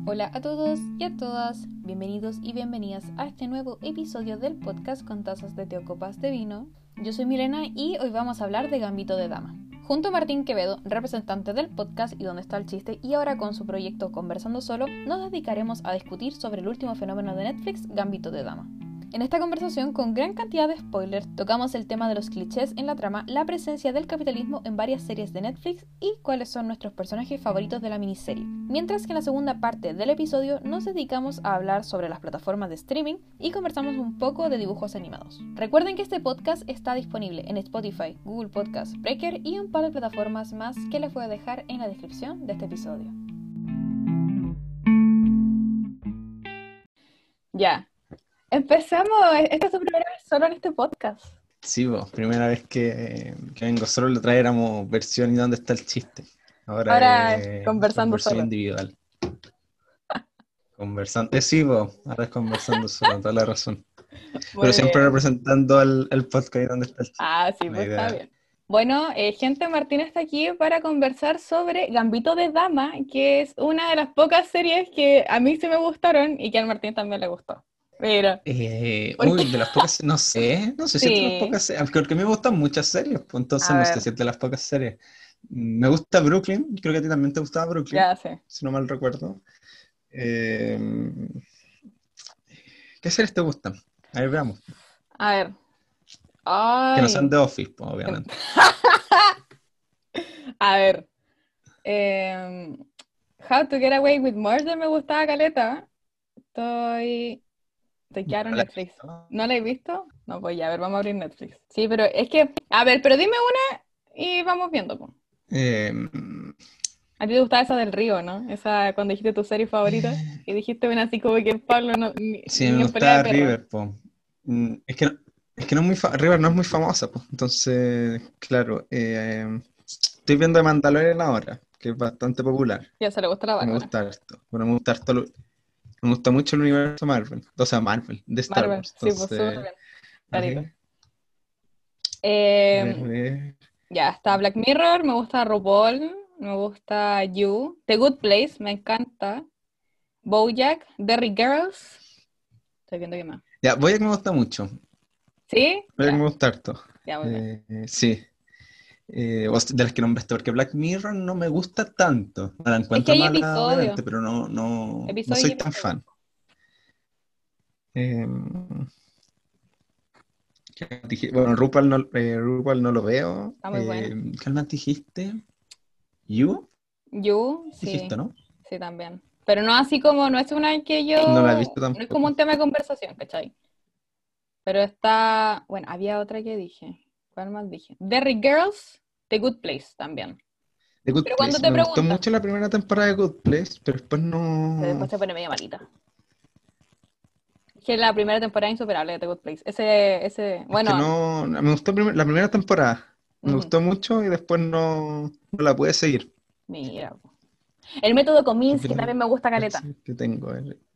Hola a todos y a todas, bienvenidos y bienvenidas a este nuevo episodio del podcast con tazas de té o copas de vino. Yo soy Milena y hoy vamos a hablar de Gambito de Dama. Junto a Martín Quevedo, representante del podcast y donde está el chiste, y ahora con su proyecto Conversando Solo, nos dedicaremos a discutir sobre el último fenómeno de Netflix, Gambito de Dama. En esta conversación, con gran cantidad de spoilers, tocamos el tema de los clichés en la trama, la presencia del capitalismo en varias series de Netflix y cuáles son nuestros personajes favoritos de la miniserie. Mientras que en la segunda parte del episodio nos dedicamos a hablar sobre las plataformas de streaming y conversamos un poco de dibujos animados. Recuerden que este podcast está disponible en Spotify, Google Podcast, Breaker y un par de plataformas más que les voy a dejar en la descripción de este episodio. Ya. Empezamos, esta es tu primera vez solo en este podcast. Sí, vos, primera vez que vengo solo, lo traéramos versión y dónde está el chiste. Ahora Es conversando versión solo. individual. Conversando, sí, vos, ahora es conversando solo, toda la razón. Muy Pero siempre bien. representando al podcast y dónde está el chiste. Ah, sí, La pues está idea. bien. Bueno, gente, Martín está aquí para conversar sobre Gambito de Dama, que es una de las pocas series que a mí sí me gustaron y que al Martín también le gustó. Mira, porque De las pocas, no sé si es de las sí, pocas series, porque a mí me gustan muchas series, pues a entonces no sé ver, si es de las pocas series. Me gusta Brooklyn, creo que a ti también te gustaba Brooklyn, ya sé. si no mal recuerdo. Eh, ¿Qué series te gustan? A ver, veamos. A ver, Que no sean ay, The Office, pues, obviamente. a ver, em, How to Get Away with Murder me gustaba caleta. Te quedaron No la he Netflix. visto. ¿No la he visto? No, pues ya, a ver, vamos a abrir Netflix. Sí, pero es que, a ver, pero dime una y vamos viendo, po. Eh, A ti te gustaba esa del río, ¿no? Esa cuando dijiste tu serie favorita y dijiste una así como que Pablo no, sí, ni me en pelea de gusta perro. River, po. Es que no es muy River no es muy famosa, pues. Entonces, claro, estoy viendo The Mandalorian ahora, que es bastante popular. Ya se le gusta la Y me Bárbara. gusta harto. Bueno, me gusta mucho el universo Marvel. O sea, Marvel, de Star Marvel, Wars. sí, pues súper Entonces, bien. a Clarito. ver, a ver, a Eh, ver. ya, está Black Mirror, me gusta RuPaul, me gusta You, The Good Place, me encanta. BoJack, Derry Girls. Estoy viendo qué más. Ya, voy a que me gusta mucho. ¿Sí? Voy a que Ya, me gusta harto. ya, muy bien. Sí. De las que nombraste, porque Black Mirror no me gusta tanto. No la Es que encuentro hay mala, episodios, obviamente, pero no episodios y soy tan episodios. fan. Eh, bueno, RuPaul no lo veo. Está muy buena. ¿Qué más dijiste? ¿You? You, Dijiste, sí, ¿no? sí también. Pero no así como, no es una que No la he visto yo, no es como tampoco. un tema de conversación, ¿cachai? Pero está, bueno, había otra que dije. ¿Cuál más dije? Derry Girls, The Good Place también. The Good Pero cuando Place. te Me gustó preguntan, mucho la primera temporada de Good Place, pero después pero no. después se pone medio malita. Es que la primera temporada es insuperable de The Good Place. Ese, Es que bueno, no. Me gustó la primera temporada. Me ujú, gustó mucho y después no la pude seguir. mira, po. El método Porque Kominsky también me gusta las caleta, series que tengo.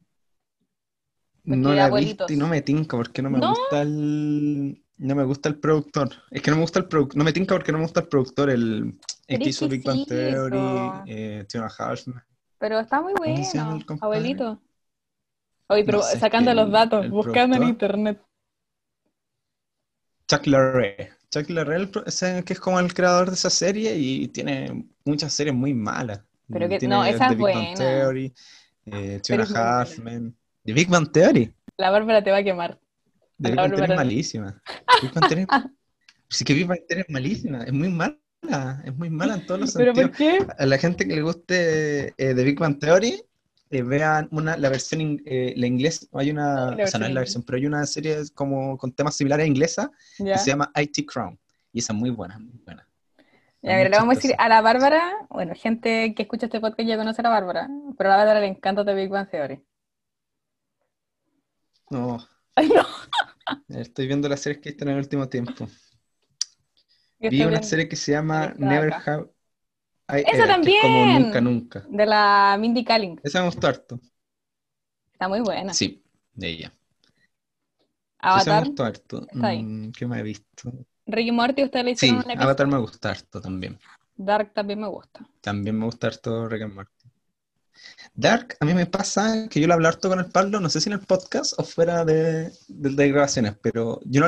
No porque la he visto y no abuelitos. me tinca porque no me No, gusta no me gusta el productor. Es que no me gusta el productor, no me tinca porque no me gusta el productor, el pero que es hizo que Big Bang sí, Theory, po. Tiona Halfman. Pero está muy ¿Cómo que se llama el bueno, compadre? abuelito. Oye, No pero sé, es que sacando los datos, el buscando en productor, internet. Chuck Lorre. Chuck Lorre ese que es como el creador de esa serie y tiene muchas series muy malas. Pero que, no, Tiene esa The es Big Bang buena. Theory, Pero Tiona es muy buena. Halfman. The Big Bang Theory. La Bárbara te va a quemar. The A Big la Bang Theory es Bárbara. malísima. Big Bang Theory Sí que Big Bang Theory es malísima, es muy mala en todos los ¿Pero sentidos. por qué? A la gente que le guste The Big Bang Theory, vean la versión, la inglés, Ay, la o sea, no versión es la inglés. versión, pero hay una serie como con temas similares a inglesa que se Ya. llama IT Crown. Y esa es muy buena, Ya, es mira, muy le vamos a decir chistosa. a la Bárbara. Bueno, gente que escucha este podcast ya conoce a la Bárbara. Pero a la Bárbara le encanta The Big Bang Theory. No, Ay, no. estoy viendo las series que están en el último tiempo. ¿Qué Vi estoy una viendo? serie que se La llama lista de Never acá. Have I ¡Esa Ever, que es como Nunca también! Nunca. De la Mindy Kaling. Esa me gustó harto. Está muy buena. Sí, de ella. Sí, esa me Avatar, gustó harto. está ahí. ¿Qué me he visto? Ricky y Morty, ustedes le hicieron Sí, un Avatar episodio. me gusta harto también. Dark también me gusta. También me gusta harto Rick and Morty. Dark, a mí me pasa que yo lo hablo harto con el Pablo, no sé si en el podcast o fuera de grabaciones, pero yo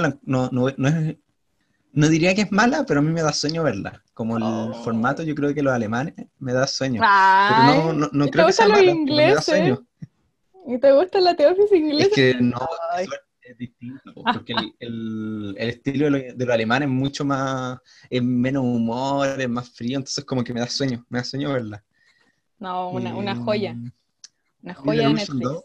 no diría que es mala, pero a mí me da sueño verla. Como el Oh. formato, yo creo que los alemanes me da sueño. Pero Ay, no ¿te creo que sea gustan los mala, pero me da ingleses? sueño. ¿Y te gusta la The Office Es inglesa? que no, Ay. es distinto, po, porque el estilo de los alemanes es mucho más, es menos humor, es más frío, entonces como que me da sueño verla. No, Eh, una vi joya The de Ulson Netflix. 2.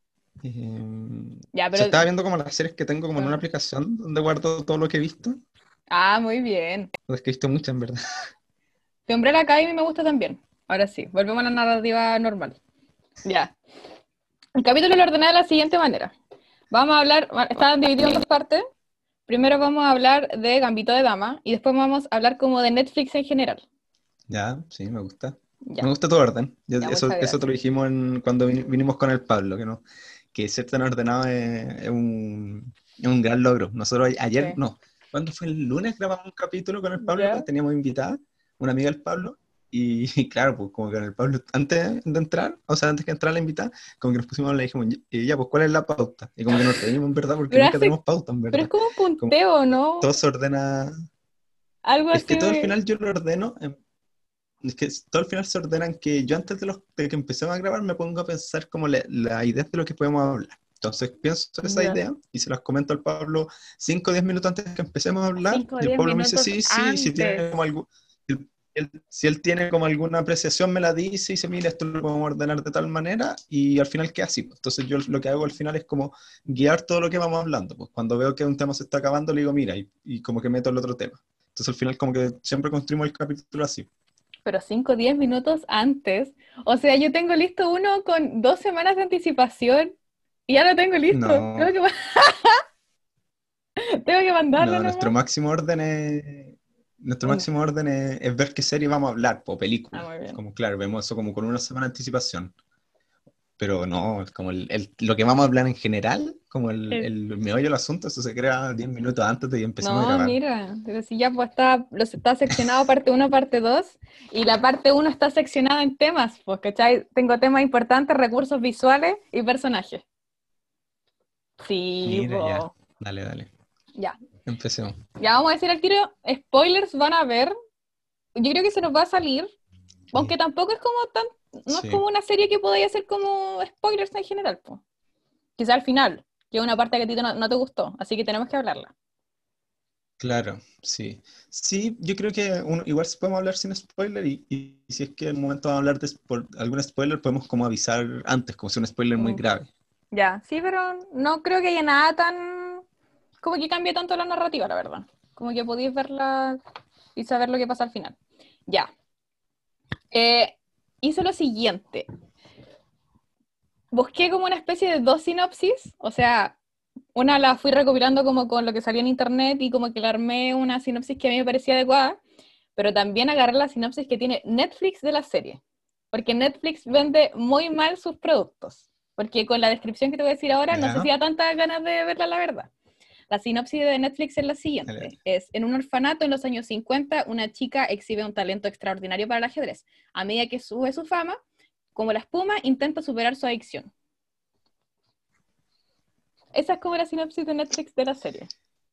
Ya, Se pero, estaba viendo como las series que tengo como en una bueno. aplicación donde guardo todo lo que he visto. Ah, muy bien. Es que he visto muchas, en verdad. The Umbrella Academy me gusta también. Ahora sí, volvemos a la narrativa normal. Ya. El capítulo lo ordené de la siguiente manera. Vamos a hablar, están divididos en dos partes. Primero vamos a hablar de Gambito de Dama y después vamos a hablar como de Netflix en general. Ya, sí, me gusta. Me Ya, gusta tu orden. ya, muchas Eso te lo gracias. dijimos cuando vinimos con el Pablo, que no, que ser tan ordenado es un gran logro. Nosotros ayer, Sí. no, ¿cuándo fue? El lunes grabamos un capítulo con el Pablo, Ya. teníamos invitada, una amiga del Pablo, y, y claro, pues como que con el Pablo, antes de entrar, o sea, antes que entrara la invitada, como que nos pusimos, le dijimos, y ya, pues ¿cuál es la pauta? Y como que nos reímos en verdad, porque Pero nunca hace, tenemos pauta en pero es verdad. como un Como punteo, ¿no? todo se ordena, Algo es así. que todo al final yo lo ordeno. Es que todo al final se ordenan que yo antes de que empecemos a grabar me pongo a pensar como la idea de lo que podemos hablar. Entonces pienso esa Ya. idea y se las comento al Pablo 5 o 10 minutos antes de que empecemos a hablar 5 o y el 10 Pablo me dice minutos sí, sí, si antes. tiene como algo, si él tiene como alguna apreciación me la dice y dice, mira, esto lo podemos ordenar de tal manera y al final queda así. Entonces yo lo que hago al final es como guiar todo lo que vamos hablando. Pues cuando veo que un tema se está acabando le digo, mira, y como que meto el otro tema. Entonces al final como que siempre construimos el capítulo así. Pero 5 o 10 minutos antes. O sea, yo tengo listo uno con 2 semanas de anticipación y ya lo tengo listo. No, Tengo que mandarlo no, nomás. nuestro Mm. máximo orden es ver qué serie vamos a hablar, po, Ah, película. muy bien. Como claro, vemos eso como con una semana de anticipación. Pero no, es como lo que vamos a hablar en general, como Eh, el meollo del asunto, eso se crea 10 minutos antes de que empecemos a No, grabar. mira, pero si ya pues está seccionado parte uno, parte 2 y la parte uno está seccionada en temas, pues, ¿cachai? Tengo temas importantes, recursos visuales y personajes. Sí, Mira, ya, po. dale, Ya. empecemos. Ya vamos a decir al tiro, spoilers van a ver. Yo creo que se nos va a salir, aunque Sí, tampoco es como no es sí, como una serie que podáis hacer como spoilers en general, pues. Quizá al final, que es una parte que a ti no te gustó, así que tenemos que hablarla. claro, sí. Sí, yo creo que igual podemos hablar sin spoiler y si es que en un momento vamos a hablar de algún spoiler, podemos como avisar antes, como si un spoiler muy Mm. grave. Ya, sí, pero no creo que haya nada tan como que cambie tanto la narrativa, la verdad. Como que podéis verla y saber lo que pasa al final. Ya. Hice lo siguiente. Busqué como una especie de dos sinopsis, o sea, una la fui recopilando como con lo que salía en internet y como que le armé una sinopsis que a mí me parecía adecuada, pero también agarré la sinopsis que tiene Netflix de la serie, porque Netflix vende muy mal sus productos, porque con la descripción que te voy a decir ahora no sé si ¿Ya? da tantas ganas de verla, la verdad. La sinopsis de Netflix es la Dale, siguiente. dale. Es, en un orfanato en los años 50, una chica exhibe un talento extraordinario para el ajedrez. A medida que sube su fama, como la espuma, intenta superar su adicción. Esa es como la sinopsis de Netflix de la serie.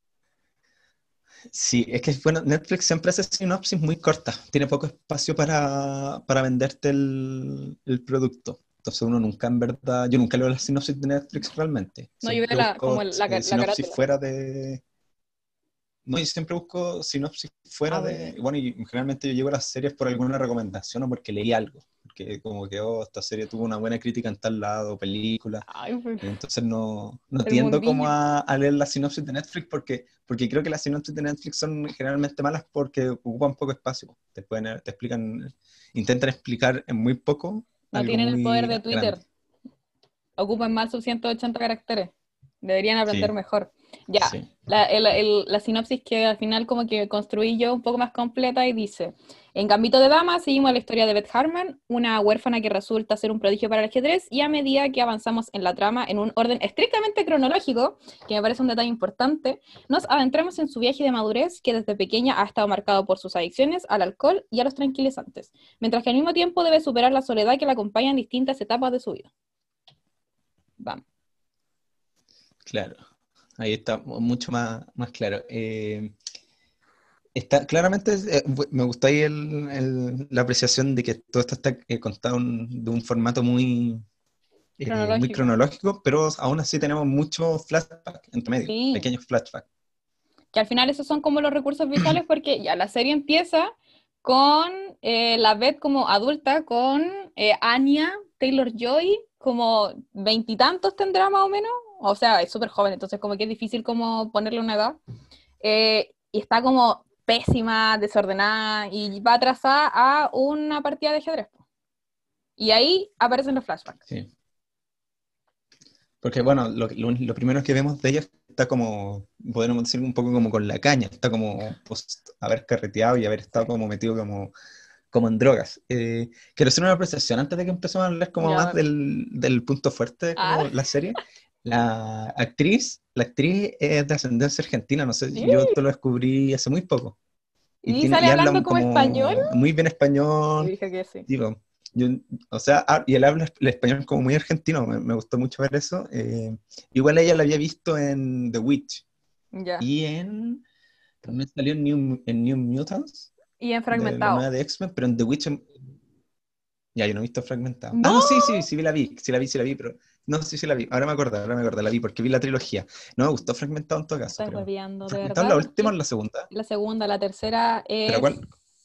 Sí, es que bueno, Netflix siempre hace sinopsis muy cortas, tiene poco espacio para venderte el producto. Entonces uno nunca en verdad, yo nunca leo las sinopsis de Netflix realmente. No, yo veo Siempre como busco la sinopsis carátula. fuera de... No, yo siempre busco sinopsis Ah, fuera muy de... bien. Bueno, y generalmente yo llego a las series por alguna recomendación o porque leí algo. Porque como que, oh, esta serie tuvo una buena crítica en tal lado, película. Ay, pues, Entonces no el tiendo como mundillo. a leer las sinopsis de Netflix porque creo que las sinopsis de Netflix son generalmente malas porque ocupan poco espacio. Te explican, intentan explicar en muy poco No algo tienen el poder muy de Twitter. grande. Ocupan mal sus 180 caracteres. Deberían aprender Sí, mejor. Ya, sí, la sinopsis que al final como que construí yo un poco más completa y dice, En Gambito de Dama seguimos la historia de Beth Harmon, una huérfana que resulta ser un prodigio para el ajedrez, y a medida que avanzamos en la trama en un orden estrictamente cronológico, que me parece un detalle importante, nos adentramos en su viaje de madurez que desde pequeña ha estado marcado por sus adicciones al alcohol y a los tranquilizantes, mientras que al mismo tiempo debe superar la soledad que la acompaña en distintas etapas de su vida. Vamos. Claro, ahí está mucho más claro. Está, claramente me gusta ahí la apreciación de que todo esto está contado de un formato muy Cronológico. cronológico, pero aún así tenemos muchos flashbacks entre medio, Sí. pequeños flashbacks. Que al final esos son como los recursos visuales porque ya la serie empieza con la Beth como adulta, con Anya Taylor-Joy, como veintitantos tendrá más o menos, o sea, es súper joven, entonces como que es difícil como ponerle una edad, y está como pésima, desordenada, y va atrasada a una partida de ajedrez. Y ahí aparecen los flashbacks. Sí. Porque bueno, lo primero que vemos de ella está como, podemos decir un poco como con la caña, está como post haber carreteado y haber estado Sí. como metido como en drogas. Quiero hacer una apreciación antes de que empecemos a hablar como Ya, más dale. del punto fuerte, Ah, como la serie. La actriz es de ascendencia argentina, no sé, yo esto lo descubrí hace muy poco. y sale Y habla hablando como español. como muy bien Yo español, dije que sí. tipo, yo, o sea, y él habla el español como muy argentino, me gustó mucho ver eso. Igual ella la había visto en The Witch Ya. y también salió en New Mutants, Y en de la nueva fragmentado. de X-Men, pero en The Witch ya, yo no he visto fragmentado. Ah, ¡No! no, sí vi, pero no, sí la vi. Ahora me acordé, la vi porque vi la trilogía. No me gustó fragmentado en todo Me caso, estás creo. hueveando, ¿de ¿Fragmentado es verdad? la última o Porque la segunda? la segunda, la tercera ¿Pero es cuál?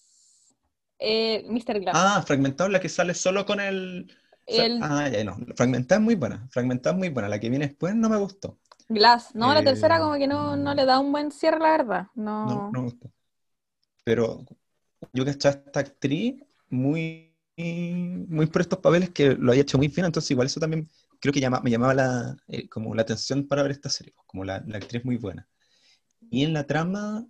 Mr. Glass. Ah, fragmentado es la que sale solo con el. El Ya no. Fragmentada es muy buena. Fragmentada es muy buena. La que viene después no me gustó. Glass. No, la tercera Eh, como que no le da un buen cierre, la verdad. no No. me gustó. Pero yo caché a esta actriz muy por estos papeles que lo haya hecho muy bien, entonces igual eso también creo que me llamaba como la atención para ver esta serie, pues, como la actriz muy buena. Y en la trama,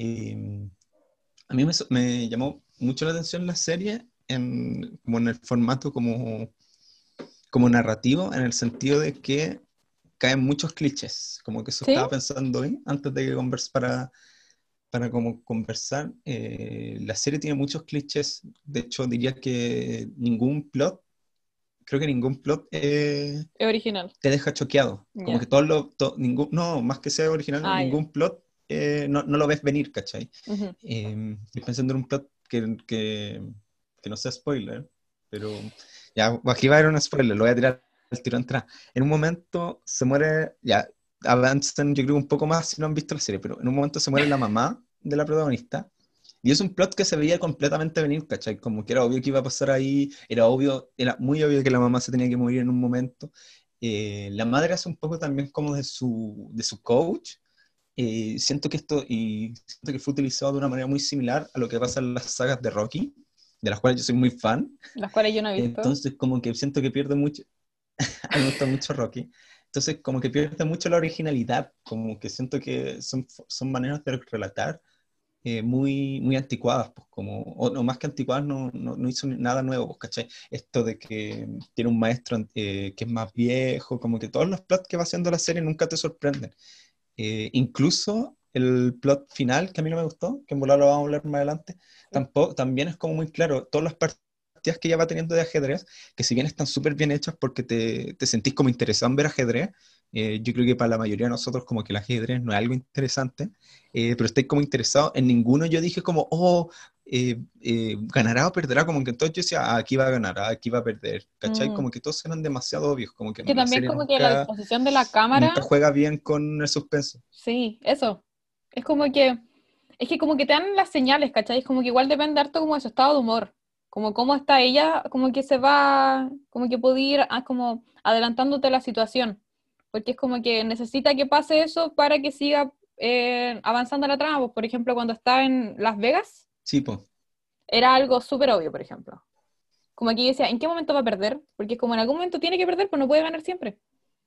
a mí me llamó mucho la atención la serie como en el formato como narrativo, en el sentido de que caen muchos clichés, como que eso ¿Sí? estaba pensando hoy, antes de que para como conversar. La serie tiene muchos clichés, de hecho diría que creo que ningún plot Es original. te deja choqueado, como que Ya. no, más que sea original, Ah, ya. ningún plot no lo ves venir, ¿cachai? Ujú. Estoy pensando en un plot que no sea spoiler, pero ya, aquí va a haber un spoiler, lo voy a tirar al tiro atrás. En un momento se muere, ya, avancen yo creo un poco más si no han visto la serie, pero en un momento se muere la mamá de la protagonista. Y es un plot que se veía completamente venir, ¿cachai? Como que era obvio que iba a pasar ahí, era muy obvio que la mamá se tenía que morir en un momento. La madre hace un poco también como de su coach. Siento que fue utilizado de una manera muy similar a lo que pasa en las sagas de Rocky, de las cuales yo soy muy fan. Las cuales yo no he visto. Entonces, como que siento que pierde mucho. A mí me gusta mucho Rocky. Entonces, como que pierde mucho la originalidad, como que siento que son maneras de relatar muy anticuadas, pues o no, más que anticuadas, no hizo nada nuevo, pues, ¿cachai? Esto de que tiene un maestro que es más viejo, como que todos los plots que va haciendo la serie nunca te sorprenden. Incluso el plot final, que a mí no me gustó, que en volar lo vamos a hablar más adelante, Sí. también es como muy claro, todas las partidas que ella va teniendo de ajedrez, que si bien están súper bien hechas porque te sentís como interesado en ver ajedrez, yo creo que para la mayoría de nosotros como que el ajedrez no es algo interesante, pero estáis como interesado en ninguno. Yo dije como, ganará o perderá, como que entonces yo decía, aquí va a ganar, aquí va a perder, ¿cachai? Mm. Como que todos eran demasiado obvios, como que Que la también serie como que la nunca, disposición de la cámara, nunca juega bien con el suspenso. sí, eso. Es como que, es que como que te dan las señales, ¿cachai? Es como que igual depende harto como de su estado de humor. Como cómo está ella, como que se va, como que puede ir como adelantándote la situación. Porque es como que necesita que pase eso para que siga avanzando la trama. Pues, por ejemplo, cuando está en Las Vegas, Sí, pues. era algo súper obvio, por ejemplo. Como aquí decía, ¿en qué momento va a perder? Porque como en algún momento tiene que perder, pues no puede ganar siempre.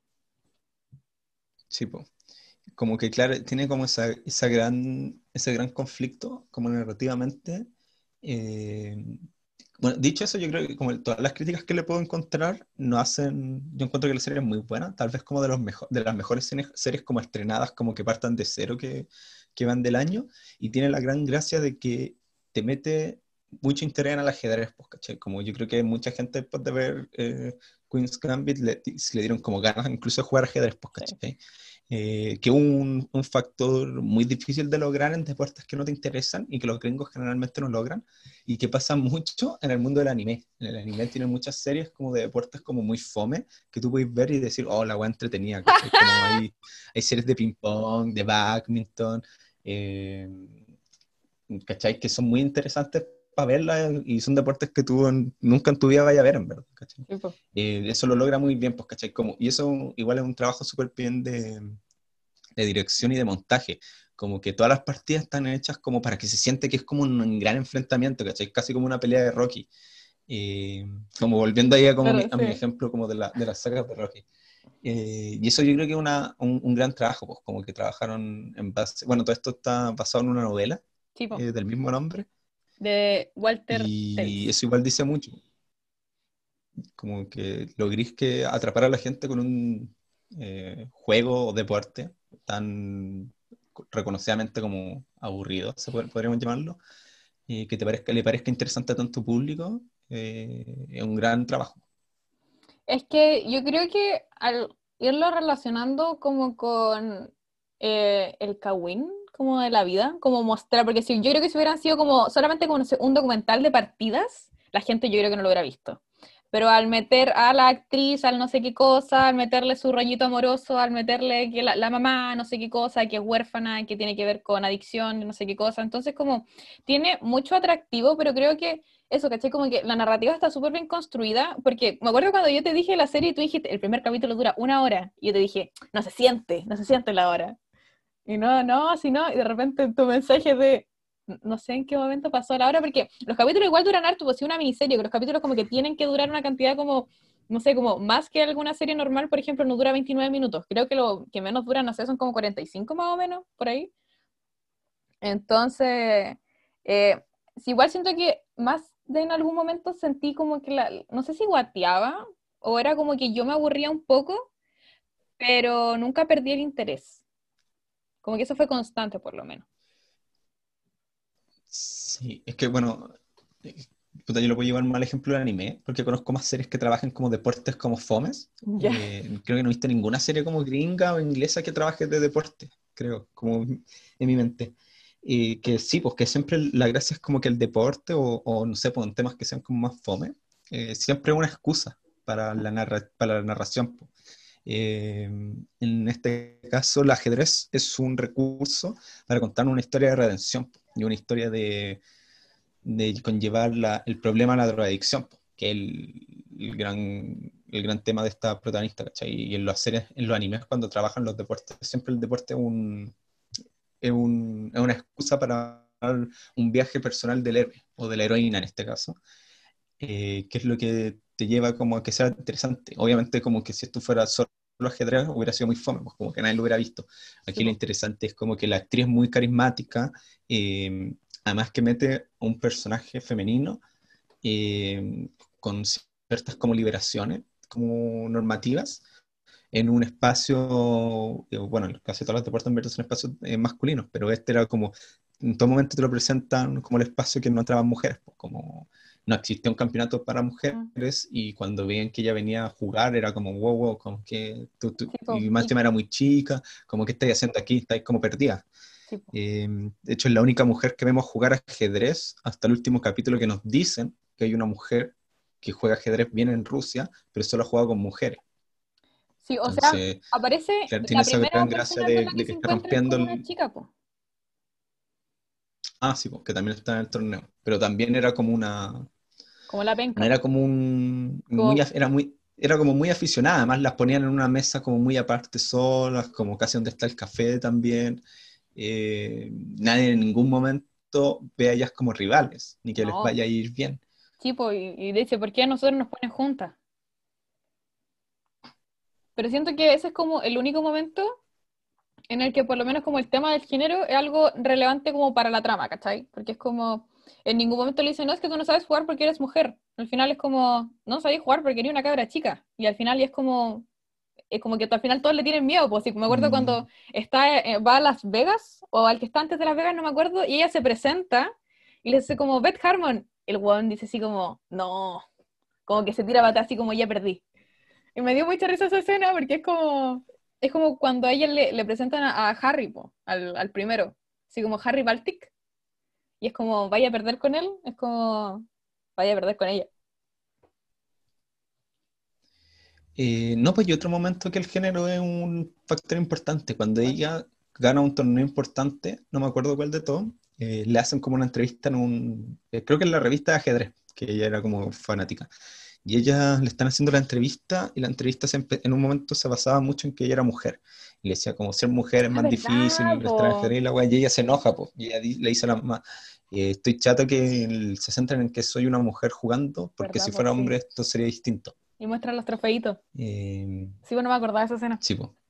Sí, po. Como que, claro, tiene como ese gran conflicto, como narrativamente, Eh, bueno, dicho eso, yo creo que como todas las críticas que le puedo encontrar, no hacen, yo encuentro que la serie es muy buena, tal vez como de las mejores series como estrenadas, como que partan de cero, que van del año, y tiene la gran gracia de que te mete mucho interés en el ajedrez, pues, ¿cachai? Como yo creo que mucha gente después de ver Queen's Gambit le dieron como ganas incluso de jugar ajedrez, pues, Sí. ¿cachai? Que es un factor muy difícil de lograr en deportes que no te interesan y que los gringos generalmente no logran, y que pasa mucho en el mundo del anime. En el anime tienen muchas series como de deportes como muy fome, que tú puedes ver y decir, oh, la wea entretenida, ¿cachai? Como hay series de ping-pong, de badminton, eh, ¿cachai? Que son muy interesantes para verlas y son deportes que tú nunca en tu vida vayas a ver, en verdad, ¿cachai? Sí, po. Eso lo logra muy bien, pues, ¿cachai? Como, y eso igual es un trabajo súper bien de dirección y de montaje. Como que todas las partidas están hechas como para que se siente que es como un gran enfrentamiento, ¿cachai? Casi como una pelea de Rocky. Como volviendo ahí a, como Claro, a mi sí. ejemplo como de las sagas de Rocky. Y eso yo creo que es un gran trabajo, pues como que trabajaron en base, bueno, todo esto está basado en una novela Tipo, del mismo nombre, de Walter y Tevis. eso igual dice mucho, como que logrís que atrapar a la gente con un juego o deporte tan reconocidamente como aburrido, podríamos llamarlo, y que le parezca interesante a tanto público, es un gran trabajo. Es que yo creo que al irlo relacionando como con el Kawin, como de la vida, como mostrar, porque si, yo creo que si hubieran sido como solamente como no sé, un documental de partidas, la gente yo creo que no lo hubiera visto. Pero al meter a la actriz, al no sé qué cosa, al meterle su rollito amoroso, al meterle que la mamá, no sé qué cosa, que es huérfana, que tiene que ver con adicción, no sé qué cosa, entonces como tiene mucho atractivo, pero creo que eso, ¿cachai? Como que la narrativa está súper bien construida, porque me acuerdo cuando yo te dije la serie y tú dijiste, el primer capítulo dura 1 hora, y yo te dije, no se siente la hora. Y no, no, así no, y de repente tu mensaje de, no sé en qué momento pasó la hora, porque los capítulos igual duran harto, pues sí, una miniserie, que los capítulos como que tienen que durar una cantidad como, no sé, como más que alguna serie normal, por ejemplo, no dura 29 minutos, creo que lo que menos dura, no sé, son como 45 más o menos, por ahí. Entonces, sí, igual siento que más de en algún momento sentí como que no sé si guateaba o era como que yo me aburría un poco, pero nunca perdí el interés. Como que eso fue constante por lo menos. Sí, es que bueno, eh, puta, yo lo puedo llevar mal ejemplo del anime, porque conozco más series que trabajan como deportes como fomes. Ya. Creo que no he visto ninguna serie como gringa o inglesa que trabaje de deporte, creo, como en mi mente. Y que sí, pues que siempre la gracia es como que el deporte o no sé, pues en temas que sean como más fome, siempre es una excusa para la narración, po. En este caso, el ajedrez es un recurso para contar una historia de redención, po, y una historia de conllevar el problema a la drogadicción, po, que es el gran tema de esta protagonista, ¿cachai? Y en las series, en los animes, cuando trabajan los deportes, siempre el deporte es una excusa para un viaje personal del héroe, o de la heroína en este caso, que es lo que te lleva como a que sea interesante. Obviamente como que si esto fuera solo ajedrez hubiera sido muy fome, pues como que nadie lo hubiera visto. Sí, Aquí lo po. interesante es como que la actriz es muy carismática, además que mete un personaje femenino con ciertas como liberaciones, como normativas, en un espacio, bueno, casi todos los deportes en verdad son espacios masculinos, pero este era como, en todo momento te lo presentan como el espacio que no entraban mujeres, pues, como no existía un campeonato para Mm, mujeres, y cuando veían que ella venía a jugar era como, wow, wow, como que sí, po. y más Y, encima era muy chica, como que estáis haciendo aquí, estáis como perdida. sí, po. De hecho, es la única mujer que vemos jugar ajedrez hasta el último capítulo, que nos dicen que hay una mujer que juega ajedrez bien en Rusia, pero solo ha jugado con mujeres. Sí, o sea, Entonces, aparece claro, tiene la esa primera gran gracia persona con la que de se que está encuentran rompiendo con una el... chica, po. Ah, sí, pues, que también está en el torneo. Pero también era como una... Como la No penca, era po. como un... Como, Era como muy aficionada. Además, las ponían en una mesa como muy aparte solas, como casi donde está el café también. Nadie en ningún momento ve a ellas como rivales, ni que les no, vaya a ir bien. sí, po, y dice, ¿por qué a nosotros nos ponen juntas? Pero siento que ese es como el único momento en el que por lo menos como el tema del género es algo relevante como para la trama, ¿cachai? Porque es como, en ningún momento le dicen, no, es que tú no sabes jugar porque eres mujer. Al final es como, no sabes jugar porque eres una cabra chica. Y al final ya es como que al final todos le tienen miedo. Pues sí, me acuerdo Mm, cuando va a Las Vegas, o al que está antes de Las Vegas, no me acuerdo, y ella se presenta y le dice como, Beth Harmon. El weón dice así como, no, como que se tira para atrás así como, ya perdí. Y me dio mucha risa esa escena porque es como cuando a ella le presentan a Harry, po, al primero, así como Harry Baltic, y es como, vaya a perder con él, es como, vaya a perder con ella. no, pues y otro momento que el género es un factor importante. Cuando ella gana un torneo importante, no me acuerdo cuál de todo, le hacen como una entrevista en creo que en la revista de ajedrez, que ella era como fanática. Y ella le están haciendo la entrevista y la entrevista en un momento se basaba mucho en que ella era mujer. Y le decía como ser mujer es Ah, más ¿verdad, difícil, estar en po? ajedrez y la weá, y ella se enoja, pues. Y ella le dice a la mamá, estoy chato que se centren en que soy una mujer jugando, porque ¿Verdad, si po? fuera Sí. hombre esto sería distinto. Y muestra los trofeitos. Eh, Sí, bueno, me acordaba de esa escena. sí, po.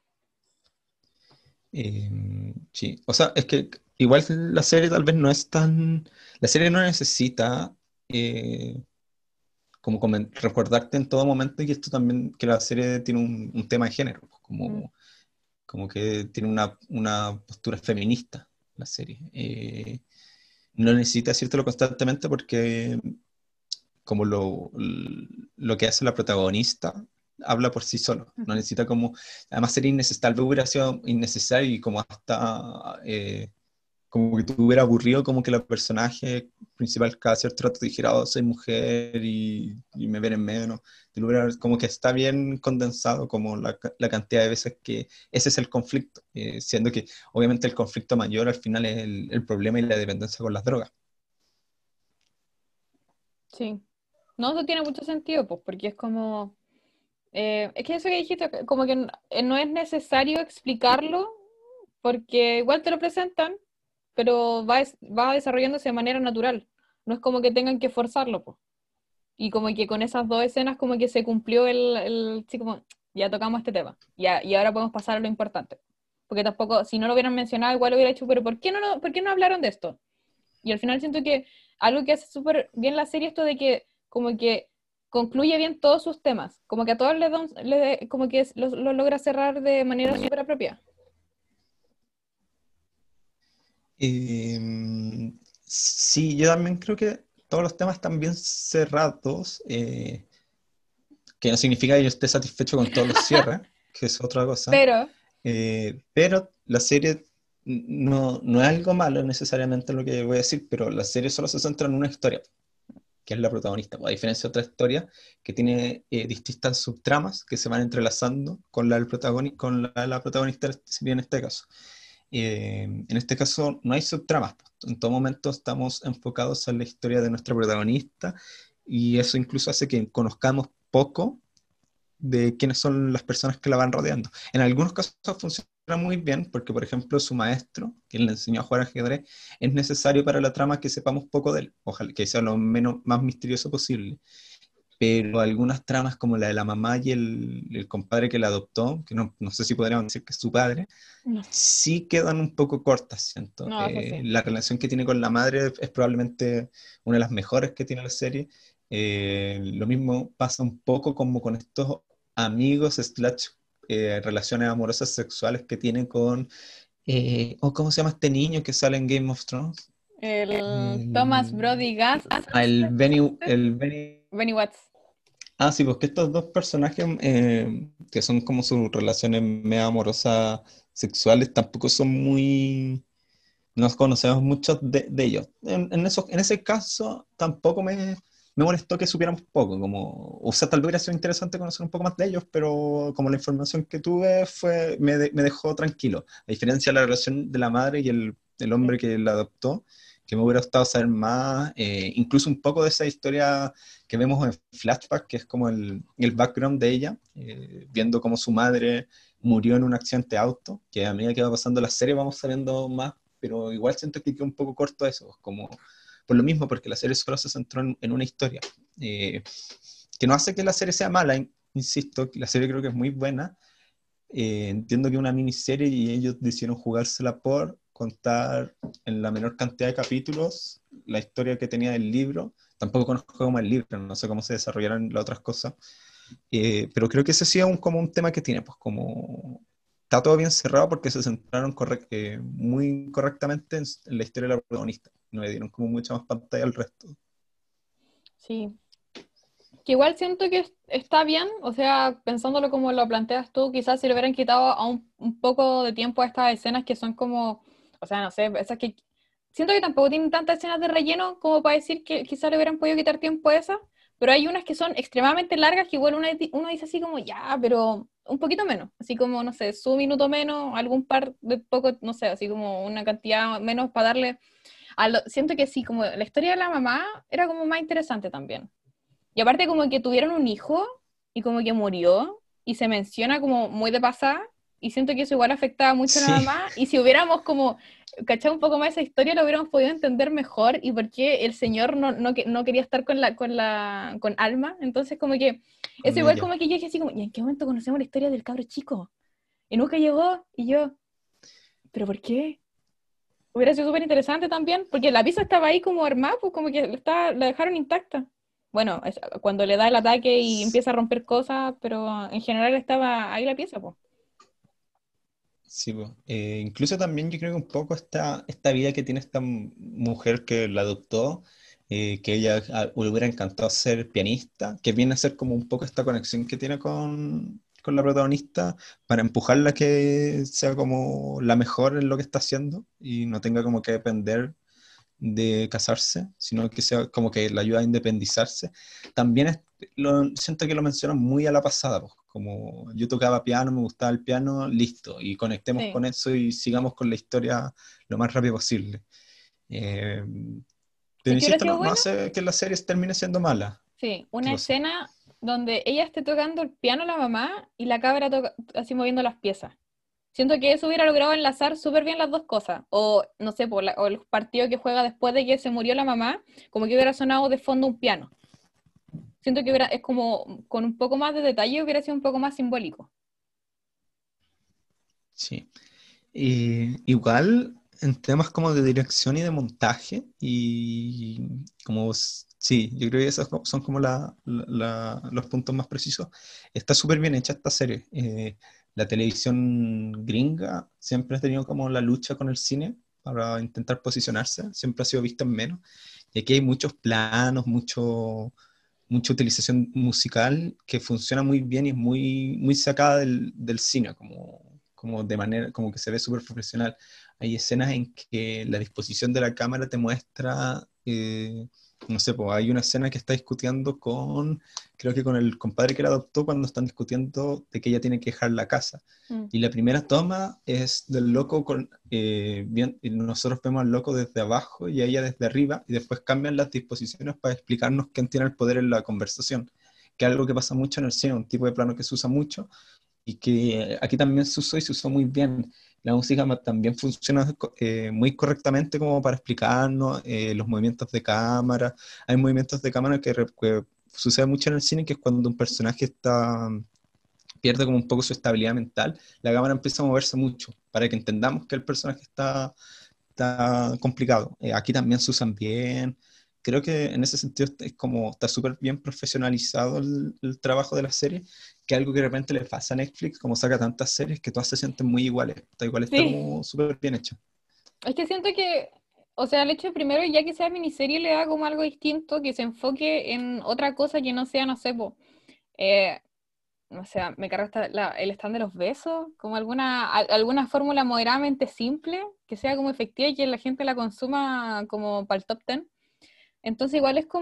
Sí, o sea, es que igual la serie tal vez no es tan... La serie no necesita eh, como recordarte en todo momento que esto también, que la serie tiene un tema de género, pues, Mm, como que tiene una postura feminista la serie. No necesita decírtelo constantemente porque como lo que hace la protagonista habla por sí solo. No ujú. necesita como, además sería innecesario, tal vez hubiera sido innecesario y como hasta como que te hubiera aburrido como que la personaje principal cada cierto rato dijera, oh, soy mujer y me ven en menos. Como que está bien condensado como la cantidad de veces que ese es el conflicto, siendo que obviamente el conflicto mayor al final es el problema y la dependencia con las drogas. Sí. No, eso tiene mucho sentido, pues, porque es como, es que eso que dijiste, como que no es necesario explicarlo, porque igual te lo presentan, pero va desarrollándose de manera natural. No es como que tengan que forzarlo, pues. Y como que con esas dos escenas como que se cumplió sí, como, ya tocamos este tema, ya, y ahora podemos pasar a lo importante. Porque tampoco, si no lo hubieran mencionado, igual lo hubiera hecho, pero ¿por qué no hablaron de esto? Y al final siento que algo que hace súper bien la serie, esto de que como que concluye bien todos sus temas, como que a todos como que lo logra cerrar de manera súper apropiada. Sí, yo también creo que todos los temas están bien cerrados, que no significa que yo esté satisfecho con todos los cierres, que es otra cosa. Pero, Pero la serie no es algo malo necesariamente lo que voy a decir, pero la serie solo se centra en una historia, que es la protagonista, pues, a diferencia de otra historia que tiene distintas subtramas que se van entrelazando con la del protagonista, con la protagonista de la serie en este caso. En este caso no hay subtramas, pues. En todo momento estamos enfocados en la historia de nuestra protagonista y eso incluso hace que conozcamos poco de quiénes son las personas que la van rodeando. En algunos casos funciona muy bien, porque por ejemplo su maestro, quien le enseñó a jugar ajedrez, es necesario para la trama que sepamos poco de él, ojalá que sea lo menos, más misterioso posible. Pero algunas tramas como la de la mamá y el compadre que la adoptó, que no sé si podríamos decir que es su padre, no, sí quedan un poco cortas, siento. no, eso sí. La relación que tiene con la madre es probablemente una de las mejores que tiene la serie. Lo mismo pasa un poco como con estos amigos slash relaciones amorosas sexuales que tiene con, ¿cómo se llama este niño que sale en Game of Thrones? El Thomas El, Brody Gas, Benny Watts. Sí, porque estos dos personajes que son como sus relaciones medio amorosas sexuales tampoco son muy... Nos conocemos muchos de ellos. En ese caso tampoco me molestó que supiéramos poco, como, o sea, tal vez hubiera sido interesante conocer un poco más de ellos, pero como la información que tuve me dejó tranquilo. A diferencia de la relación de la madre y el hombre Sí. que la adoptó, que me hubiera gustado saber más, incluso un poco de esa historia que vemos en flashback, que es como el background de ella, viendo cómo su madre murió en un accidente de auto, que a medida que va pasando la serie vamos sabiendo más, pero igual siento que quedó un poco corto eso, como por lo mismo, porque la serie solo se centró en una historia, eh, que no hace que la serie sea mala, insisto, la serie creo que es muy buena, entiendo que es una miniserie y ellos decidieron jugársela por contar en la menor cantidad de capítulos la historia que tenía el libro. Tampoco conozco como el libro, no sé cómo se desarrollaron las otras cosas. Pero creo que ese sí es como un tema que tiene, pues como está todo bien cerrado porque se centraron muy correctamente en la historia de la protagonista. No le dieron como mucha más pantalla al resto. Sí. Que igual siento que está bien, o sea, pensándolo como lo planteas tú, quizás si le hubieran quitado a un poco de tiempo a estas escenas que son como, o sea, no sé, esas que siento que tampoco tienen tantas escenas de relleno como para decir que quizás le hubieran podido quitar tiempo a esas, pero hay unas que son extremadamente largas que igual uno dice así como, ya, pero un poquito menos, así como, no sé, su minuto menos, algún par de poco, no sé, así como una cantidad menos para darle, siento que sí, como la historia de la mamá era como más interesante también. Y aparte como que tuvieron un hijo y como que murió y se menciona como muy de pasada y siento que eso igual afectaba mucho a la Sí, mamá y si hubiéramos como cachado un poco más esa historia lo hubiéramos podido entender mejor y por qué el señor no quería estar con Alma, entonces como que eso con igual ella. como que yo dije así como, ¿y en qué momento conocemos la historia del cabro chico? Y nunca llegó y yo, ¿pero por qué? Hubiera sido súper interesante también, porque la pieza estaba ahí como armada, pues como que la dejaron intacta. Bueno, cuando le da el ataque y empieza a romper cosas, pero en general estaba ahí la pieza, pues. Sí, po. Incluso también yo creo que un poco esta vida que tiene esta mujer que la adoptó, que ella le hubiera encantado ser pianista, que viene a ser como un poco esta conexión que tiene con la protagonista para empujarla a que sea como la mejor en lo que está haciendo y no tenga como que depender de casarse, sino que sea como que la ayuda a independizarse. También siento que lo mencionan muy a la pasada, pues, como yo tocaba piano, me gustaba el piano, listo, y conectemos Sí. con eso y sigamos con la historia lo más rápido posible. Pero ¿Sí que hubiera insisto, sido no bueno? hace que la serie termine siendo mala. Sí, ¿Qué una cosa? escena donde ella esté tocando el piano a la mamá y la cabra así moviendo las piezas. Siento que eso hubiera logrado enlazar súper bien las dos cosas. O, no sé, o el partido que juega después de que se murió la mamá, como que hubiera sonado de fondo un piano. Siento que es como, con un poco más de detalle hubiera sido un poco más simbólico. Sí. Igual en temas como de dirección y de montaje, y como, sí, yo creo que esos son como los puntos más precisos. Está súper bien hecha esta serie. La televisión gringa siempre ha tenido como la lucha con el cine para intentar posicionarse, siempre ha sido vista en menos. Y aquí hay muchos planos, mucha utilización musical que funciona muy bien y es muy sacada del cine, como de manera, como que se ve súper profesional. Hay escenas en que la disposición de la cámara te muestra, no sé, pues hay una escena que está discutiendo creo que con el compadre que la adoptó cuando están discutiendo de que ella tiene que dejar la casa. Mm. Y la primera toma es del loco y nosotros vemos al loco desde abajo y a ella desde arriba, y después cambian las disposiciones para explicarnos quién tiene el poder en la conversación, que es algo que pasa mucho en el cine, un tipo de plano que se usa mucho y que aquí también se usó y se usó muy bien. La música también funciona muy correctamente como para explicarnos los movimientos de cámara. Hay movimientos de cámara que sucede mucho en el cine, que es cuando un personaje pierde como un poco su estabilidad mental, la cámara empieza a moverse mucho para que entendamos que el personaje está complicado. Aquí también se usan bien. Creo que en ese sentido está súper bien profesionalizado el trabajo de la serie, que algo que de repente le pasa a Netflix, como saca tantas series que todas se sienten muy iguales. Está Sí, como súper bien hecho. es que siento que, o sea, el hecho de primero, ya que sea miniserie, le da como algo distinto, que se enfoque en otra cosa que no sea, no sé, po, eh, o sea, me carga el stand de los besos, como alguna fórmula moderadamente simple, que sea como efectiva y que la gente la consuma como para el top 10. Entonces igual es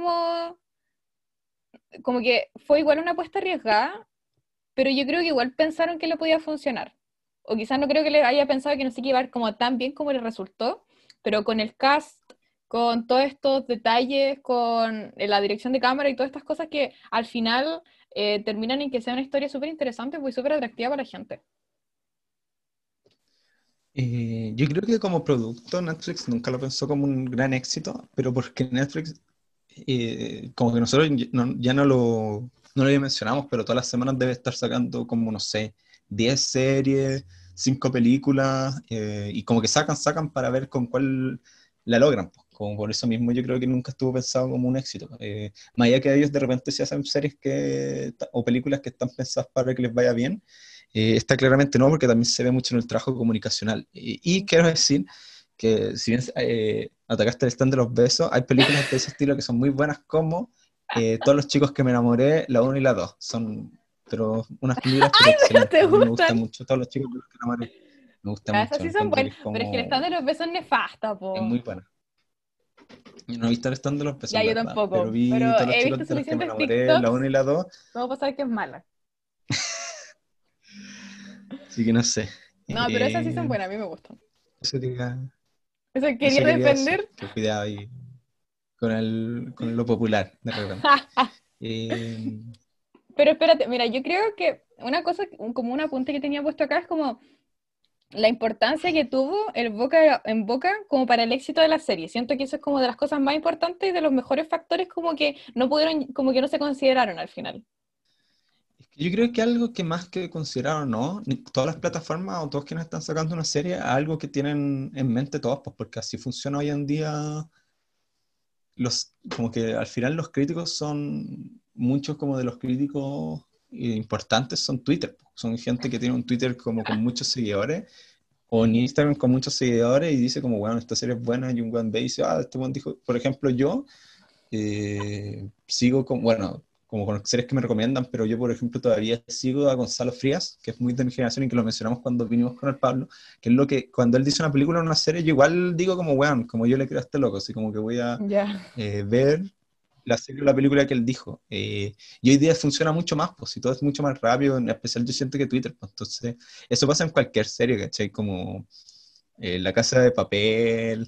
como que fue igual una apuesta arriesgada, pero yo creo que igual pensaron que le podía funcionar. O quizás no creo que le haya pensado que no sé qué iba a ir como tan bien como le resultó, pero con el cast, con todos estos detalles, con la dirección de cámara y todas estas cosas que al final terminan en que sea una historia súper interesante y súper atractiva para la gente. Yo creo que como producto Netflix nunca lo pensó como un gran éxito, pero porque Netflix, como que nosotros ya no lo mencionamos, pero todas las semanas debe estar sacando como, no sé, 10 series, 5 películas y como que sacan para ver con cuál la logran. Pues. Como por eso mismo yo creo que nunca estuvo pensado como un éxito. Más allá que ellos de repente se hacen series o películas que están pensadas para que les vaya bien, esta claramente no, porque también se ve mucho en el trabajo comunicacional. Y quiero decir que si bien atacaste el stand de los besos, hay películas de ese estilo que son muy buenas como Todos los chicos que me enamoré, la 1 y la 2. Son pero unas películas pero ¿No excelentes. te A mí me gusta gustan? mucho Todos los chicos que me enamoré. Me gusta Ya, esas mucho, sí son encuentro que buenas, es pero es que el stand como... de los besos es nefasta, Es po. muy buena. Yo no he visto el stand de los besos, Ya, en yo verdad, pero tampoco, vi pero Todos los he visto chicos de los que me suficientes enamoré, la 1 TikToks y la 2. como para saber que es mala. Así que no sé. No, pero esas sí son Eh, buenas, a mí me gustan. eso, quería, Eso quería eso quería decir, defender. que cuidado ahí con lo popular de repente. Eh, Pero espérate, mira, yo creo que una cosa, como un apunte que tenía puesto acá es como la importancia que tuvo el boca en boca como para el éxito de la serie. Siento que eso es como de las cosas más importantes y de los mejores factores como que no pudieron, como que no se consideraron al final. Yo creo que algo que más que considerar o no, todas las plataformas o todos quienes están sacando una serie, algo que tienen en mente todos, pues porque así funciona hoy en día, como que al final los críticos son, muchos como de los críticos importantes son Twitter, pues. Son gente que tiene un Twitter como con muchos seguidores, o en Instagram con muchos seguidores y dice como, bueno, esta serie es buena, y un buen ve y dice, este buen dijo, por ejemplo, yo sigo con, bueno, como con series que me recomiendan, pero yo, por ejemplo, todavía sigo a Gonzalo Frías, que es muy de mi generación y que lo mencionamos cuando vinimos con el Pablo, que es lo que, cuando él dice una película o una serie, yo igual digo como, weón, como yo le creo a este loco, así como que voy a Ya. ver la serie o la película que él dijo. Y hoy día funciona mucho más, pues, y todo es mucho más rápido, en especial yo siento que Twitter, pues, entonces, eso pasa en cualquier serie, ¿cachai? Como La Casa de Papel,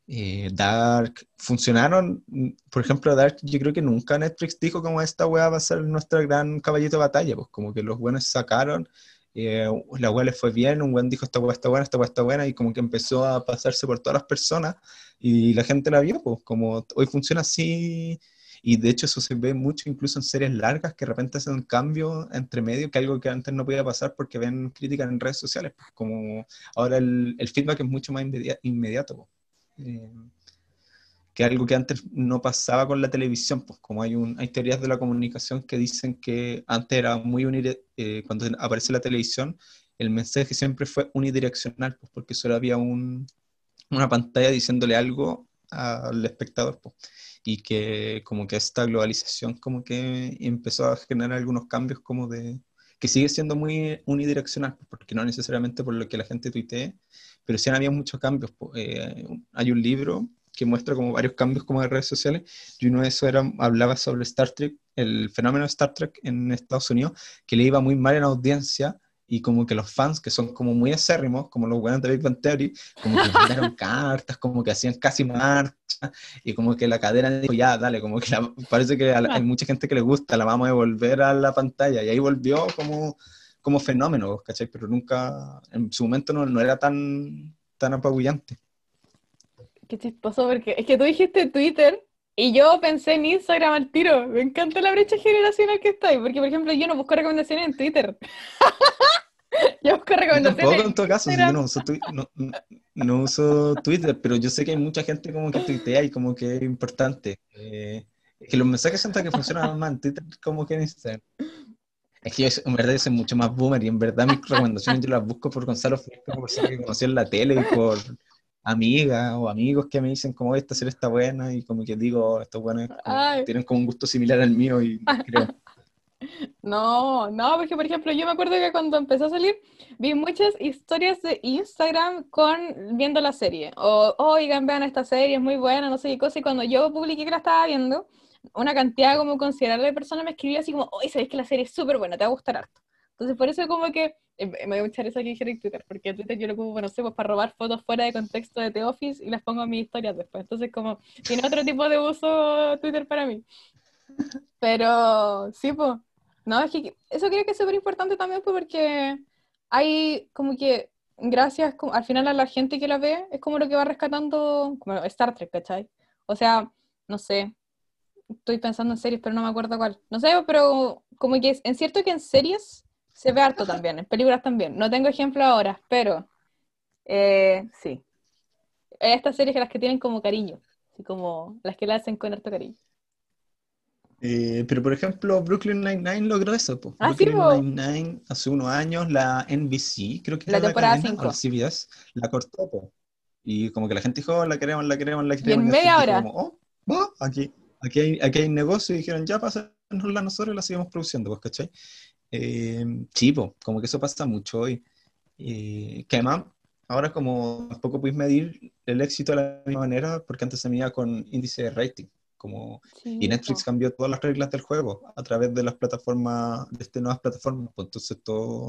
Dark, funcionaron. Por ejemplo, Dark, yo creo que nunca Netflix dijo como esta weá va a ser nuestra gran caballito de batalla, pues como que los buenos sacaron, la weá les fue bien, un buen dijo esta weá está buena, esta weá está buena, y como que empezó a pasarse por todas las personas y la gente la vio, pues como hoy funciona así. Y de hecho eso se ve mucho incluso en series largas que de repente hacen un cambio entre medio, que algo que antes no podía pasar porque ven críticas en redes sociales, pues, como ahora el feedback es mucho más inmediato. Pues. Eh, que algo que antes no pasaba con la televisión, pues como hay teorías de la comunicación que dicen que antes era muy cuando aparece la televisión, el mensaje siempre fue unidireccional, pues porque solo había una pantalla diciéndole algo al espectador, pues, y que como que esta globalización como que empezó a generar algunos cambios como que sigue siendo muy unidireccional, pues, porque no necesariamente por lo que la gente tuitee, pero sí había muchos cambios. Pues. Hay un libro que muestra como varios cambios como de redes sociales, y uno de esos hablaba sobre Star Trek, el fenómeno de Star Trek en Estados Unidos, que le iba muy mal en la audiencia, y como que los fans, que son como muy acérrimos, como los buenos de Big Bang Theory, como que mandaron cartas, como que hacían casi marcha, y como que la cadena dijo, ya, dale, como que parece que hay mucha gente que le gusta, la vamos a devolver a la pantalla, y ahí volvió como fenómeno, ¿cachai? Pero nunca, en su momento no era tan apabullante. Qué chistoso, porque es que tú dijiste Twitter y yo pensé en Instagram al tiro. Me encanta la brecha generacional que está ahí, porque por ejemplo yo no busco recomendaciones en Twitter, yo busco Yo recomendaciones tampoco en en todo caso, si yo Instagram. no uso Twitter, pero yo sé que hay mucha gente como que tuitea y como que es importante. Es que los mensajes siento que funcionan más en Twitter como que en Instagram. Es que en verdad yo soy mucho más boomer y en verdad mis recomendaciones yo las busco por Gonzalo Fresco, por personas que conocí en la tele y por amigas o amigos que me dicen como esta serie está buena y como que digo, estos buenos como, Ay. tienen como un gusto similar al mío y les creo. No, no, porque por ejemplo yo me acuerdo que cuando empezó a salir vi muchas historias de Instagram con viendo la serie. O, oigan, vean esta serie, es muy buena, no sé qué cosa. Y cuando yo publiqué que la estaba viendo, una cantidad como considerable de personas me escribió así como, oye, sabes que la serie es súper buena, te va a gustar harto. Entonces por eso como que, me dio mucha risa que dijera en Twitter, porque Twitter yo lo ocupo, no sé, pues para robar fotos fuera de contexto de The Office y las pongo en mis historias después. Entonces como, tiene otro tipo de uso Twitter para mí. Pero sí, pues. No, es que eso creo que es súper importante también pues, porque hay como que, gracias al final a la gente que la ve, es como lo que va rescatando como Star Trek, ¿cachai? O sea, no sé, estoy pensando en series, pero no me acuerdo cuál. No sé, pero como que es cierto que en series Se ve harto también, en películas también. No tengo ejemplo ahora, pero sí. Estas series las que tienen como cariño, así como las que le hacen con harto cariño. Pero por ejemplo, Brooklyn Nine-Nine logró eso, pues. Ah, sí, Brooklyn po, Nine-Nine hace unos años, la NBC, creo que la era la temporada cadena, o la 5. CBS, la cortó, pues. Y como que la gente dijo, "Oh, la queremos, la queremos, la Y queremos", y en Netflix media dijo hora. como, oh, aquí hay negocio, y dijeron, ya, pásanosla a nosotros y la seguimos produciendo, pues, ¿cachai? Sí, po, como que eso pasa mucho hoy. Que además, ahora como tampoco puedes medir el éxito de la misma manera, porque antes se medía con índice de rating. Y Sí, Netflix po. cambió todas las reglas del juego a través de las plataformas, de estas nuevas plataformas. Pues entonces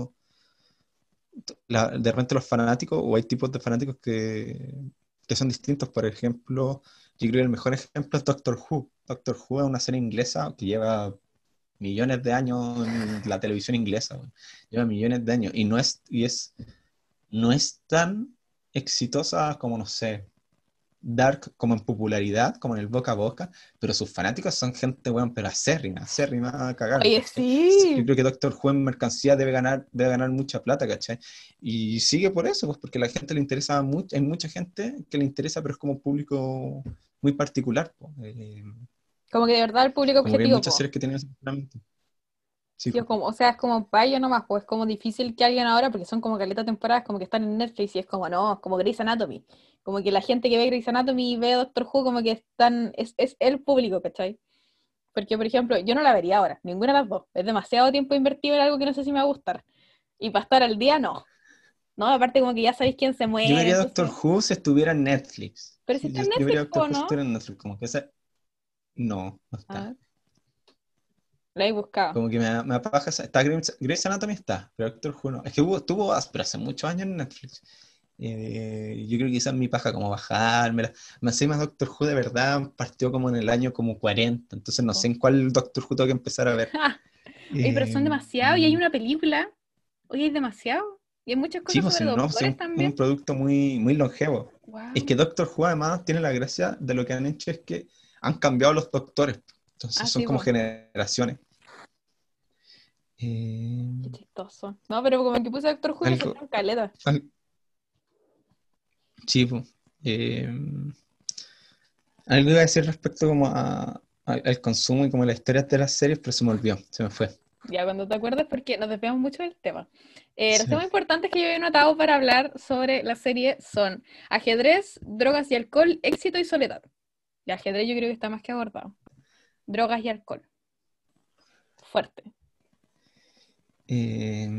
de repente los fanáticos, o hay tipos de fanáticos que son distintos. Por ejemplo, yo creo que el mejor ejemplo es Doctor Who. Doctor Who es una serie inglesa que lleva millones de años en la televisión inglesa, güey. Lleva millones de años no es tan exitosa como, no sé, Dark, como en popularidad, como en el boca a boca, pero sus fanáticos son gente, weón, pero acérrima a cagar, Oye, ¿cachai? Yo sí. creo que Doctor Who en mercancía debe ganar mucha plata, ¿cachai? Y sigue por eso, pues porque a la gente le interesa mucho, hay mucha gente que le interesa, pero es como un público muy particular, pues. Como que de verdad el público Como que hay objetivo, muchas po. series que tienen ese fundamento. Sí, Sí, pues. o sea, es como payo nomás, pues es como difícil que alguien ahora, porque son como caleta temporadas, como que están en Netflix y es como, no, es como Grey's Anatomy. Como que la gente que ve Grey's Anatomy y ve Doctor Who, como que es el público, ¿cachai? Porque, por ejemplo, yo no la vería ahora, ninguna de las dos. Es demasiado tiempo invertido en algo que no sé si me va a gustar. Y para estar al día, no. No, aparte como que ya sabéis quién se Yo muere, vería Doctor entonces... Who si estuviera en Netflix. Pero si Sí, está yo, en yo vería Netflix, Doctor po, Who si ¿no? estuviera en Netflix. Como que esa. No, no A está. ver, la he buscado. Como que me apaga. Está Grey's Anatomy está, pero Doctor Who no. Es que estuvo pero hace muchos años en Netflix. Yo creo que quizás mi paja como bajármela. Más encima Doctor Who de verdad partió como en el año como 40, entonces no sé en cuál Doctor Who tengo que empezar a ver. Oye, pero Eh, son demasiado y hay una película. Oye, es demasiado. Y hay muchas sí, cosas pues sobre si no, sí, doctores un también. producto muy longevo. Es que Wow. Doctor Who además tiene la gracia de lo que han hecho es que han cambiado los doctores. Entonces Ah, son sí, como pues. generaciones. Qué Eh, chistoso. No, pero como que puse Doctor Who y me algo, salieron caleta. al- sí, pues. Algo iba a decir respecto como al consumo y como las historias de las series, pero se me olvidó, se me fue. Ya, cuando te acuerdas, porque nos desviamos mucho del tema. Los Sí. temas importantes que yo he notado para hablar sobre la serie son ajedrez, drogas y alcohol, éxito y soledad. Y ajedrez yo creo que está más que abordado. Drogas y alcohol. Fuerte. Eh,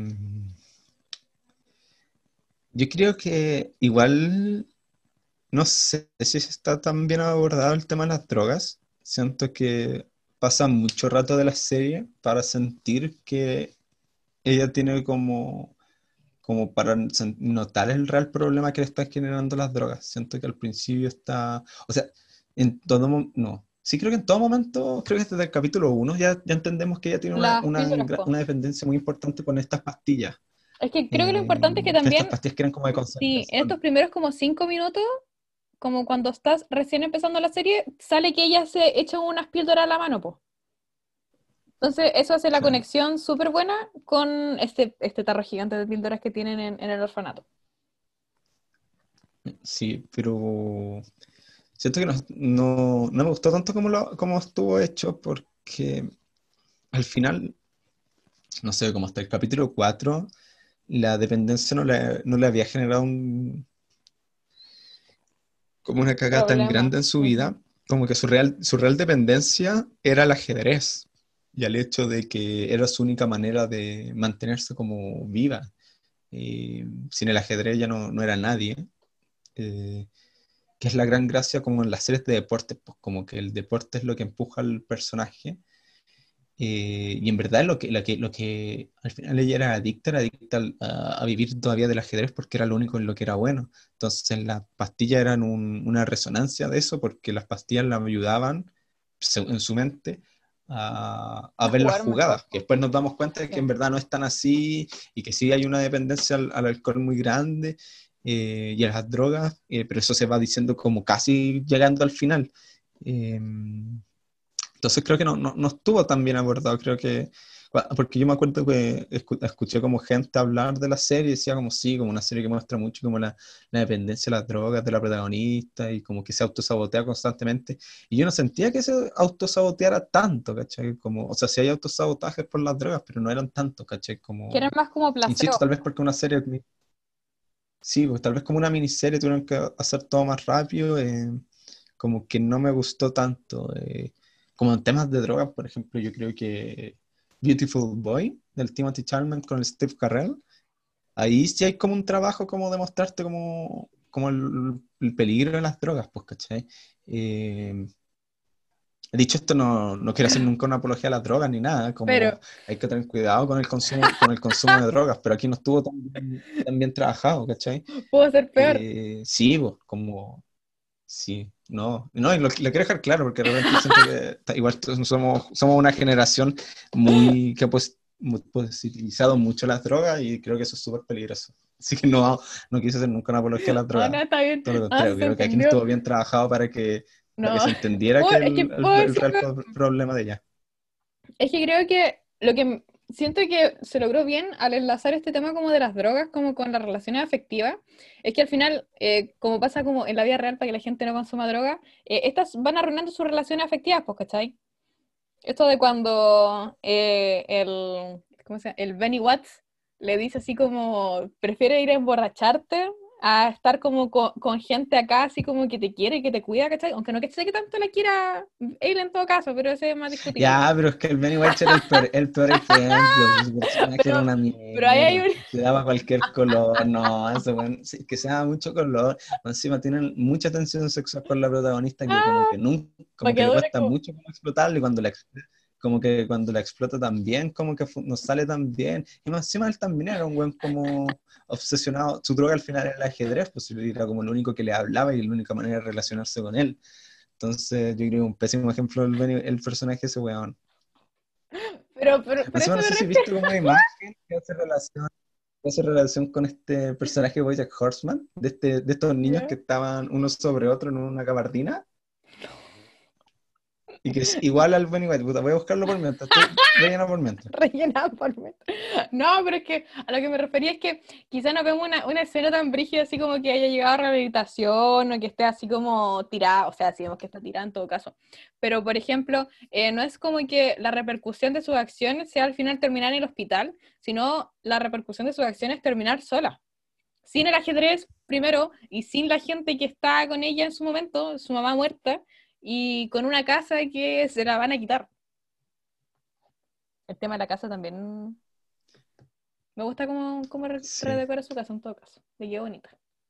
yo creo que igual, no sé si está tan bien abordado el tema de las drogas. Siento que pasa mucho rato de la serie para sentir que ella tiene como para notar el real problema que le están generando las drogas. Siento que al principio está, o sea, no, sí creo que en todo momento, creo que desde el capítulo uno ya entendemos que ella tiene Las píldoras, po. una dependencia muy importante con estas pastillas, Es que creo que lo importante es que que estas también, pastillas que eran como de sí, en estos concentración. primeros como 5 minutos, como cuando estás recién empezando la serie, sale que ella se echa unas píldoras a la mano, po. Entonces, eso hace la Sí, conexión súper buena con este tarro gigante de píldoras que tienen en el orfanato. sí, pero siento que no me gustó tanto como estuvo hecho porque al final, no sé, como hasta el capítulo 4 la dependencia no le había generado como una cagada tan Problema. grande en su Ujú. vida, como que su real dependencia era el ajedrez y el hecho de que era su única manera de mantenerse como viva. Sin el ajedrez ya no era nadie, eh, que es la gran gracia como en las series de deportes, pues como que el deporte es lo que empuja al personaje. Y en verdad lo que al final ella era adicta a vivir todavía del ajedrez porque era lo único en lo que era bueno. Entonces las pastillas eran una resonancia de eso porque las pastillas la ayudaban en su mente a A ver las jugar mejor, jugadas, que po. después nos damos cuenta de que Sí. en verdad no es tan así y que sí hay una dependencia al alcohol muy grande y a las drogas, pero eso se va diciendo como casi llegando al final. Entonces creo que no estuvo tan bien abordado, creo que, porque yo me acuerdo que escuché como gente hablar de la serie y decía como sí, como una serie que muestra mucho como la dependencia de las drogas de la protagonista y como que se autosabotea constantemente. Y yo no sentía que se autosaboteara tanto, ¿cachai? Como, o sea, sí hay autosabotajes por las drogas, pero no eran tantos, ¿cachai? Que eran Como, más como insisto, placebo. tal vez porque una serie, sí, pues tal vez como una miniserie tuvieron que hacer todo más rápido, como que no me gustó tanto. Como en temas de drogas, por ejemplo, yo creo que Beautiful Boy, del Timothy Chalamet con el Steve Carell, ahí sí hay como un trabajo como de mostrarte como el peligro de las drogas, pues, ¿cachai? Eh, Dicho esto, no quiero hacer nunca una apología a las drogas ni nada, Pero como hay que tener cuidado con el consumo de drogas, pero aquí no estuvo tan bien trabajado, ¿cachai? pudo ser peor. Sí, pues, como sí, no, y lo quiero dejar claro porque de repente siento que igual somos una generación que ha positivizado mucho las drogas y creo que eso es súper peligroso. Así que no quise hacer nunca una apología a las No, drogas. no, está bien. Todo lo Ah, contrario, se creo que aquí no entendió. estuvo bien trabajado para que No, se entendiera que es que el, puedo el- el real decirlo. problema de ella. Es que creo que lo que siento que se logró bien al enlazar este tema como de las drogas, como con las relaciones afectivas, es que al final, como pasa como en la vida real para que la gente no consuma droga, estas van arruinando sus relaciones afectivas, pues, ¿cachai? Esto de cuando ¿cómo se llama? El Benny Watts le dice así como, prefiere ir a emborracharte a estar como con gente acá, así como que te quiere y que te cuida, ¿cachai? Aunque no que sé que tanto la quiera él en todo caso, pero ese es más discutible. Ya, pero es que el Benny White era el peor ejemplo. Su personaje era Pero, una pero ahí hay mierda. un... Se daba cualquier color. No, eso, bueno, sí, que se daba mucho color. Encima tienen mucha tensión sexual con la protagonista que como ¡Ah! que nunca, Para como que que le dure cuesta como... mucho como explotarle y como que cuando la explota también, como que no sale tan bien. Y más encima él también era un buen como obsesionado. Su droga al final era el ajedrez, pues era como lo único que le hablaba y la única manera de relacionarse con él. Entonces, yo creo que un pésimo ejemplo el personaje de ese weón. Pero Encima eso no me sé si refiero. viste como una imagen que hace relación con este personaje de BoJack Horseman, de estos niños que ¿Ya? estaban uno sobre otro en una gabardina, y que es igual al Benny White. Puta, voy a buscarlo por mientras, tú rellena por mientras. Rellenada por metro. No, pero es que a lo que me refería es que quizá no vemos una escena tan brígida así como que haya llegado a rehabilitación o que esté así como tirada, o sea, si vemos que está tirada en todo caso. Pero, por ejemplo, no es como que la repercusión de sus acciones sea al final terminar en el hospital, sino la repercusión de sus acciones terminar sola. Sin el ajedrez, primero, y sin la gente que está con ella en su momento, su mamá muerta, y con una casa que se la van a quitar. El tema de la casa también me gusta cómo Sí. redecora su casa en todo caso. Le quedó bonita.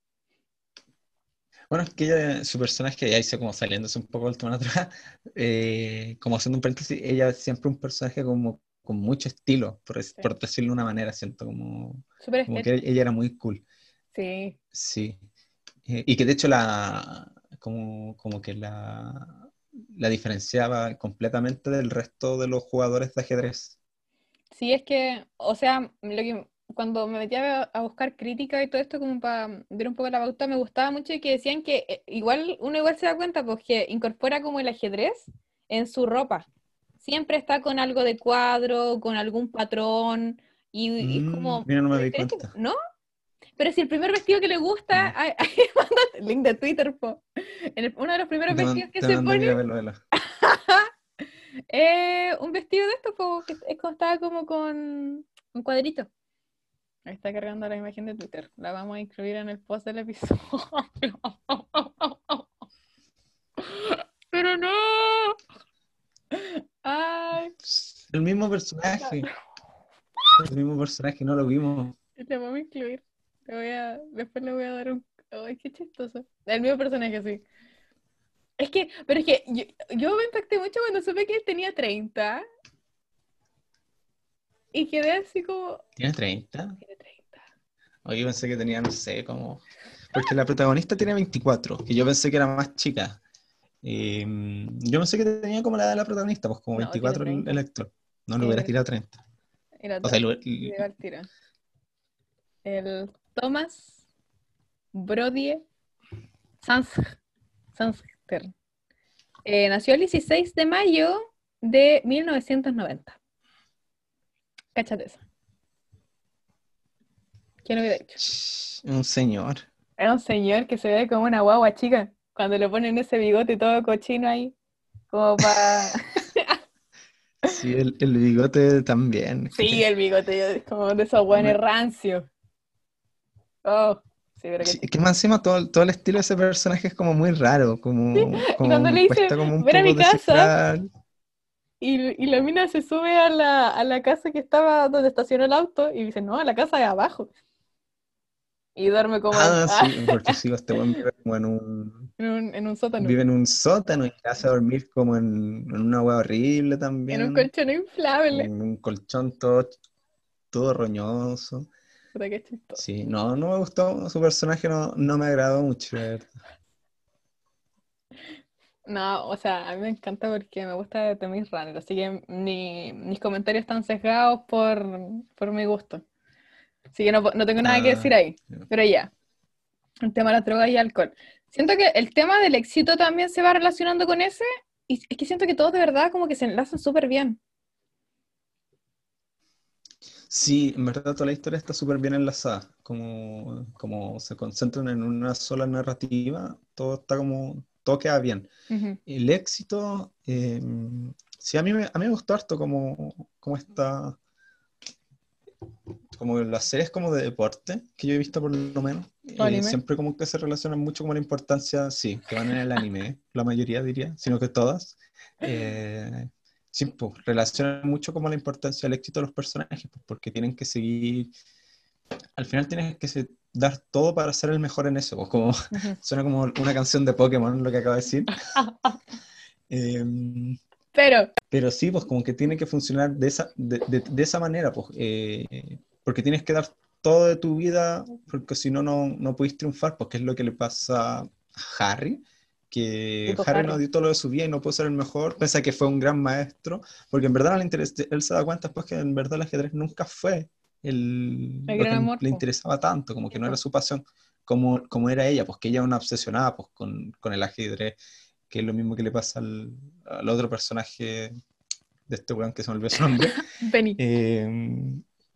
Bueno, es que su personaje, ya hice como saliéndose un poco del tema atrás, como haciendo un paréntesis, ella es siempre un personaje como con mucho estilo, Sí. por decirlo de una manera, siento Súper como que estética. ella era muy cool. Sí. Sí. Y que de hecho como que la diferenciaba completamente del resto de los jugadores de ajedrez. Sí, es que, o sea, cuando me metí a buscar crítica y todo esto como para ver un poco la pauta, me gustaba mucho y que decían que uno igual se da cuenta, pues que incorpora como el ajedrez en su ropa. Siempre está con algo de cuadro, con algún patrón, y es como Mira, no me di diferente, cuenta. ¿no? Pero si el primer vestido que le gusta, No. ahí mándate link de Twitter, po. Uno de los primeros vestidos que Te se mando a pone, mirar velo. un vestido de estos, po, que estaba como con un cuadrito. Ahí está cargando la imagen de Twitter. La vamos a incluir en el post del episodio. Pero no. Ay, El mismo personaje. El mismo personaje, no lo vimos. le vamos a incluir. Después le voy a dar un. Ay, qué chistoso. El mismo personaje, sí. Pero es que yo me impacté mucho cuando supe que él tenía 30 y quedé así como. ¿Tiene 30? Tiene 30. O yo pensé que tenía, no sé, como... Porque la protagonista tiene 24, que yo pensé que era más chica. Yo pensé que tenía como la edad de la protagonista, pues como No, tiene 24 el 30. actor. No le Tiene hubiera 30. tirado 30. Y la O sea, otra, y llega al tiro. El Thomas Brodie Sanster. Nació el 16 de mayo de 1990. Cáchate eso. ¿Quién lo hubiera hecho? Un señor. Era un señor que se ve como una guagua chica, cuando le ponen ese bigote todo cochino ahí, como para... Sí, el bigote también. Sí, el bigote es como de esos buenos Me- rancios. Oh, sí, pero qué sí, chistoso. que más encima todo el estilo de ese personaje es como muy raro, Y como cuando me le dice, cuesta como un ven a poco mi casa, descifrar. y la mina se sube a la casa que estaba donde estacionó el auto, y dice, no, a la casa de abajo. Y duerme como Ah, sí, porque sí, este buen vive como en un sótano, vive en un sótano y hace dormir como en una hueá horrible en un también, colchón inflable. en un colchón todo roñoso. Puta, qué chistoso. Sí, no me gustó, su personaje no me agradó mucho, la verdad. No, o sea, a mí me encanta porque me gusta The Maze Runner, así que mis comentarios están sesgados por mi gusto. Así que no tengo nada que decir Ah, ahí. Pero ya, el tema de las drogas y alcohol. Siento que el tema del éxito también se va relacionando con ese, y es que siento que todos de verdad como que se enlazan súper bien. sí, en verdad toda la historia está súper bien enlazada, como se concentran en una sola narrativa, todo queda bien. Ujú. El éxito, sí, a mí me gustó harto como está, como las series como de deporte que yo he visto por lo menos, O anime. siempre como que se relacionan mucho con la importancia, sí, que van en el anime, la mayoría diría, sino que todas, eh, sí, pues, relacionan mucho como la importancia del éxito de los personajes, pues, porque tienen que seguir, al final tienes que dar todo para ser el mejor en eso, pues, como, Ujú. suena como una canción de Pokémon lo que acabo de decir. Eh, Pero, Pero sí, pues como que tiene que funcionar de esa manera, pues, porque tienes que dar todo de tu vida, porque si no, no puedes triunfar, porque es lo que le pasa a Harry, que tipo Harry no Harry, dio todo lo de su vida y no pudo ser el mejor, pese a que fue un gran maestro, porque en verdad no le él se da cuenta después que en verdad el ajedrez nunca fue el lo gran que amor, le po. interesaba tanto, como que no era Tipo, su pasión, como era ella, pues que ella era una obsesionada pues, con el ajedrez, que es lo mismo que le pasa al otro personaje de este weón que se me olvidó su nombre. Benny. Eh,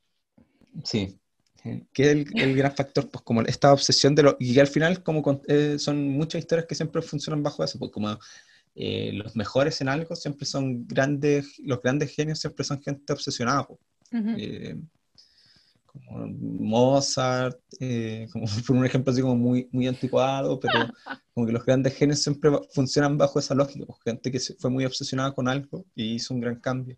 sí, que es el gran factor, pues como esta obsesión y que al final son muchas historias que siempre funcionan bajo eso, pues como los mejores en algo siempre son grandes, los grandes genios siempre son gente obsesionada, pues. Ujú. Eh, como Mozart, como por un ejemplo así como muy anticuado, pero como que los grandes genios siempre funcionan bajo esa lógica, pues, gente que fue muy obsesionada con algo y hizo un gran cambio.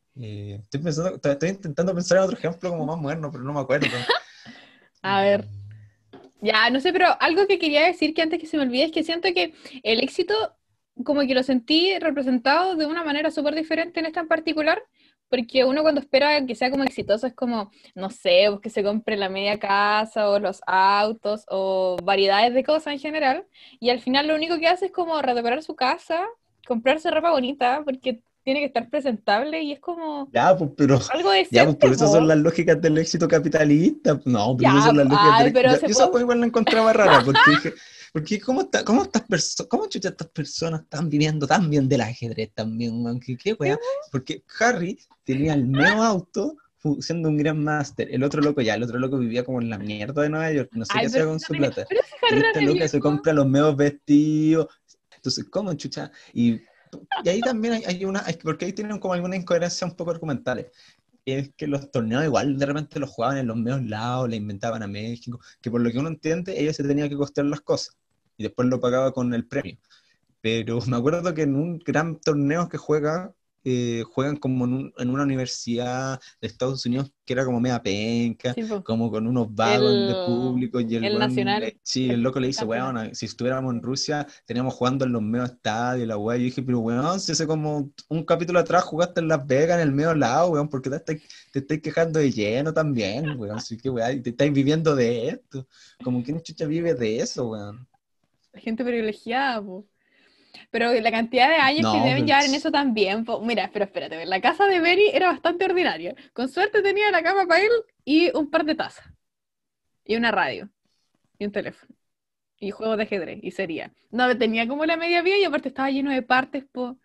Estoy intentando pensar en otro ejemplo como más moderno, pero no me acuerdo. A ver. Ya, no sé, pero algo que quería decir que antes que se me olvide es que siento que el éxito, como que lo sentí representado de una manera súper diferente en esta en particular, porque uno cuando espera que sea como exitoso es como, no sé, pues que se compre la media casa o los autos o variedades de cosas en general, y al final lo único que hace es como redecorar su casa, comprarse ropa bonita, porque tiene que estar presentable y es como Ya, pues, pero, algo ya, pues, por decente, eso son po. las lógicas del éxito capitalista. No, pero esas Ya, son las lógicas ay, del pero éxito. se Yo esa puede... pues igual la encontraba rara, porque dije, porque cómo chucha estas personas están viviendo tan bien del ajedrez también, man? ¿Qué wea? Porque Harry tenía el meo auto siendo un gran máster. El otro loco vivía como en la mierda de Nueva York, no sé qué Ay, hacía con su plata. pero ese Y Harry esta era loca se viejo. compra los meos vestidos. Entonces, ¿cómo chucha? Y ahí también porque ahí tienen como alguna incoherencia un poco argumentales. Es que los torneos igual de repente los jugaban en los medios lados, le inventaban a México, que por lo que uno entiende, ellos se tenían que costear las cosas y después lo pagaba con el premio. Pero me acuerdo que en un gran torneo que juegan como en una universidad de Estados Unidos que era como media penca, Sí, po. como con unos vagos de El, público, y el Nacional, sí, el loco le el dice, campeonato. weón, si estuviéramos en Rusia, teníamos jugando en los medios estadios, la weá, yo dije, pero weón, si hace como un capítulo atrás jugaste en Las Vegas, en el medio lado, weón, porque te estáis quejando de lleno también, weón, así que weón, y te estáis viviendo de esto, como quién chucha vive de eso, weón. La gente privilegiada, po. Pero la cantidad de años que No, deben llevar en eso también, po. Mira, pero espérate, la casa de Benny era bastante ordinaria. Con suerte tenía la cama para él y un par de tazas. Y una radio. Y un teléfono. Y juegos de ajedrez. Y sería. No, tenía como la media vida y aparte estaba lleno de partes, po.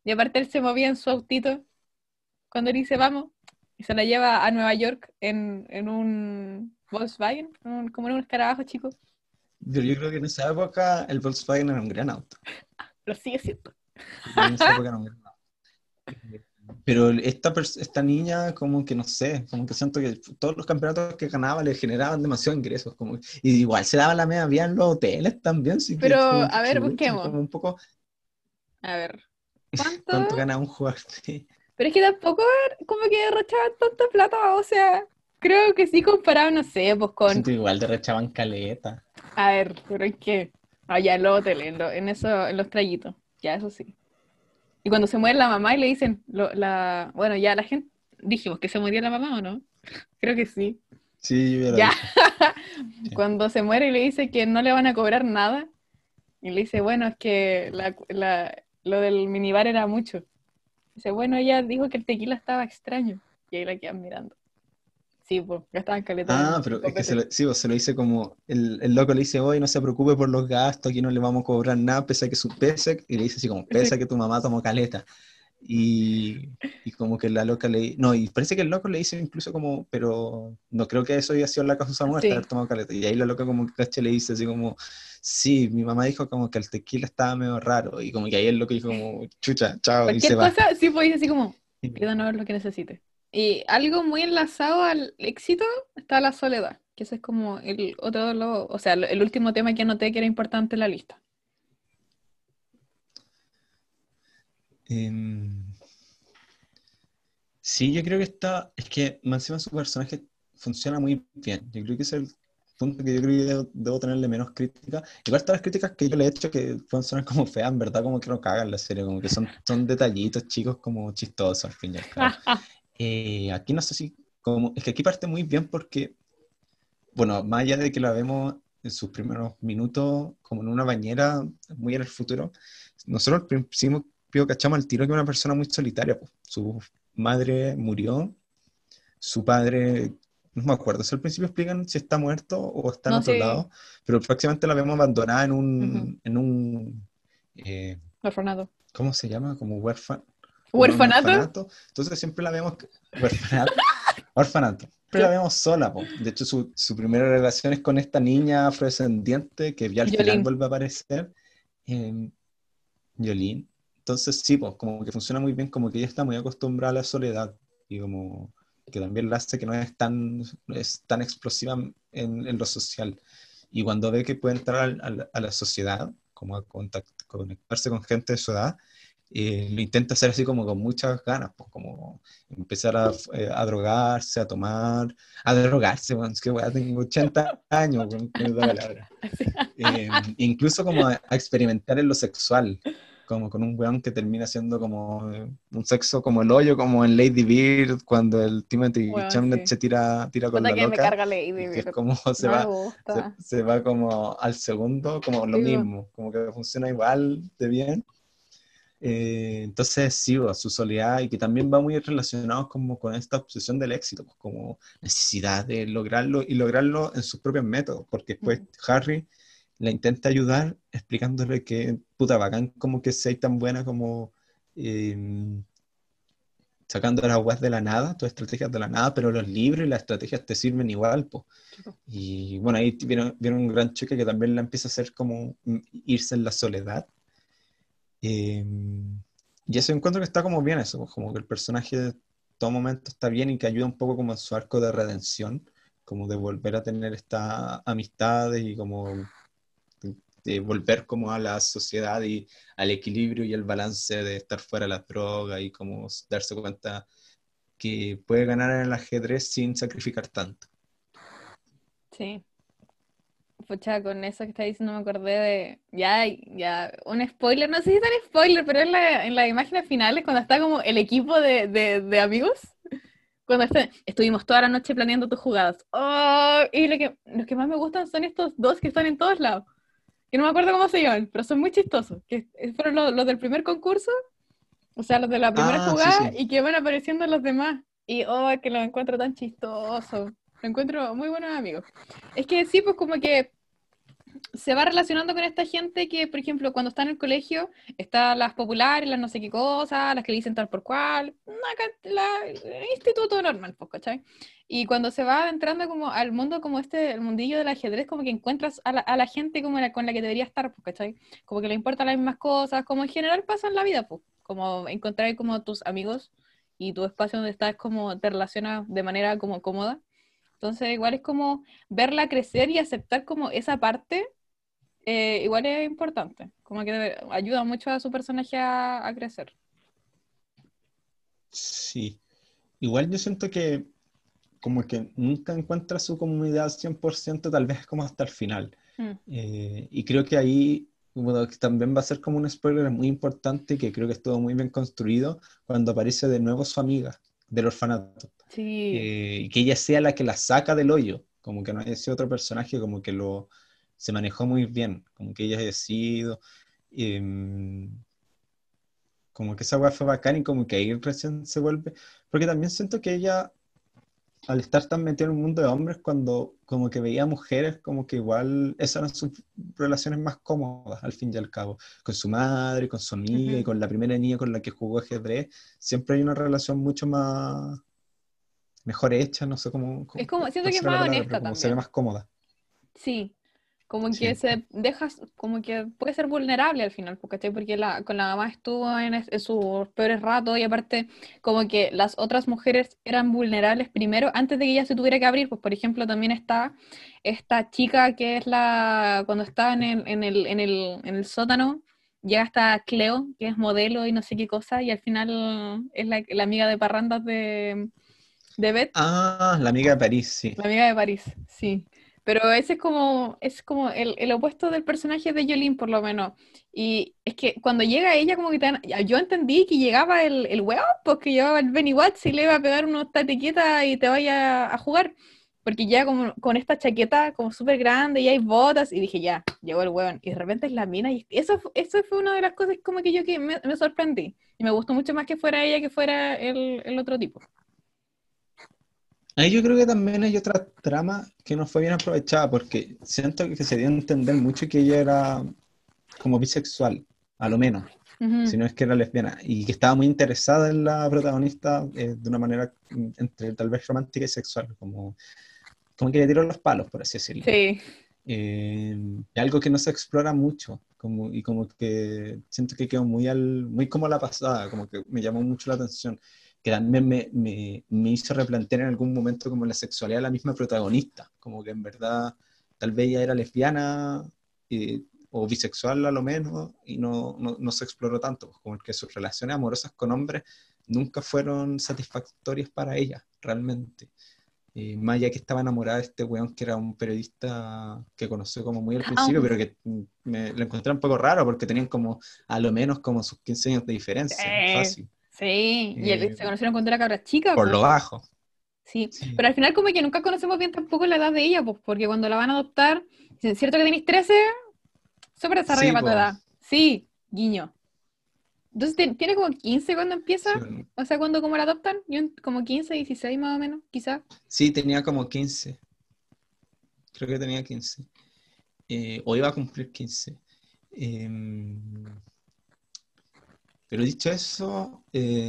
Y aparte él se movía en su autito cuando él dice vamos, y se la lleva a Nueva York en un Volkswagen, como en un escarabajo chico. Pero yo creo que en esa época el Volkswagen era un gran auto. Lo sigue siendo. Yo creo que en esa época era un gran auto. Pero esta niña, como que no sé, como que siento que todos los campeonatos que ganaba le generaban demasiados ingresos. Y igual se daba la media vida en los hoteles también, sí Pero, que como que a ver, chucha, busquemos. como un poco A ver, ¿cuánto? cuánto gana un jugador. Sí. Pero es que tampoco como que derrochaban tanta plata, o sea, creo que sí comparado, no sé, pues con, Siento que igual derrochaban caleta. a ver, pero es que, allá en los hoteles, en eso, en los traguitos, ya eso sí. Y cuando se muere la mamá y le dicen, bueno, ya la gente, dijimos que se murió la mamá o no, creo que sí. Sí, yo ya lo Ya, dije. Sí. cuando se muere y le dice que no le van a cobrar nada, y le dice, bueno, es que lo del minibar era mucho. Dice, bueno, ella dijo que el tequila estaba extraño. Y ahí la quedan mirando. Sí, pues, gastaban caleta en Pero es que copete. sí, pues, se lo dice como, el loco le dice, oye, no se preocupe por los gastos, aquí no le vamos a cobrar nada, pese a que su pese, y le dice así como, pese a Sí. que tu mamá tomó caleta. Y, y como que la loca le, no, y parece que el loco le dice incluso como, pero no creo que eso haya sido la causa de su muerte, Sí. haber tomado caleta. Y ahí la loca como que caché le dice así como, sí, mi mamá dijo como que el tequila estaba medio raro, y como que ahí el loco dijo como, chucha, chao, y se Cualquier va. cosa, sí, pues dice así como, pídanos lo que necesite. Y algo muy enlazado al éxito está la soledad, que ese es como el otro, o sea, el último tema que anoté que era importante en la lista. Em, Sí, yo creo que es que más encima su personaje funciona muy bien. Yo creo que ese es el punto que yo creo que debo tenerle menos crítica. Igual todas las críticas que yo le he hecho que pueden sonar como feas, en verdad como que no cagan la serie, como que son detallitos chicos como chistosos al fin y al cabo. Aquí no sé si, como, es que aquí parte muy bien porque, bueno, más allá de que la vemos en sus primeros minutos como en una bañera muy en el futuro, nosotros al principio cachamos al tiro que es una persona muy solitaria, pues. Su madre murió, su padre, no me acuerdo, si al principio explican si está muerto o está en No otro sé, lado, pero próximamente la vemos abandonada ujú, en un eh, orfanato. ¿cómo se llama? Como huérfano, como en un ¿Huerfanato? orfanato, entonces siempre la vemos, huérfanato, orfanato, siempre la Yo, vemos sola, po. De hecho su primera relación es con esta niña afrodescendiente que ya al final Yolín. vuelve a aparecer, eh, Yolene. Entonces sí, pues como que funciona muy bien, como que ella está muy acostumbrada a la soledad y como que también la hace que no es tan explosiva en lo social. Y cuando ve que puede entrar a la sociedad, como a conectarse con gente de su edad, lo intenta hacer así como con muchas ganas, pues como empezar a drogarse, a tomar, a drogarse, bueno, es que weá, tengo 80 años, bueno, con esa palabra. Incluso como a experimentar en lo sexual, como con un weón que termina siendo como un sexo como el hoyo, como en Lady Bird, cuando el Timothy Bueno, Chalamet sí. se tira con Puta la que me loca, carga Lady y que es Bird. como No me gusta. se va como al segundo, como lo Sí, po. mismo, como que funciona igual de bien. Entonces sí, su soledad y que también va muy relacionado como con esta obsesión del éxito, pues, como necesidad de lograrlo y lograrlo en sus propios métodos, porque después Ujú. Harry la intenta ayudar explicándole que puta bacán como que sea tan buena como eh, sacando las weas de la nada, tus estrategias de la nada, pero los libros y las estrategias te sirven igual, pues. Sí, po. Y bueno, ahí viene un gran choque que también la empieza a hacer como irse en la soledad. Eh, y eso encuentro que está como bien eso, pues, como que el personaje de todo momento está bien y que ayuda un poco como en su arco de redención, como de volver a tener estas amistades y como de volver como a la sociedad y al equilibrio y el balance de estar fuera de las drogas y como darse cuenta que puede ganar en el ajedrez sin sacrificar tanto. Sí. Pucha, con eso que está diciendo me acordé de. Ya, ya, un spoiler, no sé si es tan spoiler, pero en las imágenes finales, cuando está como el equipo de amigos, cuando estuvimos toda la noche planeando tus jugadas. Oh, y los que más me gustan son estos dos que están en todos lados. Que no me acuerdo cómo se llaman, pero son muy chistosos. Que fueron los del primer concurso, o sea, los de la primera Ah, sí, jugada, sí. y que van apareciendo los demás. Y oh, que los encuentro tan chistosos. Lo encuentro muy buenos amigos. Es que sí, pues como que se va relacionando con esta gente que, por ejemplo, cuando está en el colegio, están las populares, las no sé qué cosas, las que le dicen tal por cual, el instituto normal, pues, ¿cachai? Y cuando se va entrando como al mundo como el mundillo del ajedrez, como que encuentras a la gente como con la que debería estar, pues, ¿cachai? Como que le importan las mismas cosas, como en general pasa en la vida, pues, como encontrar como tus amigos y tu espacio donde estás como te relacionas de manera como cómoda. Entonces, igual es como verla crecer y aceptar como esa parte, igual es importante, como que ayuda mucho a su personaje a crecer. Sí. Igual yo siento que como que nunca encuentra su comunidad al 100%, tal vez como hasta el final. Mm. Y creo que ahí bueno, que también va a ser como un spoiler muy importante, que creo que estuvo muy bien construido, cuando aparece de nuevo su amiga del orfanato. Sí. Y que ella sea la que la saca del hoyo, como que no haya sido otro personaje, como que se manejó muy bien, como que ella haya sido, como que esa weá fue bacán y como que ahí recién se vuelve, porque también siento que ella al estar tan metido en un mundo de hombres, cuando como que veía mujeres, como que igual esas eran sus relaciones más cómodas, al fin y al cabo, con su madre, con su amiga y Ujú. con la primera niña con la que jugó ajedrez, siempre hay una relación mucho más, mejor hecha, no sé Es como, siento cuál que es será la más palabra, pero honesta como se ve también. más cómoda. Sí, como que Sí. se deja, como que puede ser vulnerable al final, ¿cachai? Porque con la mamá estuvo en sus peores ratos y aparte como que las otras mujeres eran vulnerables primero antes de que ella se tuviera que abrir, pues por ejemplo también está esta chica que es cuando está en el sótano, llega hasta Cleo, que es modelo y no sé qué cosa, y al final es la amiga de parrandas de Beth. Ah, la amiga de París, sí. La amiga de París, sí. Pero ese es como el opuesto del personaje de Jolene, por lo menos. Y es que cuando llega ella, como que yo entendí que llegaba el weón, pues que llevaba el Benny Watts y le iba a pegar unos tatequetas y te vaya a jugar. Porque ya como con esta chaqueta como súper grande y hay botas, y dije, ya, llegó el weón. Y de repente es la mina, y eso fue una de las cosas como que yo que me sorprendí. Y me gustó mucho más que fuera ella que fuera el otro tipo. Ahí yo creo que también hay otra trama que no fue bien aprovechada, porque siento que se dio a entender mucho que ella era como bisexual, a lo menos, si Ujú. no es que era lesbiana, y que estaba muy interesada en la protagonista de una manera entre tal vez romántica y sexual, como que le tiró los palos, por así decirlo. Sí. Algo que no se explora mucho, y como que siento que quedó muy como la pasada, como que me llamó mucho la atención, que también me hizo replantear en algún momento como la sexualidad de la misma protagonista, como que en verdad tal vez ella era lesbiana o bisexual a lo menos, y no se exploró tanto, pues como que sus relaciones amorosas con hombres nunca fueron satisfactorias para ella, realmente. Más allá que estaba enamorada de este weón que era un periodista que conoció como muy al principio, Towns. pero que lo encontré un poco raro porque tenían como a lo menos como sus 15 años de diferencia, fácil, Sí, y eh, se conocieron cuando era cabra chica, por pues. lo bajo. Sí, Sí. pero al final como que nunca conocemos bien tampoco la edad de ella, pues, porque cuando la van a adoptar, dicen, ¿cierto que tenéis 13? Súper desarrollada Sí, para tu edad. pues. Sí, guiño. Entonces tiene como 15 cuando empieza, Sí, o sea, cuando como la adoptan, como 15, 16 más o menos, quizás. sí, tenía como 15, creo que tenía 15, o iba a cumplir 15. Eh, pero dicho eso,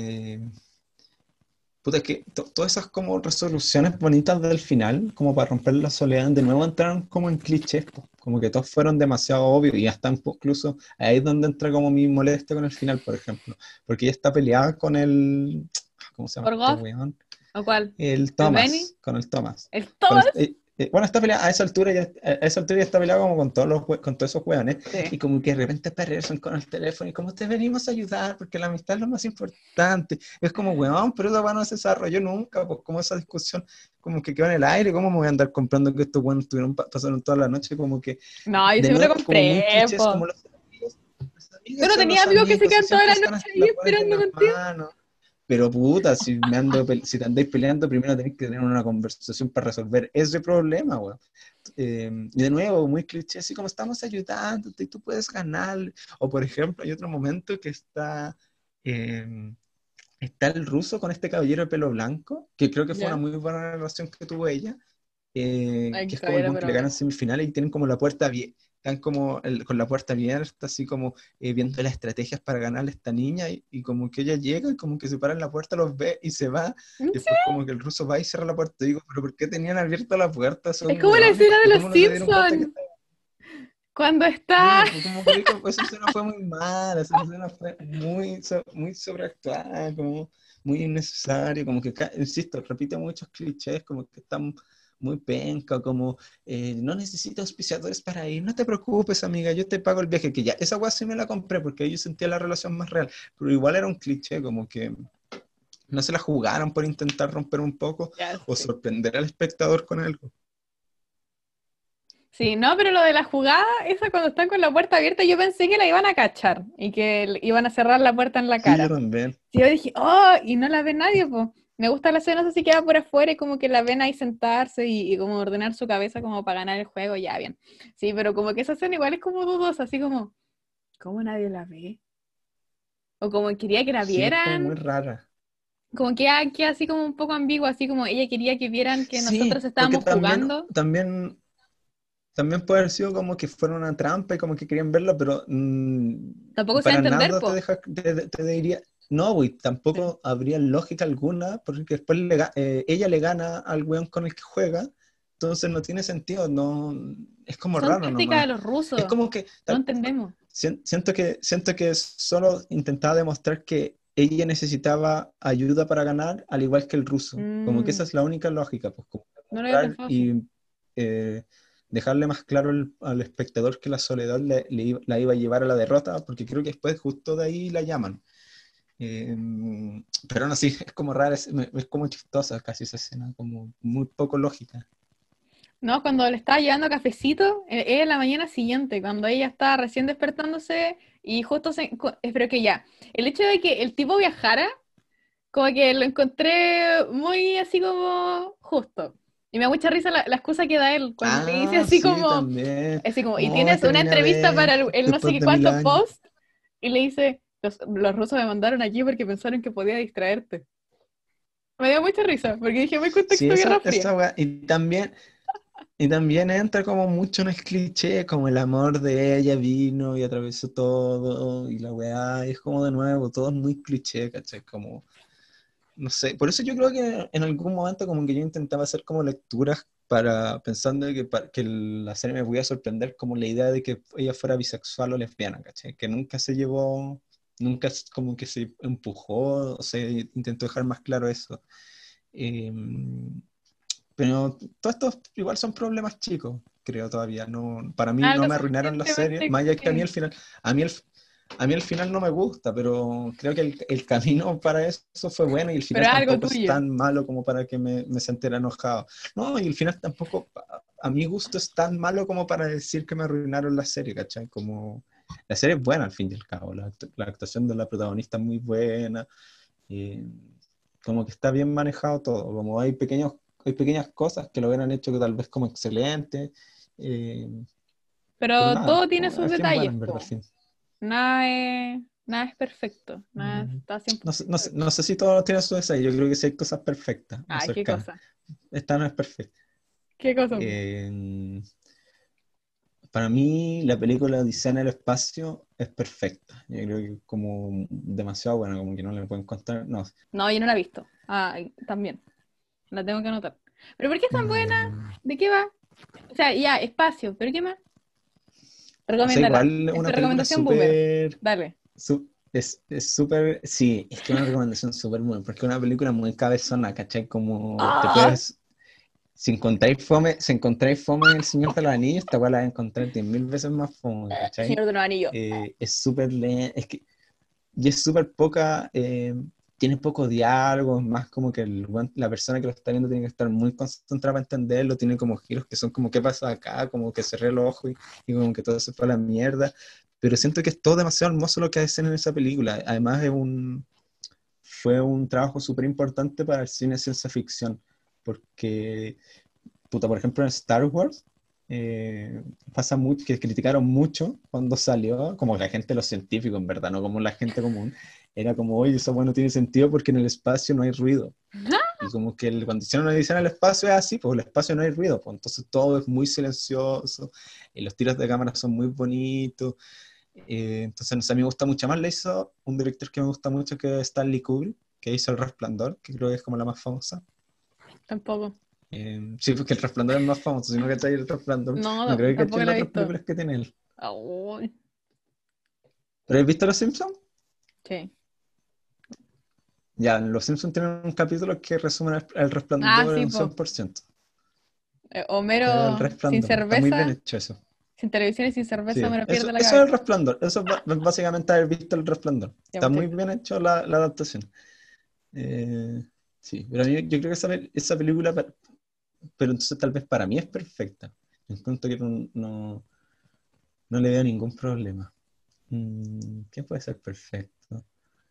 puta, es que todas esas como resoluciones bonitas del final, como para romper la soledad, de nuevo entraron como en clichés, po. Como que todos fueron demasiado obvios y hasta incluso ahí es donde entra como mi molestia con el final, por ejemplo. Porque ella está peleada con ¿cómo se llama ¿Por este God? weón? ¿O cuál? El ¿El Benny? Thomas, con el Thomas. ¿El Con Thomas? bueno, está peleada a esa altura ya está peleada como con con todos esos weones, y Sí. como que de repente aparecen con el teléfono y como te venimos a ayudar porque la amistad es lo más importante. Es como, weón, pero esa weá no se desarrolló nunca, pues como esa discusión como que quedó en el aire, ¿cómo me voy a andar comprando que estos weones pasaron toda la noche como que, No, yo de siempre nuevo, como muy compré, clichés, po. como los Yo amigos no son tenía los amigos que se amigos y quedan toda siempre la están noche hasta ahí las huevas de esperando las contigo. manos. Pero puta, si te andáis peleando, primero tenéis que tener una conversación para resolver ese problema, weón. Y de nuevo, muy cliché, así como estamos ayudándote y tú puedes ganar. O por ejemplo, hay otro momento que eh, está el ruso con este caballero de pelo blanco, que creo que fue una Ya. muy buena relación que tuvo ella, Ay, que es como el caballero, buen que pero le ganan blanco. semifinales y tienen como la puerta abierta. están como con la puerta abierta, así como viendo las estrategias para ganarle a esta niña, y como que ella llega y como que se para en la puerta, los ve y se va, y Sí, después como que el ruso va y cierra la puerta, y digo, pero ¿por qué tenían abierta la puerta? es Son como la hueones, escena de Los ¿cómo no se dieron cuenta que Simpsons, cuando está... sí, pues como que dijo, esa escena fue muy mala, esa escena fue muy, muy sobreactuada, como muy innecesaria, como que, insisto, repite muchos clichés, como que están muy penca, como no necesito auspiciadores para ir, no te preocupes, amiga, yo te pago el viaje, que ya, esa guay sí me la compré porque yo sentía la relación más real, pero igual era un cliché, como que no se la jugaron por intentar romper un poco Ya o sé. sorprender al espectador con algo. Sí, no, pero lo de la jugada, esa cuando están con la puerta abierta, yo pensé que la iban a cachar y que iban a cerrar la puerta en la Sí, yo cara. también. Sí, yo dije, oh, y no la ve nadie, pues. Me gusta la escena así que va por afuera y como que la ven ahí sentarse y como ordenar su cabeza como para ganar el juego, ya bien. Sí, pero como que esa escena igual es como dudosa, así como, ¿cómo nadie la ve? O como quería que la Sí, es como vieran, muy rara. como que así como un poco ambiguo, así como ella quería que vieran que nosotros Sí, porque estábamos jugando. también puede haber sido como que fuera una trampa y como que querían verlo, pero Tampoco se va a para entender, nada te pues. deja, te diría, no, güey, tampoco habría lógica alguna, porque después ella le gana al weón con el que juega, entonces no tiene sentido, no, es como Son raro tácticas de nomás. los Es rusos, como que no entendemos. siento que solo intentaba demostrar que ella necesitaba ayuda para ganar, al igual que el ruso. Como que esa Mm, es la única lógica, pues como no lo había demostrar pensado así. y eh, dejarle más claro al espectador que la soledad la iba a llevar a la derrota, porque creo que después justo de ahí la llaman. Eh, pero no, sí, es como rara, es como chistosa casi esa escena, como muy poco lógica. No, cuando le estaba llevando cafecito, era la mañana siguiente, cuando ella estaba recién despertándose y justo espero que ya. El hecho de que el tipo viajara, como que lo encontré muy así como justo. Y me da mucha risa la excusa que da él cuando le dice Ah, sí, también. así como, y Oh, tienes te una vine a entrevista para ver el no sé después qué de 1000 cuánto años. post, y le dice, los rusos me mandaron aquí porque pensaron que podía distraerte. Me dio mucha risa, porque dije, muy Sí, contexto Guerra Fría. esa weá. Y también entra como mucho en el cliché, como el amor de ella vino y atravesó todo, y la weá, y es como de nuevo, todo es muy cliché, ¿cachai? Como, no sé, por eso yo creo que en algún momento como que yo intentaba hacer como lecturas pensando que la serie me podía sorprender como la idea de que ella fuera bisexual o lesbiana, ¿cachai? Que nunca se llevó, nunca como que se empujó, o se intentó dejar más claro eso. Pero todos estos igual son problemas chicos, creo todavía. No, para mí no Algo me arruinaron la serie, suficientemente... más allá que a mí el, a mí el final no me gusta, pero creo que el camino para eso fue bueno y el pero final es algo tampoco es tuyo. tan malo como para que me sintiera enojado. No, y el final tampoco, a mi gusto, es tan malo como para decir que me arruinaron la serie, ¿cachai? Como la serie es buena al fin y al cabo, la actuación de la protagonista es muy buena, y como que está bien manejado todo, como hay pequeñas cosas que lo hubieran hecho que tal vez como excelente, eh, pero Pero nada, todo tiene sus es bien bueno detalles, en verdad, al po. fin. Nada es perfecto, nada Mm, está No sé, 100% no sé, bien. no sé si todo tiene su deseo, yo creo que sí hay cosas perfectas o Ay, qué cercanas. cosa, Esta no es perfecta. qué cosa, po. Eh, para mí la película Odisea en el espacio es perfecta. Yo creo que es como demasiado buena, como que no le puedo encontrar. No. No, yo no la he visto. Ah, también, la tengo que anotar. ¿Pero por qué es tan buena? Eh, ¿De qué va? O sea, ya, espacio, ¿pero qué más? o sea, Recomiéndala. igual Es tu una película recomendación boomer. súper. Dale. Es súper. Sí, es que una recomendación súper buena, porque es una película muy cabezona, ¿cachai? Como te ¡Ah! puedes. Si encontráis fome en El Señor de los Anillos, esta weá la vas a encontrar 10.000 veces más fome, ¿cachai? Señor de los Anillos. Es súper es que y es súper poca, tiene poco diálogo, es más como que la persona que lo está viendo tiene que estar muy concentrada para entenderlo, tiene como giros que son como, ¿qué pasa acá? Como que cerré los ojos y como que todo se fue a la mierda, pero siento que es todo demasiado hermoso lo que hacen en esa película, además fue un trabajo súper importante para el cine de ciencia ficción, porque puta, por ejemplo, en Star Wars, pasa mucho, que criticaron mucho cuando salió, como la gente, los científicos, en verdad, no como la gente común, era como, oye, eso bueno tiene sentido porque en el espacio no hay ruido. Y como que cuando hicieron una edición al espacio es así, pues el espacio no hay ruido, pues entonces todo es muy silencioso, y los tiros de cámara son muy bonitos. Entonces, no sé, a mí me gusta mucho más. Le hizo un director que me gusta mucho, que es Stanley Kubrick, que hizo El Resplandor, que creo que es como la más famosa. Tampoco. Sí, porque El Resplandor es más famoso, si no cachai El Resplandor. No No, creo que tampoco cachai la las he otras visto. películas que tiene él. Ay, ¿Pero has visto Los Simpsons? sí. Ya, Los Simpsons tienen un capítulo que resume El Ah, Resplandor en sí, un pues. 100%. El Homero sin Resplandor, está muy bien cerveza, hecho eso. sin televisión y sin cerveza, Sí, Homero eso, pierde la eso es El cabeza. Resplandor. Eso es básicamente haber visto El Resplandor. Ya, Está muchas muy gracias. bien hecho la adaptación. Sí, pero yo creo que esa película, pero entonces tal vez para mí es perfecta. Encuentro que no le veo ningún problema. ¿Qué puede ser perfecto?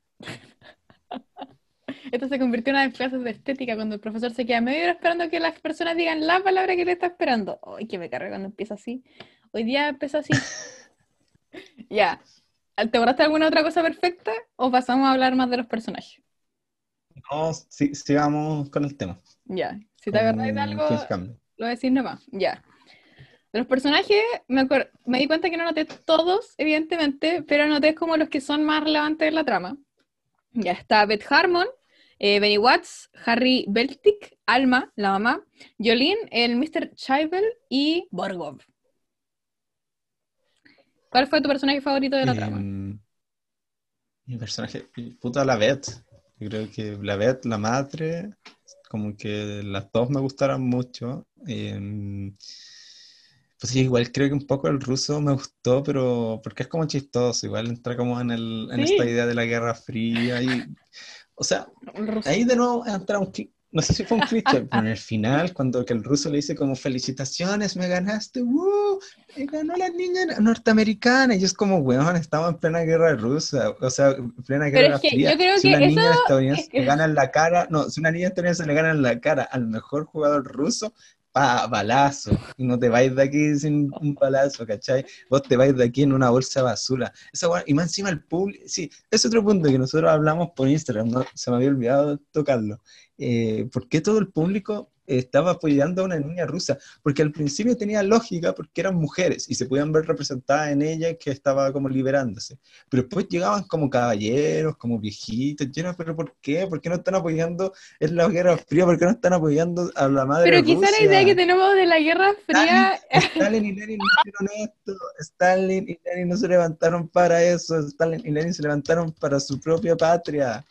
Esto se convirtió en una de las clases de estética cuando el profesor se queda media hora esperando que las personas digan la palabra que le está esperando. Ay, que me carga cuando empieza así. Hoy día empezó así. Ya. ¿Te acordaste de alguna otra cosa perfecta o pasamos a hablar más de los personajes? No, sí, sigamos con el tema, Ya. Si te acordáis de con algo, Queen's Gambit. lo decís nomás. Ya. De los personajes, me di cuenta que no noté todos, evidentemente, pero noté como los que son más relevantes en la trama. Ya está Beth Harmon, Benny Watts, Harry Beltic, Alma, la mamá, Jolene, el Mr. Chivel y Borgov. ¿Cuál fue tu personaje favorito de la trama? Em, Mi personaje, puta, la Beth. Yo creo que la Beth, la madre, como que las dos me gustaron mucho. Pues sí, igual creo que un poco el ruso me gustó, pero porque es como chistoso, igual entra como en esta Sí, idea de la Guerra Fría y, o sea, el ruso. ahí de nuevo entra no sé si fue un cliché, pero en el final, cuando que el ruso le dice como felicitaciones, me ganaste, ¡wow! Me ganó la niña norteamericana, y es como, weón, estamos en plena guerra rusa, o sea, en plena Pero es guerra que yo fría. creo Si que una eso niña es estadounidense le que- gana en la cara, no, si una niña estadounidense le gana en la cara al mejor jugador ruso, pa, balazo, y no te vais de aquí sin un balazo, ¿cachai? Vos te vais de aquí en una bolsa de basura. Y más encima el público, sí, es otro punto que nosotros hablamos por Instagram, ¿no? Se me había olvidado tocarlo. ¿Por qué todo el público estaba apoyando a una niña rusa? Porque al principio tenía lógica porque eran mujeres y se podían ver representadas en ella, que estaba como liberándose. Pero después llegaban como caballeros, como viejitos. Yo no, pero ¿por qué? ¿Por qué no están apoyando en la Guerra Fría? ¿Por qué no están apoyando a la madre Pero quizá la idea que Rusia? tenemos de la Guerra Stalin, Fría, Stalin y Lenin no hicieron esto. Stalin y Lenin no se levantaron para eso. Stalin y Lenin se levantaron para su propia patria.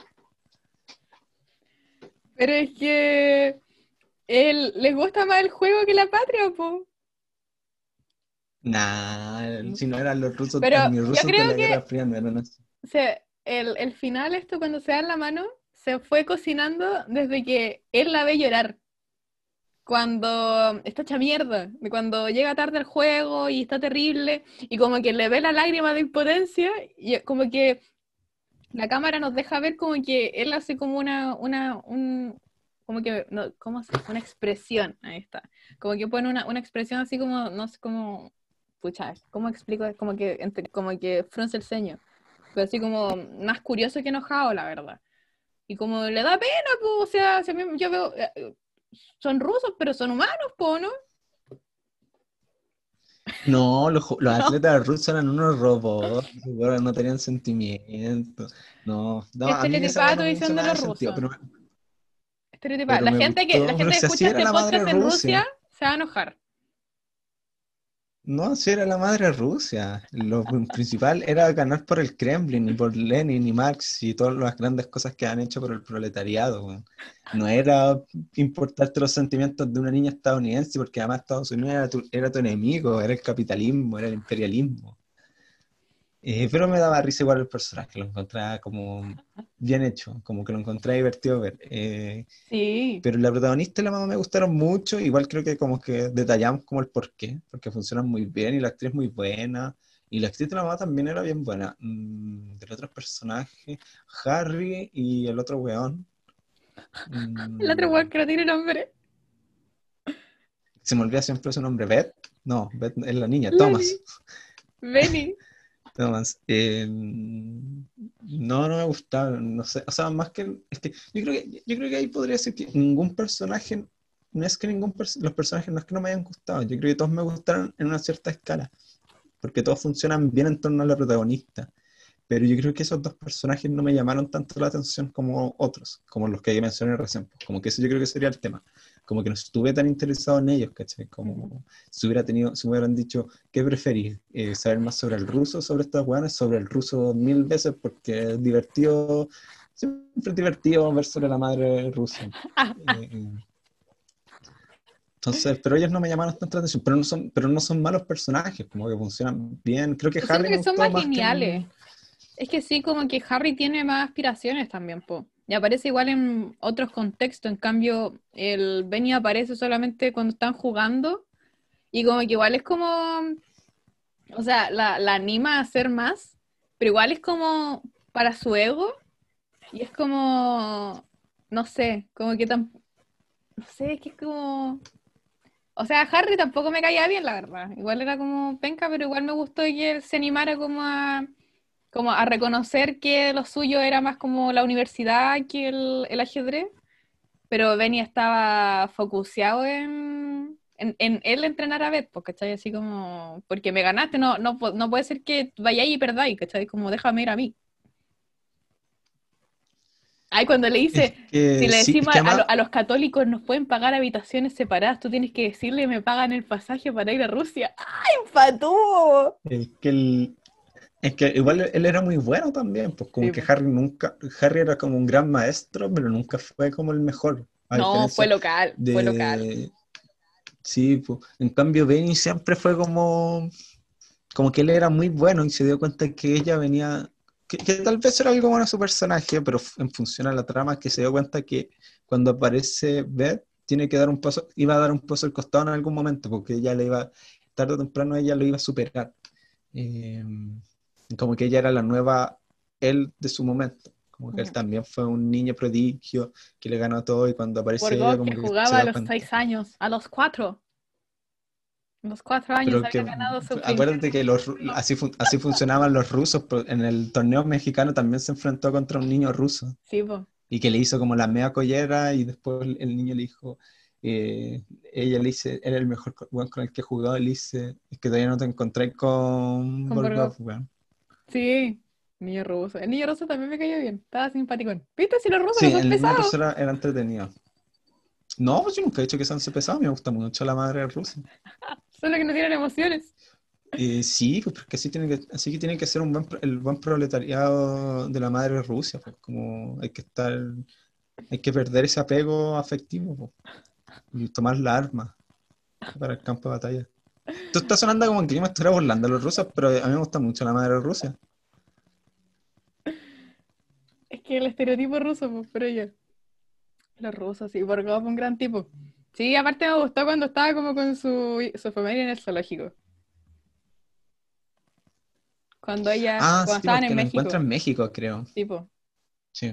pero es que les gusta más el juego que la patria, po. Nah, si no eran los rusos, Pero mis yo rusos de creo la Guerra que Fría no eran así. el final, esto cuando se dan la mano, se fue cocinando desde que él la ve llorar. Cuando está hecha mierda, de cuando llega tarde al juego y está terrible, y como que le ve la lágrima de impotencia, y como que la cámara nos deja ver como que él hace como como que, no, ¿cómo se dice? Una expresión, ahí está. Como que pone una expresión así como, no sé cómo, pucha, ¿cómo explico? Como que, como que frunce el ceño, pero así como más curioso que enojado, la verdad. Y como le da pena, pues, o sea, si a mí- yo veo, son rusos, pero son humanos, po, ¿no? No, los No, atletas rusos eran unos robots, weón, no tenían sentimientos. No, no, a mí esa weá estereotipado no tu me hizo visión de nada de los sentido, rusos. pero, Estereotipada. pero me La gustó. gente Pero que si así escucha era este la madre podcast en Rusia Rusia. se va a enojar. No, si era la madre Rusia. Lo principal era ganar por el Kremlin y por Lenin y Marx y todas las grandes cosas que han hecho por el proletariado, weón. No era importarte los sentimientos de una niña estadounidense, porque además Estados Unidos era tu enemigo, era el capitalismo, era el imperialismo. Pero me daba risa igual el personaje, lo encontraba como bien hecho, como que lo encontraba divertido ver. Sí. Pero la protagonista y la mamá me gustaron mucho, igual creo que como que detallamos como el porqué, porque funcionan muy bien y la actriz es muy buena, y la actriz de la mamá también era bien buena. Del otro personaje, Harry y el otro weón, El otro mm, weón que no tiene nombre. se me olvida siempre su nombre, Beth, no, Beth es la niña, Lali. Thomas. Benny. No más. No me gustaron, no sé, o sea, más que, es que yo creo que ahí podría decir que ningún personaje, no es que los personajes no es que no me hayan gustado, yo creo que todos me gustaron en una cierta escala, porque todos funcionan bien en torno a la protagonista, pero yo creo que esos dos personajes no me llamaron tanto la atención como otros, como los que mencioné recién, pues, como que eso yo creo que sería el tema, como que no estuve tan interesado en ellos, ¿cachai? Ujú. Como si me hubieran dicho, ¿qué preferís? ¿Saber más sobre el ruso, sobre estos weones, sobre el ruso 1000 veces? Porque es divertido, siempre es divertido ver sobre la madre rusa. Entonces, pero ellos no me llamaron tanta atención, pero no son malos personajes, como que funcionan bien. Creo que Yo siento Harry me que son gustó más más que lineales. Es que sí, como que Harry tiene más aspiraciones también, po. Y aparece igual en otros contextos. En cambio, el Benny aparece solamente cuando están jugando. Y como que igual es como. O sea, la anima a hacer más. Pero igual es como para su ego. Y es como. No sé, como que tan. No sé, es que es como. O sea, Harry tampoco me caía bien, la verdad. Igual era como penca, pero igual me gustó que él se animara como a reconocer que lo suyo era más como la universidad que el ajedrez, pero Benny estaba focuseado en él entrenar a Beth, pues, ¿cachai? Así como, porque me ganaste, no puede ser que vayáis y perdáis, ¿cachai? Como déjame ir a mí. Ay, cuando le es dice, si que le sí, es decimos que además, a los católicos nos pueden pagar habitaciones separadas, tú tienes que decirle me pagan el pasaje para ir a Rusia. ¡Ay, patúo! es que es que igual él era muy bueno también, pues como Sí, que po. Harry era como un gran maestro, pero nunca fue como el mejor, a No, fue diferencia local, fue local. de, sí, pues, en cambio Benny siempre fue como que él era muy bueno y se dio cuenta que ella venía, que tal vez era algo bueno su personaje, pero en función a la trama, que se dio cuenta que cuando aparece Beth, tiene que dar un paso, iba a dar un paso al costado en algún momento, porque ella le iba, tarde o temprano ella lo iba a superar. Eh, Como que ella era la nueva él de su momento. Como que él Ujú. también fue un niño prodigio que le ganó todo y cuando aparece ella Borgó que como que se jugaba a da los cuenta. 6 años, a los 4 años Pero había que ganado su primer acuérdate que título. así funcionaban los rusos. En el torneo mexicano también se enfrentó contra un niño ruso Sí, po. y que le hizo como la mea collera y después el niño le dijo, ella le dice, era el mejor weón con el que he jugado, y le dice, es que todavía no te encontré con Con Volkov, Borgó. weón. Sí, niño ruso. El niño ruso también me cayó bien, estaba simpaticón. ¿Viste? Si los rusos no Sí, son el niño pesados, ruso era entretenido. No, pues yo nunca he dicho que sean pesados, me gusta mucho la madre rusa. solo que no tienen emociones. Sí, pues porque así que tiene que ser el buen proletariado de la madre Rusia, pues como hay que perder ese apego afectivo, pues, y tomar la arma para el campo de batalla. Tú estás sonando como que yo me estuviera burlando de los rusos, pero a mí me gusta mucho la madre Rusia. Es que el estereotipo ruso, pues, pero yo. Los rusos, sí, Borgó fue un gran tipo. Sí, aparte me gustó cuando estaba como con su familia en el zoológico. Ah, Cuando sí, estaban porque en lo México, encuentra en México, creo. tipo. Sí.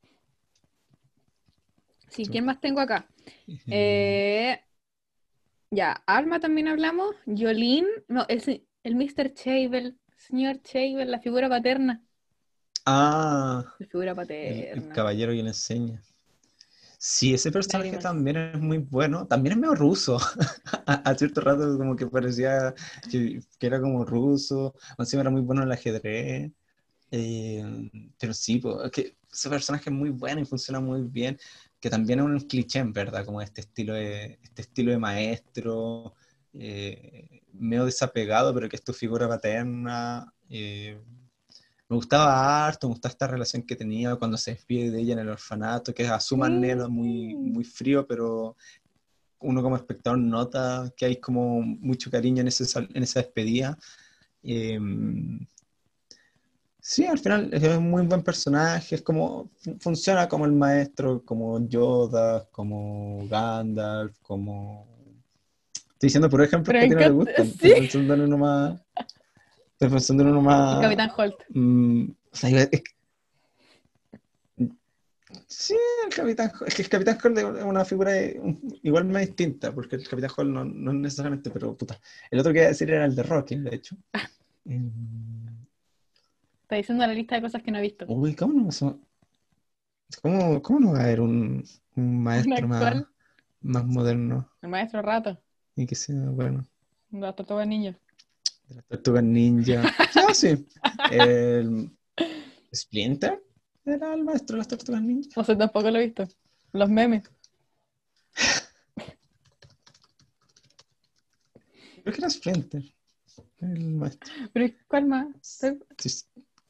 Sí, Sí. ¿quién más tengo acá? Eh, Eh, Ya, Alma también hablamos. Yolín, no, el Mr. Chable, señor Chable, la figura paterna. ah, La figura el paterna. caballero que le enseña. Sí, ese personaje Lágrimas. también es muy bueno. También es medio ruso. A cierto rato como que parecía que era como ruso. Encima era muy bueno en el ajedrez. Pero sí, es que ese personaje es muy bueno y funciona muy bien. Que también es un cliché, en verdad, como este estilo de maestro, medio desapegado, pero que es tu figura paterna. Me gustaba harto, me gustaba esta relación que tenía cuando se despide de ella en el orfanato, que es a su manera muy, Sí. muy frío, pero uno como espectador nota que hay como mucho cariño en esa despedida. Eh, sí, al final es un muy buen personaje, es como, funciona como el maestro, como Yoda, como Gandalf, como... Estoy diciendo por ejemplos Pero que me a ti no le encanta, gustan, sí. estoy pensando en uno El más, Capitán Holt. o sea, sí, el Capitán Hall. Es que el Capitán Hall es una figura igual más distinta, porque el Capitán Hall no es necesariamente, pero puta. El otro que iba a decir era el de Rocky, de hecho. Eh, Está diciendo la lista de cosas que no he visto. Uy, ¿cómo no va a haber un Una maestro actual, más moderno el maestro rato, y que sea, bueno, las tortugas niños. de las Tortugas Ninja? Ya, sí. El Splinter era el maestro de las Tortugas Ninja. No sé, tampoco lo he visto. Los memes. Creo que era Splinter, el maestro. Pero ¿cuál más? Sí.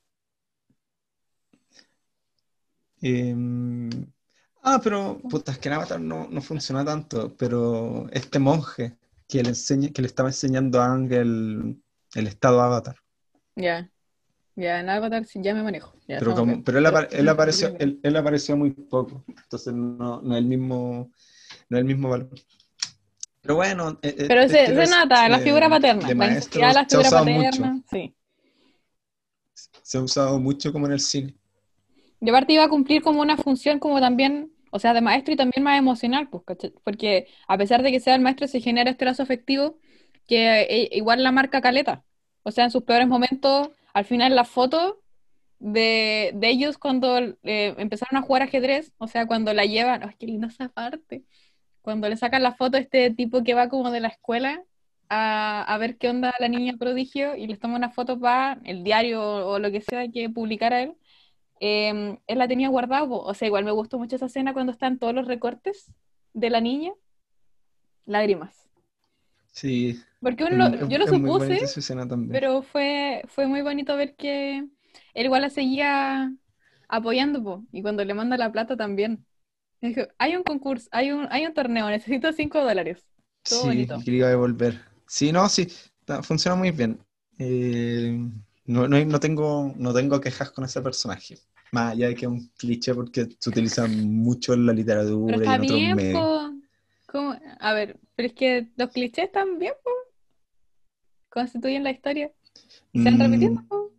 Em, pero, puta, es que en Avatar no funciona tanto, pero este monje que le estaba enseñando a Ángel el estado Avatar. Ya, ya, en Avatar sí ya me manejo. Ya Pero, estamos bien. pero Pero él apareció muy poco, entonces no es el mismo valor. Pero bueno, pero este estilo se nota, la figura paterna, de la necesidad de maestros la se ha figura usado mucho, paterna, sí. se ha usado mucho como en el cine. Yo aparte iba a cumplir como una función como también, o sea, de maestro y también más emocional, pues, ¿cachai? Porque a pesar de que sea el maestro, se genera este lazo afectivo que igual la marca caleta. O sea, en sus peores momentos, al final la foto de ellos cuando empezaron a jugar ajedrez, o sea, cuando la llevan, ¡ay, qué linda esa parte! Cuando le sacan la foto a este tipo que va como de la escuela a ver qué onda la niña prodigio y les toma una foto para el diario o lo que sea que publicara él, él la tenía guardada, po. O sea, igual me gustó mucho esa escena cuando están todos los recortes de la niña, lágrimas. Sí, Porque yo lo es muy supuse, bonita esa escena también. pero fue muy bonito ver que él igual la seguía apoyando, po. Y cuando le manda la plata también. Dijo, hay un concurso, hay un torneo, necesito $5. Todo Sí, bonito. y quería devolver. Sí, no, sí, funciona muy bien. Eh, no tengo quejas con ese personaje. Más allá de que es un cliché porque se utiliza mucho en la Pero literatura y está en otros bien, medios. po. A ver, pero es que los clichés están bien, po. Constituyen la historia. Y se van repitiendo, Mm, po.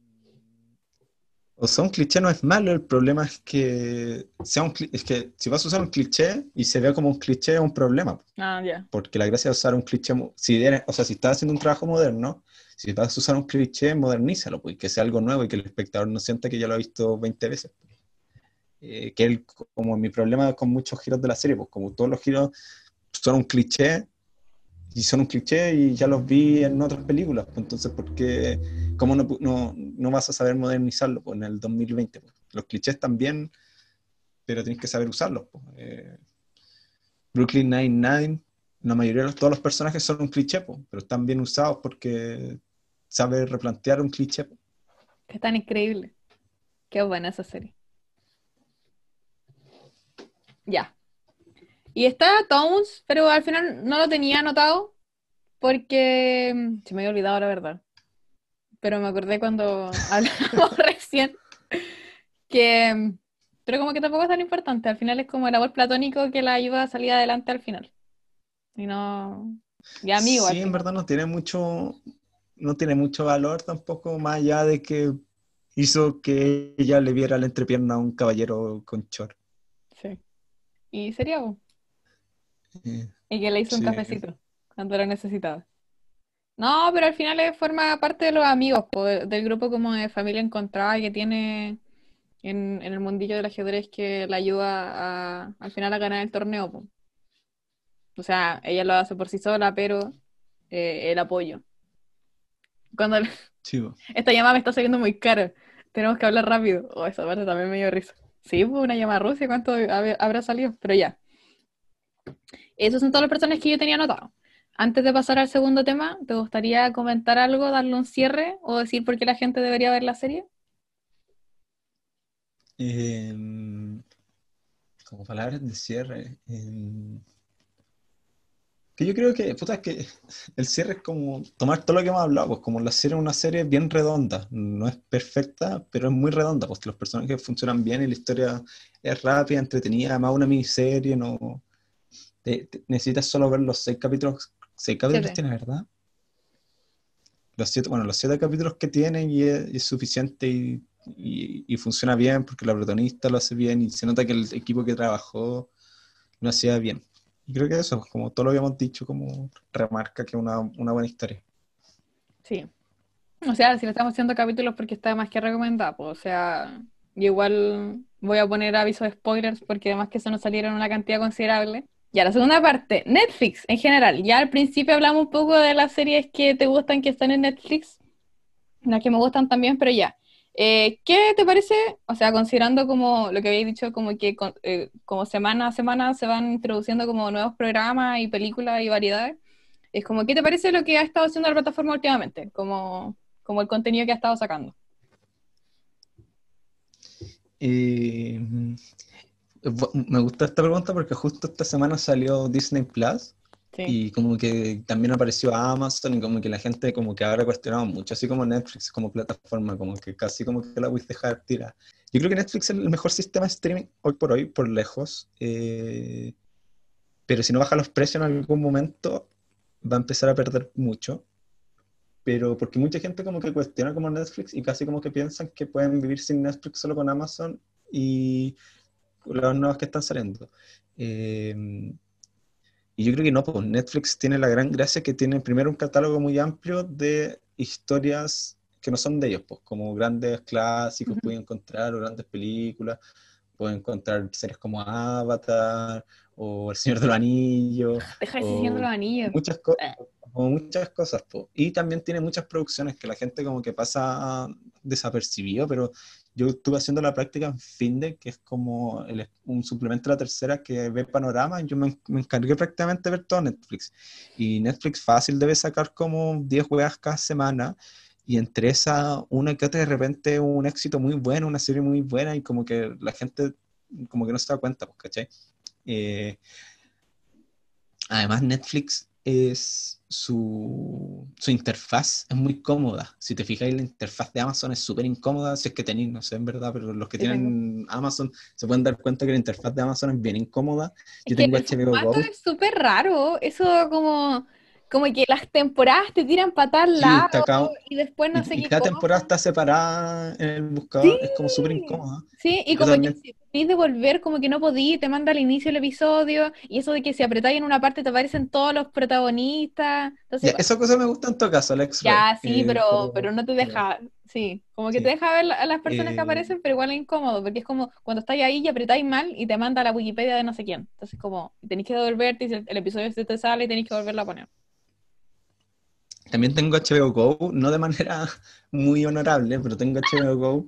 o sea, un cliché no es malo, el problema es que es que si vas a usar un cliché y se ve como un cliché es un problema. Ah, ya. Porque la gracia de usar un cliché, o sea, si estás haciendo un trabajo moderno, si vas a usar un cliché, modernízalo, pues, que sea algo nuevo y que el espectador no sienta que ya lo ha visto 20 veces. Como mi problema con muchos giros de la serie, pues como todos los giros son un cliché y son un cliché y ya los vi en otras películas, pues, entonces, ¿cómo no vas a saber modernizarlo pues, en el 2020? Pues? Los clichés también, pero tienes que saber usarlos. Pues. Brooklyn Nine-Nine, la mayoría todos los personajes son un cliché, po, pero están bien usados porque sabe replantear un cliché. Po. Que tan increíble. Qué buena esa serie. Ya. Y está Tones, pero al final no lo tenía anotado porque se me había olvidado la verdad. Pero me acordé cuando hablamos recién que, pero como que tampoco es tan importante. Al final es como el amor platónico que la ayuda a salir adelante al final. Y no, y amigo al Sí, en final. verdad no tiene mucho valor tampoco, más allá de que hizo que ella le viera la entrepierna a un caballero con short. Sí. Y sería vos. Eh, Y que le hizo un sí, cafecito cuando lo necesitaba. No, pero al final forma parte de los amigos, po, del grupo como de familia encontrada que tiene en el mundillo del ajedrez que la ayuda al final a ganar el torneo, po. O sea, ella lo hace por sí sola, pero el apoyo. Cuando sí, po. esta llamada me está saliendo muy cara, tenemos que hablar rápido. Oh, esa parte también me dio risa. Sí, pues una llamada a Rusia, ¿cuánto habrá salido? Pero ya. Esos son todos los personajes que yo tenía anotados. Antes de pasar al segundo tema, ¿te gustaría comentar algo, darle un cierre o decir por qué la gente debería ver la serie? Como palabras de cierre. Que yo creo que, puta, es que el cierre es como tomar todo lo que hemos hablado, pues como la serie es una serie bien redonda, no es perfecta, pero es muy redonda, pues los personajes funcionan bien y la historia es rápida, entretenida, además una miniserie, no necesitas solo ver los 6 capítulos 7. tiene, ¿verdad? Los 7 capítulos que tiene y es suficiente y funciona bien porque la protagonista lo hace bien y se nota que el equipo que trabajó lo hacía bien. Y creo que eso, como todo lo habíamos dicho, como remarca que es una buena historia. Sí. O sea, si le estamos haciendo capítulos porque está más que recomendado, pues, o sea, yo igual voy a poner aviso de spoilers porque además que eso nos salieron una cantidad considerable. Ya, la segunda parte, Netflix en general. Ya al principio hablamos un poco de las series que te gustan que están en Netflix, las que me gustan también, pero ya. ¿Qué te parece? O sea, considerando como lo que habéis dicho, como que como semana a semana se van introduciendo como nuevos programas y películas y variedades. Es como, ¿qué te parece lo que ha estado haciendo la plataforma últimamente? Como el contenido que ha estado sacando. Y me gusta esta pregunta porque justo esta semana salió Disney Plus Sí. y como que también apareció Amazon y como que la gente como que ahora cuestionaba mucho, así como Netflix como plataforma, como que casi como que la voy a dejar tirar. Yo creo que Netflix es el mejor sistema de streaming hoy, por lejos, pero si no baja los precios en algún momento va a empezar a perder mucho. Pero porque mucha gente como que cuestiona como Netflix y casi como que piensan que pueden vivir sin Netflix solo con Amazon y las nuevas que están saliendo. Eh, y yo creo que no, pues Netflix tiene la gran gracia que tiene primero un catálogo muy amplio de historias que no son de ellos, pues como grandes clásicos Ujú. pueden encontrar, o grandes películas, pueden encontrar series como Avatar, o El Señor de los Anillos, Deja de seguir los o anillos. muchas cosas. O muchas cosas, po. Y también tiene muchas producciones que la gente como que pasa desapercibido, pero yo estuve haciendo la práctica en Finde, que es como un suplemento de la tercera que ve Panorama, y yo me encargué prácticamente de ver todo Netflix. Y Netflix fácil debe sacar como 10 weas cada semana, y entre esa, una que otra de repente un éxito muy bueno, una serie muy buena, y como que la gente como que no se da cuenta, pues, ¿cachai? Eh, Además, Netflix es su interfaz es muy cómoda. Si te fijáis, la interfaz de Amazon es súper incómoda, si es que tenéis, no sé, en verdad, pero los que Sí, tengo. tienen Amazon se pueden dar cuenta que la interfaz de Amazon es bien incómoda. Es Yo que tengo el HBO formato Go, es súper raro. Eso como que las temporadas te tiran para tal sí, lado y después no sé y qué cada temporada cosa. está separada en el Sí, buscador, es como súper incómoda. sí, y Yo como ya también, si querís devolver, como que no podí, te manda al inicio el episodio, y eso de que si apretáis en una parte te aparecen todos los protagonistas. Entonces, ya, esa cosa me gusta en todo caso, el X-Ray, ya, sí, pero no te pero deja, sí, como que te sí. deja ver a las personas que Eh, aparecen, pero igual es incómodo, porque es como cuando estáis ahí y apretáis mal y te manda a la Wikipedia de no sé quién. Entonces, como tenéis que devolverte y si el episodio se te sale y tenéis que volverlo a poner. También tengo HBO Go, no de manera muy honorable, pero tengo HBO Go.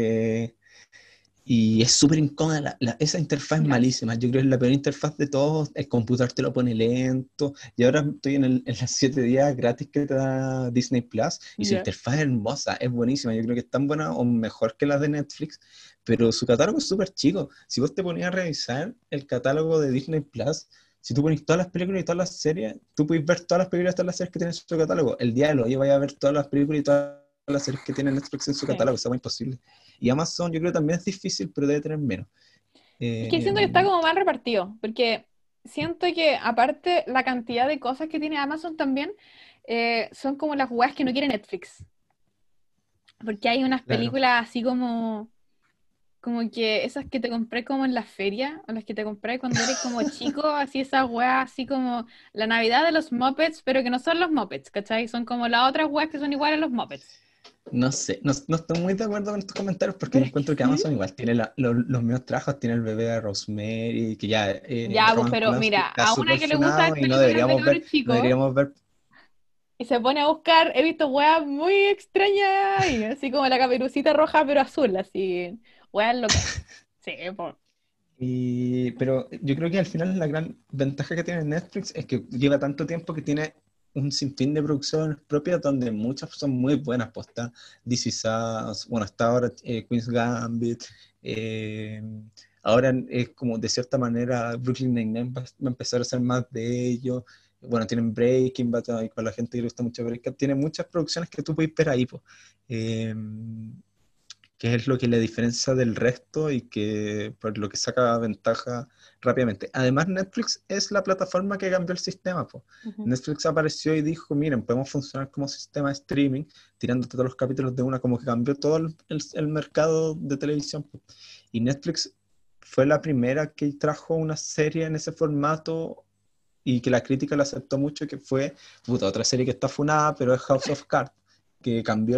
Y es súper incómoda, esa interfaz es Ya, malísima. Yo creo que es la peor interfaz de todos. El computador te lo pone lento. Y ahora estoy en las 7 días gratis que te da Disney Plus. Y su ya. interfaz es hermosa, es buenísima. Yo creo que es tan buena o mejor que las de Netflix. Pero su catálogo es súper chico. Si vos te ponías a revisar el catálogo de Disney Plus, si tú pones todas las películas y todas las series, tú puedes ver todas las películas y todas las series que tiene en su catálogo. El día de hoy vaya a ver todas las películas y todas las series que tiene Netflix en su Sí. catálogo. Eso es imposible. Y Amazon yo creo que también es difícil, pero debe tener menos. Es que Eh, siento que está como mal repartido, porque siento que aparte la cantidad de cosas que tiene Amazon también son como las weas que no quiere Netflix. Porque hay unas claro. películas así como que esas que te compré como en la feria, o las que te compré cuando eres como chico, así esas weas, así como la Navidad de los Muppets, pero que no son los Muppets, ¿cachai? Son como las otras weas que son iguales a los Muppets. No sé, no estoy muy de acuerdo con tus comentarios porque yo Pero es que encuentro que sí. Amazon igual tiene los mismos trabajos, tiene el bebé de Rosemary, que ya Ya, pues, Roman pero Polanski mira, está a una súper que le gusta funado ver y películas de cabros no chicos, deberíamos ver, y se pone a buscar, he visto weas muy extrañas, y así como la caperucita roja pero azul, así, weas locas. Sí, pues. pero yo creo que al final la gran ventaja que tiene Netflix es que lleva tanto tiempo que tiene un sinfín de producciones propias donde muchas son muy buenas, pues está This Is Us, bueno, hasta ahora Queen's Gambit, eh, ahora es como de cierta manera Brooklyn Nine-Nine va a empezar a hacer más de ellos, bueno, tienen Breaking Bad, y para la gente que le gusta mucho Breaking Bad, tiene muchas producciones que tú puedes ver ahí, pues. Eh, que es lo que le diferencia del resto y que por lo que saca ventaja rápidamente. Además, Netflix es la plataforma que cambió el sistema, po. Ujú. Netflix apareció y dijo, miren, podemos funcionar como sistema de streaming, tirando todos los capítulos de una, como que cambió todo el mercado de televisión, po. Y Netflix fue la primera que trajo una serie en ese formato y que la crítica la aceptó mucho, que fue, puta, otra serie que está funada, pero es House of Cards. que cambió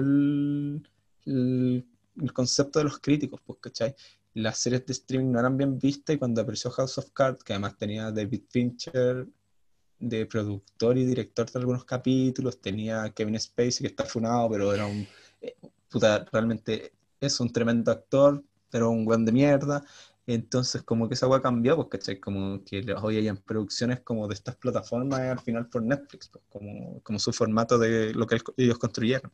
el concepto de los críticos, pues, ¿cachai? Las series de streaming no eran bien vistas y cuando apareció House of Cards, que además tenía a David Fincher de productor y director de algunos capítulos, tenía a Kevin Spacey que está funado, pero era puta, realmente es un tremendo actor, pero un buen de mierda. Entonces como que esa weá cambió, pues, ¿cachai? Como que hoy hay en producciones como de estas plataformas al final por Netflix, pues, como su formato de lo que ellos construyeron.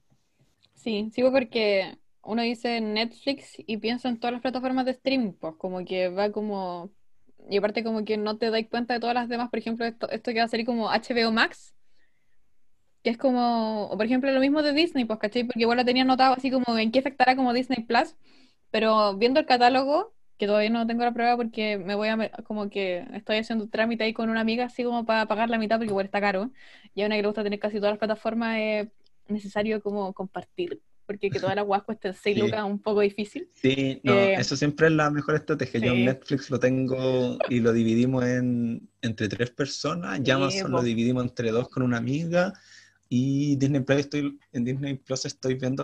Sí, sigo porque uno dice Netflix y piensa en todas las plataformas de streaming, pues como que va como... Y aparte como que no te das cuenta de todas las demás, por ejemplo, esto que va a salir como HBO Max, que es como, o por ejemplo lo mismo de Disney, pues, ¿cachai? Porque igual lo tenía notado así como en qué afectará como Disney Plus, pero viendo el catálogo, que todavía no tengo la prueba porque me voy a, como que estoy haciendo trámite ahí con una amiga, así como para pagar la mitad porque igual está caro, y a una que le gusta tener casi todas las plataformas es necesario como compartir, porque que todas las guas cuesten 6 lucas Sí. es un poco difícil. Sí, no, Eh, eso siempre es la mejor estrategia. Yo en sí, Netflix lo tengo y lo dividimos entre tres personas. Y sí, Amazon lo po, dividimos entre dos con una amiga. Y en Disney Plus estoy viendo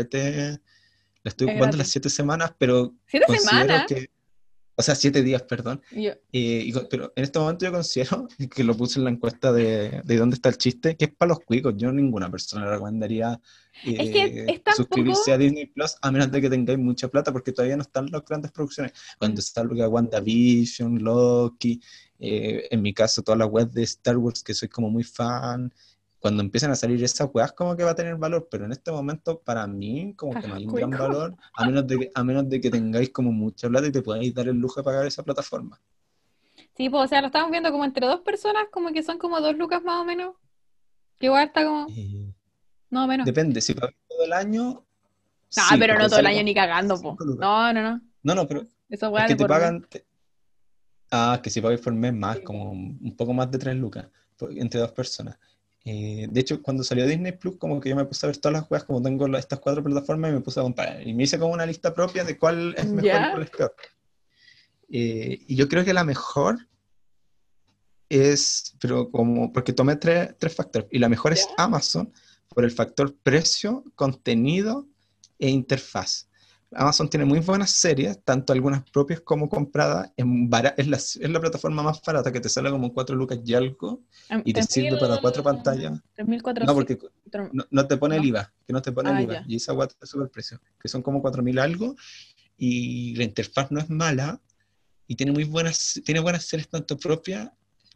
le estoy es ocupando las gratis. 7 semanas, pero 7 semanas. considero que, o sea, 7 días, perdón. Y yo, Pero en este momento yo considero que lo puse en la encuesta de dónde está el chiste, que es para los cuicos. Yo ninguna persona le recomendaría es que es tan suscribirse a poco. Disney Plus a menos de que tengáis mucha plata, porque todavía no están las grandes producciones. Mm. Cuando salga WandaVision, Loki, en mi caso todas las webs de Star Wars, que soy como muy fan, cuando empiezan a salir esas weas como que va a tener valor, pero en este momento para mí como que Para no los hay un gran cuicos. valor, a menos de que tengáis como mucha plata y te podáis dar el lujo de pagar esa plataforma. Sí, pues, o sea, lo estamos viendo como entre dos personas, como que son como 2 lucas más o menos. Que igual está como, Eh, no menos. Depende, si pagas todo el año, No, sí, pero no porque todo el sale año como ni cagando, po. 5 lucas. No, no, no. No, no, pero Eso es weá que de te por vida. pagan, que si pagáis por mes más, Sí, po. como un poco más de 3 lucas, entre dos personas. De hecho, cuando salió Disney Plus, como que yo me puse a ver todas las weas, como tengo estas 4 plataformas, y me puse a comparar. Y me hice como una lista propia de cuál es mejor y Ya, cuál es peor. Y yo creo que la mejor pero como, porque tomé tres factores, y la mejor ya. es Amazon por el factor precio, contenido e interfaz. Amazon tiene muy buenas series, tanto algunas propias como compradas. Es la plataforma más barata que te sale como 4 lucas y algo, y te Tres mil sirve para 4 pantallas. tres mil No, porque cuatrocientos. no te pone el ¿No? IVA, que no te pone el Ah, IVA, ya. y esa guata es súper precio, que son como 4.000 algo, y la interfaz no es mala, y tiene buenas series tanto propias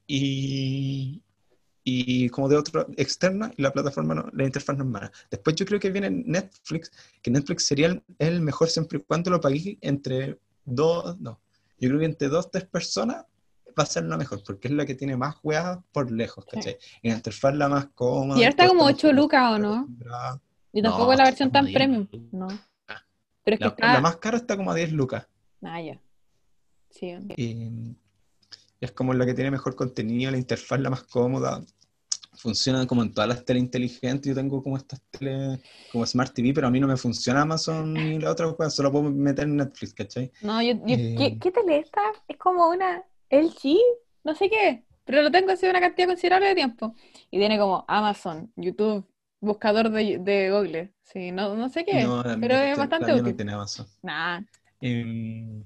y, y como de otra externa, y la plataforma la interfaz no es mala. Después yo creo que viene Netflix, que Netflix sería el mejor siempre y cuando lo pagué entre dos, no, yo creo que entre dos, tres personas va a ser la mejor, porque es la que tiene más weas por lejos, Sí. ¿cachai? Y la interfaz la más Y cómoda ahora y está todos como estamos 8 como lucas, ¿o súper no? acostumbrados. Y tampoco No, es la está versión como a tan 10 premium. lucas. No. Pero es que La está. más cara está como a 10 lucas. Ah, ya. Sí. Y es como la que tiene mejor contenido, la interfaz la más cómoda. Funciona como en todas las teles inteligentes. Yo tengo como estas teles como Smart TV, pero a mí no me funciona Amazon ni la otra cosa, solo puedo meter Netflix, ¿cachai? No, Eh, ¿qué tele es esta? Es como una LG, no sé qué, pero lo tengo hace una cantidad considerable de tiempo. Y tiene como Amazon, YouTube, buscador de Google. Sí, no, no sé qué, no, pero es la bastante mía no útil. tiene Amazon. Nah, Eh,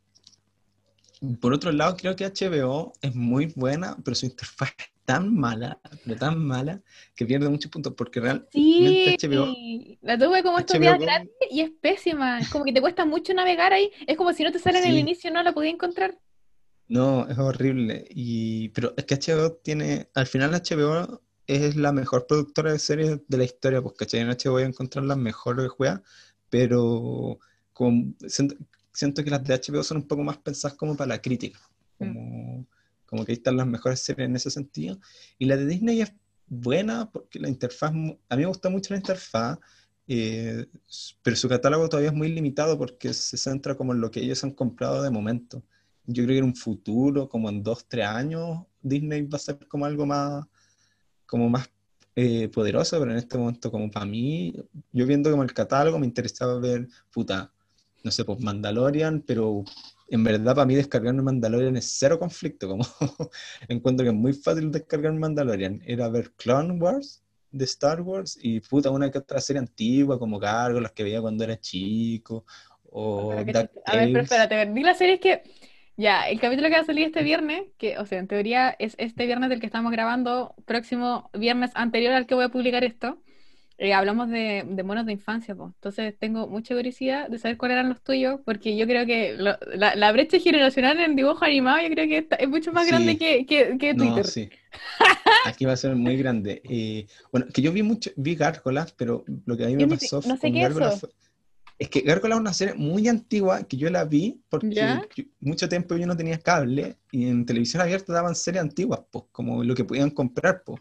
por otro lado, creo que HBO es muy buena, pero su interfaz es tan mala, pero tan mala, que pierde muchos puntos, porque realmente sí, la tuve como estos días HBO, gratis y es pésima. Es como que te cuesta mucho navegar ahí. Es como si no te sale en el sí, inicio, no la podía encontrar. no, es horrible. Pero es que HBO al final HBO es la mejor productora de series de la historia, pues, ¿cachai? En HBO voy a encontrar las mejores juegas, pero siento que las de HBO son un poco más pensadas como para la crítica, Mm. como que ahí están las mejores series en ese sentido. Y la de Disney es buena porque la interfaz, a mí me gusta mucho la interfaz, pero su catálogo todavía es muy limitado porque se centra como en lo que ellos han comprado de momento. Yo creo que en un futuro, como en 2, 3 años, Disney va a ser como más poderoso, pero en este momento, como para mí, yo viendo como el catálogo, me interesaba ver, puta, no sé, pues Mandalorian, pero en verdad para mí descargarme Mandalorian es cero conflicto, como encuentro que es muy fácil descargar Mandalorian. Era ver Clone Wars, de Star Wars y puta, una que otra serie antigua como Gárgolas que veía cuando era chico, Oh, o pero qué chiste. A ver, pero DuckTales. espérate, a ver, vi la serie que. Ya, el capítulo que va a salir este viernes, que, o sea, en teoría es este viernes del que estamos grabando, próximo viernes anterior al que voy a publicar esto. Hablamos de monos de infancia, pues. Entonces tengo mucha curiosidad de saber cuáles eran los tuyos, porque yo creo que la brecha generacional en dibujo animado, yo creo que es mucho más grande Sí, que no, Twitter. sí. Aquí va a ser muy grande. Bueno, que yo vi Gárgolas, pero lo que a mí me pasó No sé con qué es Gárgolas eso. fue. Es que Gárgolas es una serie muy antigua que yo la vi porque ¿Ya? mucho tiempo yo no tenía cable y en televisión abierta daban series antiguas, pues, como lo que podían comprar, pues.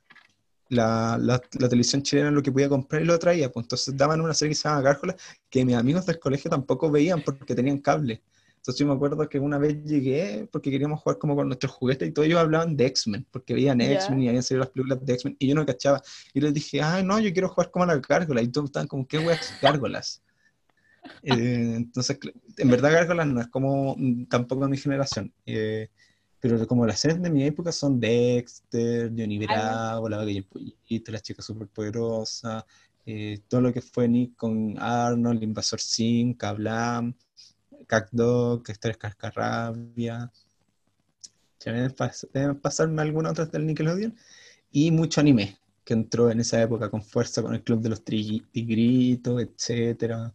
La televisión chilena lo que podía comprar y lo traía, pues entonces daban una serie que se llama Gárgolas que mis amigos del colegio tampoco veían porque tenían cable. Entonces yo me acuerdo que una vez llegué porque queríamos jugar como con nuestros juguetes y todos ellos hablaban de X-Men, porque veían X-Men ¿Ya? y habían salido las películas de X-Men y yo no cachaba. Y les dije, ay no, yo quiero jugar como a las gárgolas. Y todos estaban como, ¿qué weas gárgolas? Entonces, en verdad Gárgolas no es como tampoco de mi generación. Pero como las series de mi época son Dexter, Johnny Algo. Bravo, La Vaca y el Pollito, La Chica Superpoderosa, todo lo que fue Nick con Arnold, Invasor Sim, Kablam, CatDog, Estrés Cascarrabia. Ya deben pasarme algunas otras del Nickelodeon. Y mucho anime, que entró en esa época con fuerza con el Club de los Tigritos, etcétera.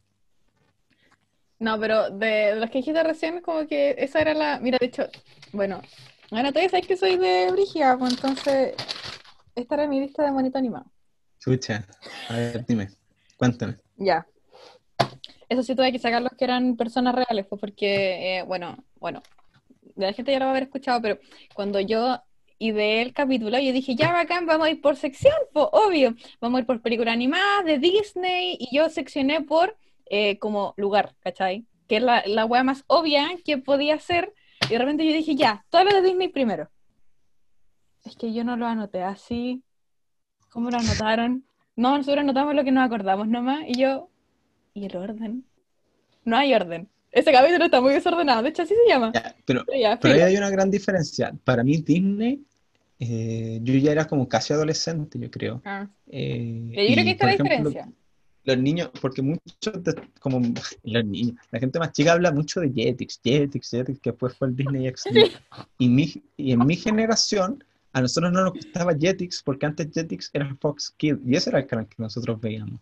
No, pero de los que dijiste recién, como que esa era la. Mira, de hecho, bueno, bueno, todavía sabes que soy de Brigia, pues entonces esta era mi lista de monito animado. Chucha, a ver, dime, cuéntame. Ya. Eso sí tuve que sacar los que eran personas reales, pues porque, bueno, la gente ya lo va a haber escuchado, pero cuando yo ideé el capítulo, yo dije, ya bacán, vamos a ir por sección, pues obvio, vamos a ir por película animada de Disney, y yo seccioné por como lugar, ¿cachai? Que es la wea más obvia que podía ser, y de repente yo dije, ya, todo lo de Disney primero. Es que yo no lo anoté así, ¿cómo lo anotaron? No, nosotros anotamos lo que nos acordamos nomás, y yo, ¿y el orden? No hay orden. Ese capítulo está muy desordenado, de hecho así se llama. Ya, pero, Pero ya, pero ahí filo. hay una gran diferencia. Para mí Disney, yo ya era como casi adolescente, yo creo. Ah. Yo creo que ahí Y está por la ejemplo, diferencia. los niños, porque muchos, como los niños, la gente más chica habla mucho de Jetix, que después fue el Disney XD. Sí. Y en mi generación, a nosotros no nos gustaba Jetix porque antes Jetix era Fox Kids y ese era el canal que nosotros veíamos.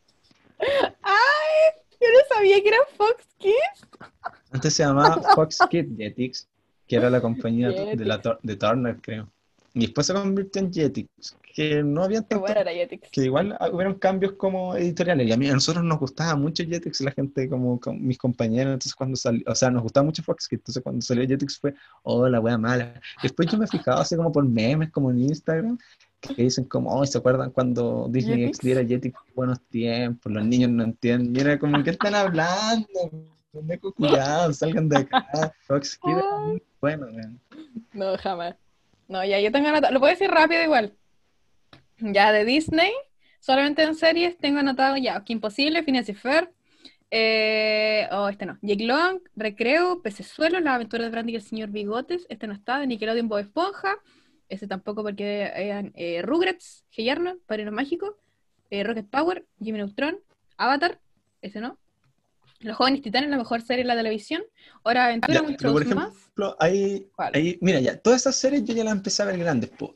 ¡Ay! Yo no sabía que era Fox Kids. Antes se llamaba Fox Kids Jetix, que era la compañía Jetix. de Turner, creo. Y después se convirtió en Jetix, que no había Qué tanto, bueno era Jetix. que igual hubieron cambios como editoriales. Y a nosotros nos gustaba mucho Jetix, la gente como mis compañeros. Entonces cuando salió, o sea, nos gustaba mucho Fox Kids. Entonces cuando salió Jetix fue, oh, la wea mala. Después yo me fijaba así como por memes, como en Instagram, que dicen como, oh, ¿se acuerdan cuando Disney XD Jetix. era Jetix? Buenos tiempos, los niños no entienden. Y era como, ¿qué están hablando? Pendejo culiao, salgan de acá. Fox Kids era Ay, muy bueno, man. no, jamás. No, ya, yo tengo anotado. Lo puedo decir rápido igual. Ya de Disney, solamente en series tengo anotado ya Kim Possible, Phineas y Ferb. Este no. Jake Long, Recreo, Pecesuelo, La aventura de Brandy y el señor Bigotes. Este no está. De Nickelodeon, Bob Esponja. Ese tampoco porque eran Rugrats, Hey Arnold, Padrino Mágico, Rocket Power, Jimmy Neutron, Avatar. Ese no. Los Jóvenes Titanes, la mejor serie de la televisión. Hora de Aventura, Ya, muchos pero por shows más. ejemplo, ¿Cuál? mira, ya, todas esas series yo ya las empecé a ver grandes, po.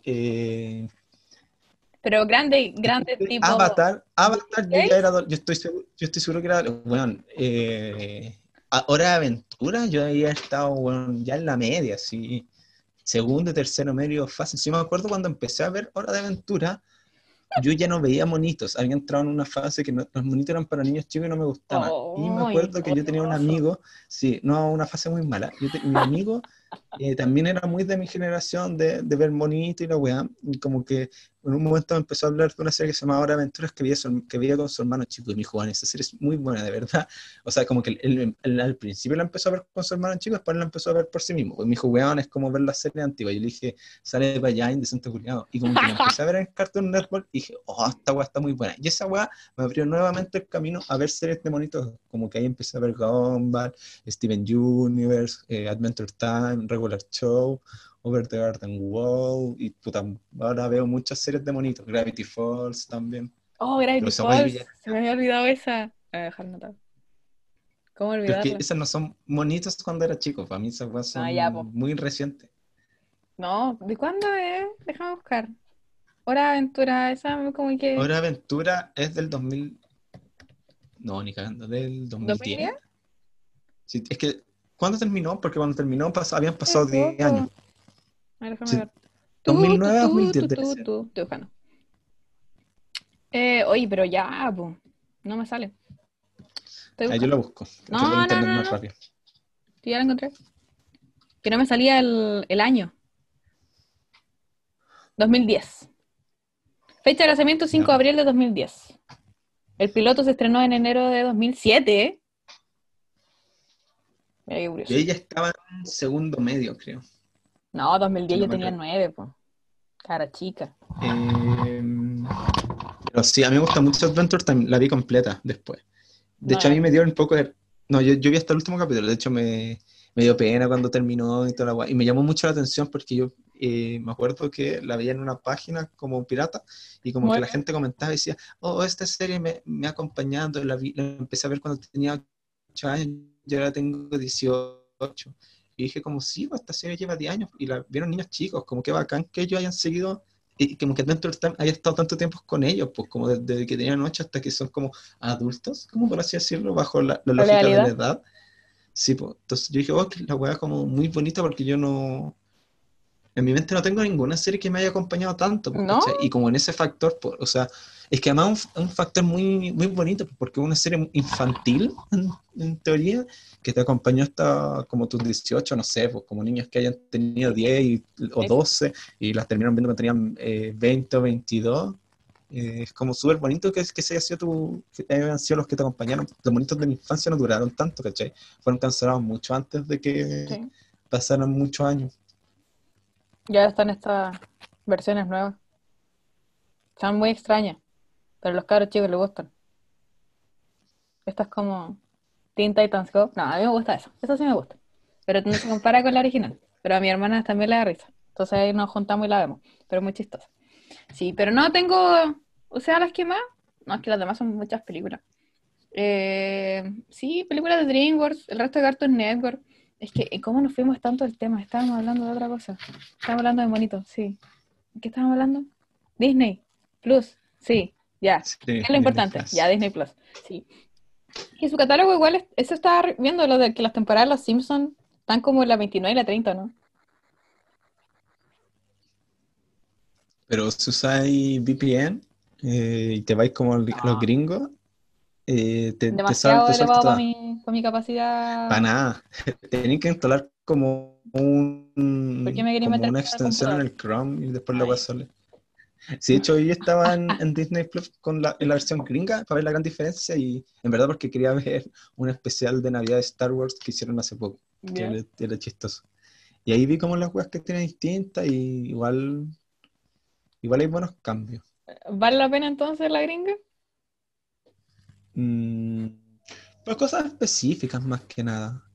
Pero grande, grande tipo Avatar, yo ya era, 16. yo estoy seguro que era, bueno, Hora de Aventura, yo había estado, bueno, ya en la media, así, segundo, tercero, medio, fácil. Sí me acuerdo cuando empecé a ver Hora de Aventura, yo ya no veía monitos, había entrado en una fase que los monitos eran para niños chicos y no me gustaban. Y me ¡Ay, acuerdo que yo tenía un odioso! amigo, sí, no, una fase muy mala, mi amigo también era muy de mi generación de ver monitos y la weá, y como que en un momento me empezó a hablar de una serie que se llama Hora de Aventuras que veía con su hermano chico, y me dijo, "Juan, esa serie es muy buena, de verdad". O sea, como que él al principio la empezó a ver con su hermano chico, después la empezó a ver por sí mismo. Y me dijo, weón, es como ver la serie antigua. Y yo le dije, sale para allá, indecente culiado. Y como que la empecé a ver en Cartoon Network y dije, oh, esta weá está muy buena. Y esa weá me abrió nuevamente el camino a ver series de monitos. Como que ahí empecé a ver Gumball, Steven Universe, Adventure Time, Regular Show, Over the Garden Wall, y puta, ahora veo muchas series de monitos, Gravity Falls también, Oh, pero Gravity esa guay Falls. ya. Se me había olvidado esa. Voy a dejar notado. ¿Cómo Pero es que olvidarla? esas no son monitos cuando era chico, para mí esas weas Ah, ya, pues. son muy recientes. No, ¿de cuándo es? Déjame buscar. Hora de Aventura, esa como que... Hora de Aventura es del 2000, no, ni cagando, del 2010. 2010. Sí, es que, ¿cuándo terminó? Porque cuando terminó habían Hace pasado 10 poco. años. A ver, déjame Sí, ver. Tú, 2009 tú, 2010 tú, debe tú, ser. tú. Estoy buscando. Oye, pero ya, pues. No me sale. Estoy Ahí yo la buscando. busco, que el No, no, internet no, más no. rápido. Sí, ya la encontré. Que no me salía el año. 2010. Fecha de lanzamiento Ya. 5 de abril de 2010. El piloto se estrenó en enero de 2007. Mira qué Y curioso. ella estaba en segundo medio, creo, No, si 2010 no yo me tenía equivoco. 9, pues. Cara chica. Eh, pero sí, a mí me gusta mucho Adventure Time, la vi completa después. De No, hecho, a ya mí me no. dio un poco de... No, yo vi hasta el último capítulo, de hecho me dio pena cuando terminó y toda la guay. Y me llamó mucho la atención porque yo me acuerdo que la veía en una página como pirata y como que la Bueno, gente comentaba y decía, oh, esta serie me ha acompañado, la empecé a ver cuando tenía 8 años, yo ahora tengo 18. Y dije como, sí, pues, esta serie lleva 10 años y la vieron niños chicos, como que bacán que ellos hayan seguido y como que Adventure Time haya estado tanto tiempo con ellos, pues como desde que tenían 8 hasta que son como adultos, como por así decirlo, bajo la la lógica de la legalidad. edad. Sí, pues. Entonces yo dije, oh, que la weá como muy bonita porque yo no, en mi mente no tengo ninguna serie que me haya acompañado tanto, pues, ¿No? ¿cachai? Y como en ese factor, pues, o sea, es que además es un factor muy, muy bonito, pues, porque es una serie infantil, en teoría, que te acompañó hasta como tus 18 no sé, pues como niños que hayan tenido Sí, 10 o eso. 12 y las terminaron viendo cuando tenían 20 o 22. Es como súper bonito que se haya sido que hayan sido los que te acompañaron. Los bonitos de mi infancia no duraron tanto, ¿cachai? Fueron cancelados mucho antes de que Sí. pasaran muchos años. Ya están estas versiones nuevas. Están muy extrañas, pero a los cabros chicos les gustan. Esta es como Teen Titans Go. No, a mí me gusta eso. Eso sí me gusta. Pero no se compara con la original. Pero a mi hermana también le da risa. Entonces ahí nos juntamos y la vemos. Pero es muy chistosa. Sí, pero no tengo. O sea, las que más. No, es que las demás son muchas películas. Sí, películas de DreamWorks, el resto de Cartoon Network. Es que, ¿cómo nos fuimos tanto del tema? Estábamos hablando de otra cosa. Estábamos hablando de monitos, sí. ¿De qué estábamos hablando? Disney Plus, sí, ya. Sí, ¿Qué es lo Disney importante? Ya, Plus. Disney Plus, sí. Y su catálogo igual, eso estaba viendo lo de que las temporadas de Los Simpsons están como en la 29 y la 30, ¿no? Pero si usáis VPN y te vais como los No. gringos, Demasiado te suelta elevado toda. para mi Para capacidad. nada. Tenéis que instalar ¿Por qué me quería como meter una al extensión en computador? el Chrome y después lo Ah, vas ya. a salir. Sí, de hecho, yo estaba en Disney Plus en la versión gringa para ver la gran diferencia y en verdad porque quería ver un especial de Navidad de Star Wars que hicieron hace poco, que Ya. era chistoso. Y ahí vi como las weas que tienen distintas y igual hay buenos cambios. ¿Vale la pena entonces la gringa? Mm, pues cosas específicas más que nada.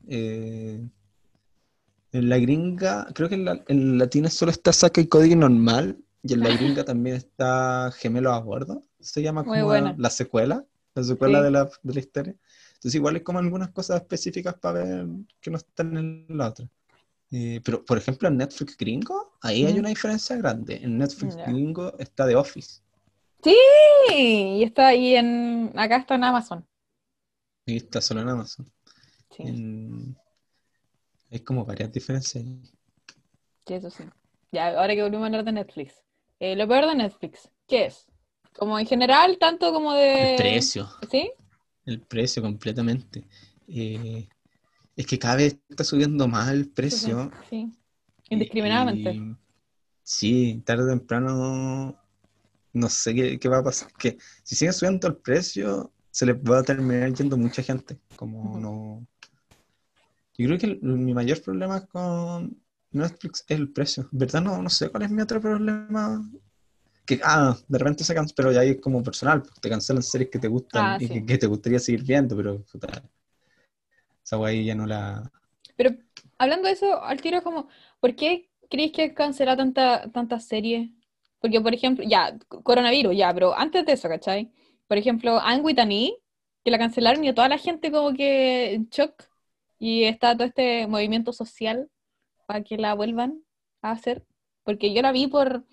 En la gringa, creo que en latina solo está Saka y Cody normal, y en la gringa también está Gemelos a Bordo, se llama Muy como buena, la secuela sí. de la historia. Entonces igual hay como algunas cosas específicas para ver que no están en la otra. Pero, por ejemplo, en Netflix gringo, ahí hay Mm, una diferencia grande. En Netflix ya. gringo está The Office. Sí, y está ahí acá está en Amazon. Y está solo en Amazon. Sí, En- hay como varias diferencias. sí, eso sí. Ya, ahora que volvimos a hablar de Netflix. Lo peor de Netflix, ¿qué es? Como en general, tanto como El de... precio, ¿Sí? el precio completamente. Eh, es que cada vez está subiendo más el Eso sí, precio sí. y Indiscriminadamente. sí, tarde o temprano no sé qué va a pasar. Que si sigue subiendo el precio, se les va a terminar yendo mucha gente. Como Ujú. no. Yo creo que mi mayor problema con Netflix es el precio. En verdad no sé cuál es mi otro problema. De repente se cansa, pero ya ahí es como personal, pues, te cancelan series que te gustan Ah, y sí. que te gustaría seguir viendo, pero puta, esa wey ya no la. Pero hablando de eso, al tiro es como, ¿por qué? crees que cancela tanta serie? Porque, por ejemplo, ya, coronavirus, ya, pero antes de eso, ¿cachai? Por ejemplo, Anne with an E, que la cancelaron y a toda la gente como que en shock. Y está todo este movimiento social para que la vuelvan a hacer. Porque yo la vi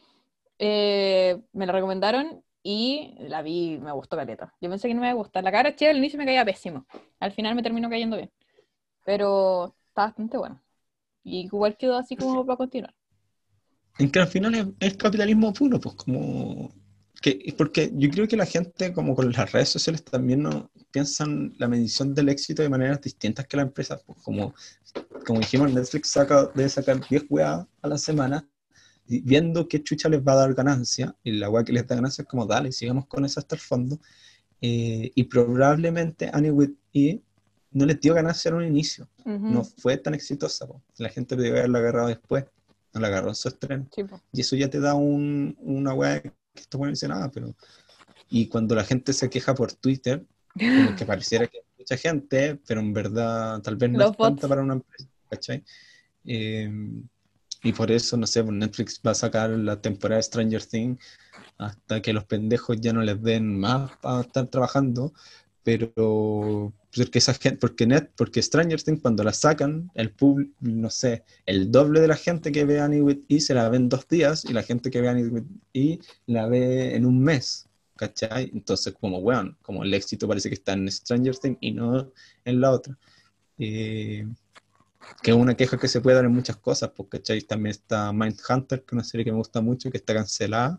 me la recomendaron y la vi, me gustó caleta. Yo pensé que no me iba a gustar. La cara chévere al inicio me caía pésimo. Al final me terminó cayendo bien. Pero está bastante bueno. Y igual quedó así como para continuar. En que al final es capitalismo puro, pues como... porque yo creo que la gente, como con las redes sociales, también no piensan la medición del éxito de maneras distintas que las empresas. Pues como dijimos, Netflix debe sacar 10 weas a la semana, y viendo qué chucha les va a dar ganancia, y la wea que les da ganancia es como, dale, sigamos con eso hasta el fondo. Y probablemente Annie with E no les dio ganancia en un inicio. No Ujú. fue tan exitosa, po. La gente podría haberla agarrado después, no la agarró en su estreno. Sí, po. Y eso ya te da una weá que esto bueno dice nada, pero... Y cuando la gente se queja por Twitter, como que pareciera que hay mucha gente, pero en verdad tal vez no Los es tanta bots. para una empresa, ¿cachai? Eh, y por eso, no sé, pues Netflix va a sacar la temporada de Stranger Things hasta que los pendejos ya no les den más para estar trabajando, pero porque esa gente, porque Stranger Things cuando la sacan, el público, no sé, el doble de la gente que ve Annie with E se la ve en 2 días y la gente que ve Annie with E la ve en un mes, ¿cachai? Entonces como weón, como el éxito parece que está en Stranger Things y no en la otra. Eh, que es una queja que se puede dar en muchas cosas, porque ¿cachai? También está Mindhunter, que es una serie que me gusta mucho, que está cancelada,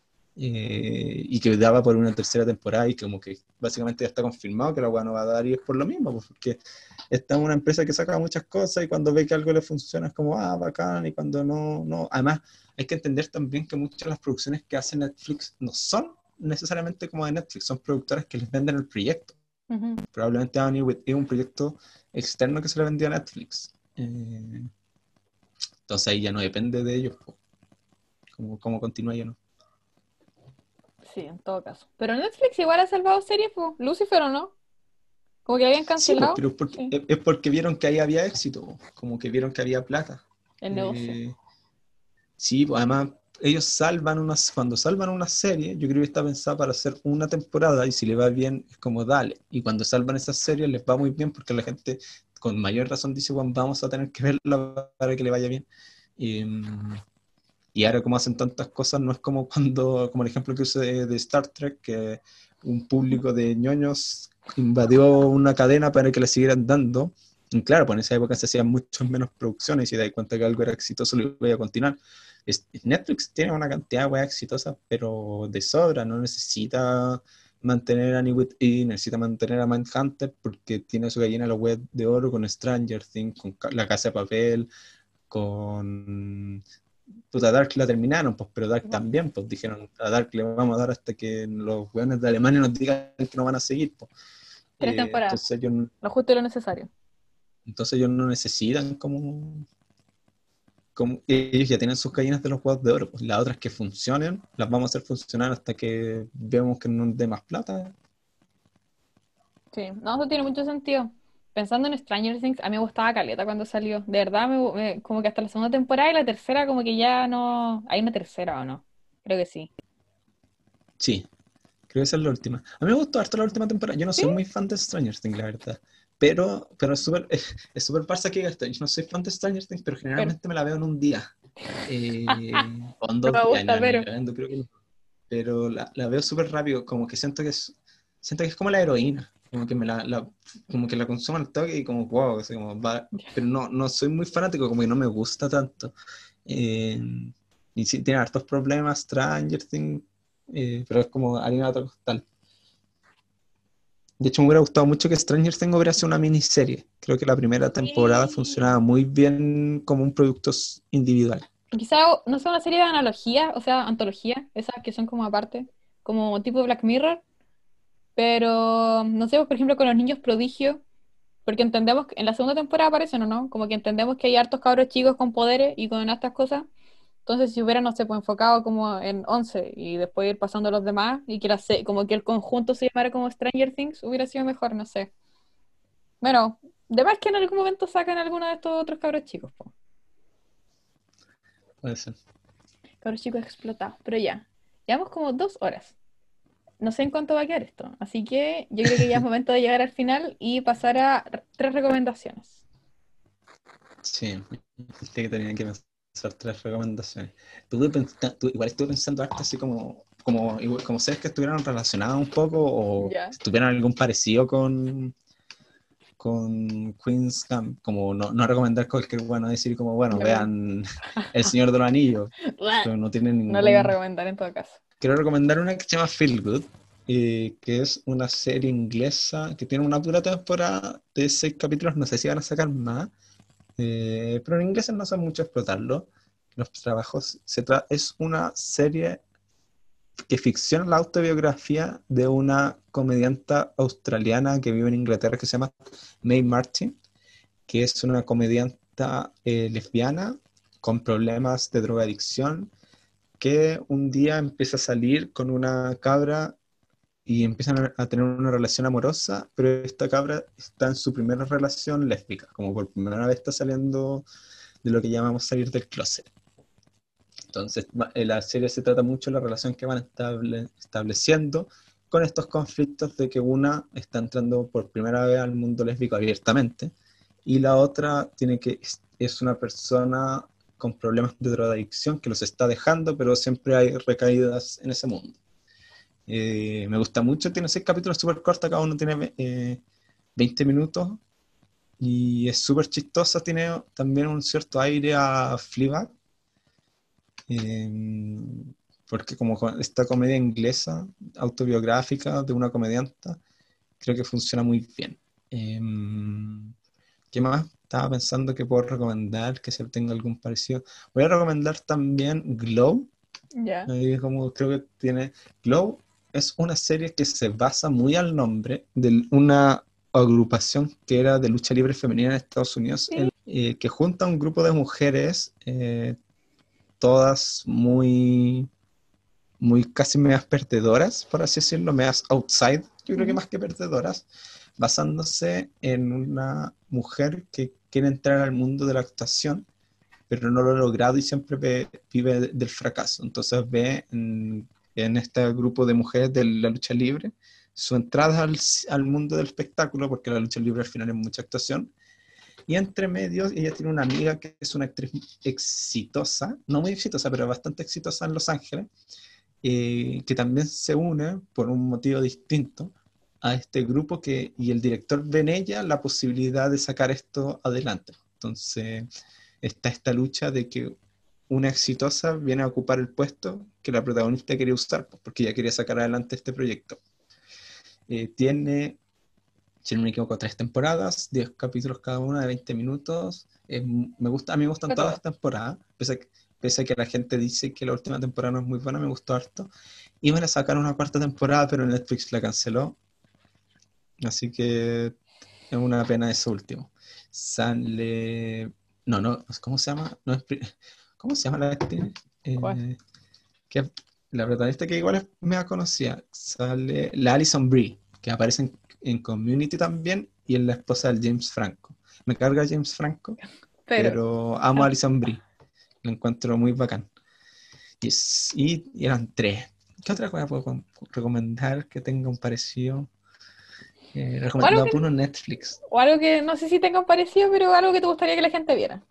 y que daba por una tercera temporada y como que básicamente ya está confirmado que la weá no va a dar y es por lo mismo, pues, porque esta es una empresa que saca muchas cosas y cuando ve que algo le funciona es como, ah, bacán, y cuando no, no. Además, hay que entender también que muchas de las producciones que hace Netflix no son necesariamente como de Netflix, son productoras que les venden el proyecto. Ujú. Probablemente Annie with es un proyecto externo que se le vendió a Netflix. Entonces ahí ya no depende de ellos, po, cómo continúa ya no. Sí, en todo caso. Pero Netflix igual ha salvado series, po. Lucifer o no. Como que la habían Sí, pues, cancelado. pero Sí. es porque vieron que ahí había éxito, como que vieron que había plata. El negocio. Eh, sí, pues, además ellos cuando salvan una serie, yo creo que está pensada para hacer una temporada y si le va bien es como dale. Y cuando salvan esas series les va muy bien porque la gente con mayor razón dice, bueno, vamos a tener que verla para que le vaya bien. Y, y ahora como hacen tantas cosas, no es como como el ejemplo que usé de Star Trek, que un público de ñoños invadió una cadena para que la siguieran dando. Y claro, pues en esa época se hacían muchas menos producciones y si te das cuenta que algo era exitoso, lo iba a continuar. Netflix tiene una cantidad de weas exitosas, pero de sobra, no necesita mantener a Annie with E, necesita mantener a Mindhunter porque tiene su gallina la web de oro con Stranger Things, con La Casa de Papel, con puta, Dark la terminaron, pues, pero Dark Tipo, también, pues dijeron, a Dark le vamos a dar hasta que los weones de Alemania nos digan que no van a seguir, pues. 3 temporadas. Lo justo y lo necesario. Entonces ellos no necesitan como ellos ya tienen sus gallinas de los huevos de oro, pues las otras que funcionen, las vamos a hacer funcionar hasta que veamos que nos dé más plata. Sí, no, eso tiene mucho sentido. Pensando en Stranger Things, a mí me gustaba caleta cuando salió. De verdad, como que hasta la segunda temporada y la tercera, como que ya no. ¿Hay una tercera o no? Creo que sí. Sí, creo que esa es la última. A mí me gustó harto la última temporada. Yo no ¿Sí? soy muy fan de Stranger Things, la verdad. Pero es súper farsa que esto. Yo no soy fan de Stranger Things, pero Pero generalmente me la veo en un día. O en no dos me días, gusta, no, ni pero. cagando, creo que no. Pero la veo súper rápido, como que siento que es como la heroína. Como que como que la consumo al toque y como wow, así como pero no, no soy muy fanático, como que no me gusta tanto. Eh, y sí, tiene hartos problemas, Stranger Things, pero es como harina de otro costal. De hecho, me hubiera gustado mucho que Stranger Things hubiera sido una miniserie. Creo que la primera temporada Sí. funcionaba muy bien como un producto individual. Quizá, no sé, una serie de analogías, o sea, antologías, esas que son como aparte, como tipo Black Mirror, pero no sé, por ejemplo, con los niños prodigio, porque entendemos que en la segunda temporada aparecen o no, como que entendemos que hay hartos cabros chicos con poderes y con estas cosas. Entonces, si hubiera, no sé, pues enfocado como en 11 y después ir pasando a los demás y que como que el conjunto se llamara como Stranger Things, hubiera sido mejor, no sé. Bueno, de más que en algún momento sacan alguno de estos otros cabros chicos, po. puede ser. Cabros chicos explotados. Pero ya, llevamos como 2 horas. No sé en cuánto va a quedar esto. Así que yo creo que ya es momento de llegar al final y pasar a 3 recomendaciones. Sí, que tenía que pensar 3 recomendaciones. Tú igual estuve pensando harto así como series que estuvieran relacionadas un poco o Ya. tuvieran algún parecido con Queen's Camp, como no recomendar cualquier bueno, decir como, bueno, No. vean El Señor de los Anillos, pero no tiene No le iba a ningún... recomendar en todo caso. Quiero recomendar una que se llama Feel Good, que es una serie inglesa que tiene una pura temporada de 6 capítulos, no sé si van a sacar más, pero en inglés no sé mucho explotarlo. Los trabajos, es una serie que ficciona la autobiografía de una comedianta australiana que vive en Inglaterra que se llama Mae Martin, que es una comedianta lesbiana con problemas de drogadicción, que un día empieza a salir con una cabra y empiezan a tener una relación amorosa, pero esta cabra está en su primera relación lésbica, como por primera vez está saliendo de lo que llamamos salir del closet. Entonces, la serie se trata mucho de la relación que van estableciendo con estos conflictos de que una está entrando por primera vez al mundo lésbico abiertamente y la otra es una persona con problemas de drogadicción que los está dejando, pero siempre hay recaídas en ese mundo. Me gusta mucho, tiene 6 capítulos súper cortos, cada uno tiene 20 minutos y es súper chistosa, tiene también un cierto aire a Fleabag, eh, porque como esta comedia inglesa, autobiográfica de una comedianta, creo que funciona muy bien. Eh, ¿Qué más? Estaba pensando que puedo recomendar, que se tenga algún parecido. Voy a recomendar también Glow. Ya. Ahí como creo que tiene... Glow es una serie que se basa muy al nombre de una agrupación que era de lucha libre femenina en Estados Unidos, Sí. que junta un grupo de mujeres, todas muy casi medias perdedoras, por así decirlo, medias outside, yo creo que Ujú. más que perdedoras, basándose en una mujer que quiere entrar al mundo de la actuación, pero no lo ha logrado y siempre vive del fracaso. Entonces ve en este grupo de mujeres de la lucha libre su entrada al mundo del espectáculo, porque la lucha libre al final es mucha actuación, y entre medios ella tiene una amiga que es una actriz exitosa, no muy exitosa, pero bastante exitosa en Los Ángeles, que también se une por un motivo distinto a este grupo y el director ve en ella la posibilidad de sacar esto adelante. Entonces está esta lucha de que una exitosa viene a ocupar el puesto que la protagonista quería usar, porque ella quería sacar adelante este proyecto. Tiene, si no me equivoco, 3 temporadas, 10 capítulos cada una de 20 minutos. A mí me gustan Fue todas todo. las temporadas, pese a que la gente dice que la última temporada no es muy buena, me gustó harto. Iban a sacar una cuarta temporada, pero Netflix la canceló, así que es una pena eso último. Sale... No, ¿cómo se llama? No es ¿Cómo se llama la actriz? ¿Cuál? Eh, que la protagonista que igual es mega conocida, sale la Alison Brie, que aparece en Community también y es la esposa del James Franco. Me carga James Franco, Pero. pero amo a Alison Brie, la encuentro muy bacán. Y eran 3. ¿Qué otra cosa puedo recomendar que tenga un parecido? O algo No, que, puro Netflix. o algo que no sé si tengan parecido, pero algo que te gustaría que la gente viera.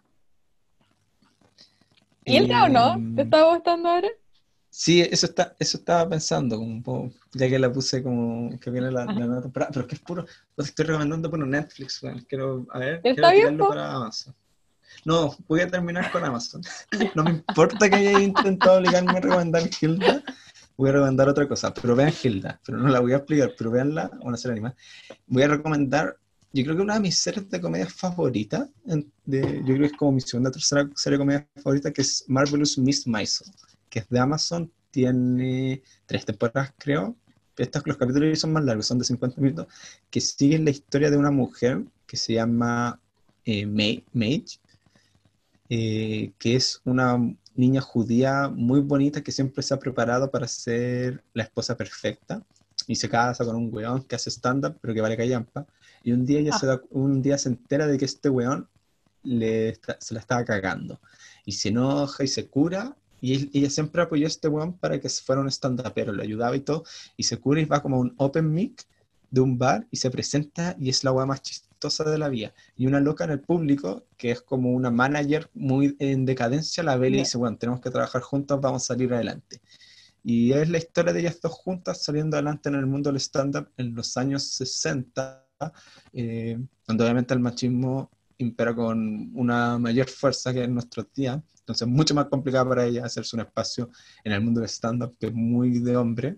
¿Y el o Eh, no? ¿Te estaba gustando ahora? sí, eso estaba pensando, como un poco, ya que la puse como que viene la nueva temporada, pero es que es puro, pues estoy recomendando puro Netflix, weón. ¿Está Quiero bien, tirarlo po? para Amazon. No, voy a terminar con Amazon. Ya. No me importa que haya intentado obligarme a recomendar Hilda, voy a recomendar otra cosa, pero vean Hilda, pero no la voy a explicar, pero veanla, una serie animada. Voy a recomendar, yo creo que una de mis series de comedia favoritas, yo creo que es como mi segunda o tercera serie de comedia favorita, que es Marvelous Miss Maisel, que es de Amazon, tiene 3 temporadas, creo. Los capítulos son más largos, son de 50 minutos, que siguen la historia de una mujer que se llama Mage, que es una niña judía muy bonita que siempre se ha preparado para ser la esposa perfecta y se casa con un weón que hace stand-up pero que vale callampa, y un día Ah, un día se entera de que este weón se la estaba cagando y se enoja y se cura. Y ella siempre apoyó a este weón para que fuera un stand-upero, lo ayudaba y todo, y se cura y va como a un open mic de un bar y se presenta y es la weá más chistosa de la vida. Y una loca en el público, que es como una manager muy en decadencia, la ve y le Ya. dice, bueno, tenemos que trabajar juntos, vamos a salir adelante. Y es la historia de ellas dos juntas saliendo adelante en el mundo del stand-up en los años 60, donde obviamente el machismo impera con una mayor fuerza que en nuestros días. Entonces es mucho más complicado para ella hacerse un espacio en el mundo del stand-up, que es muy de hombre.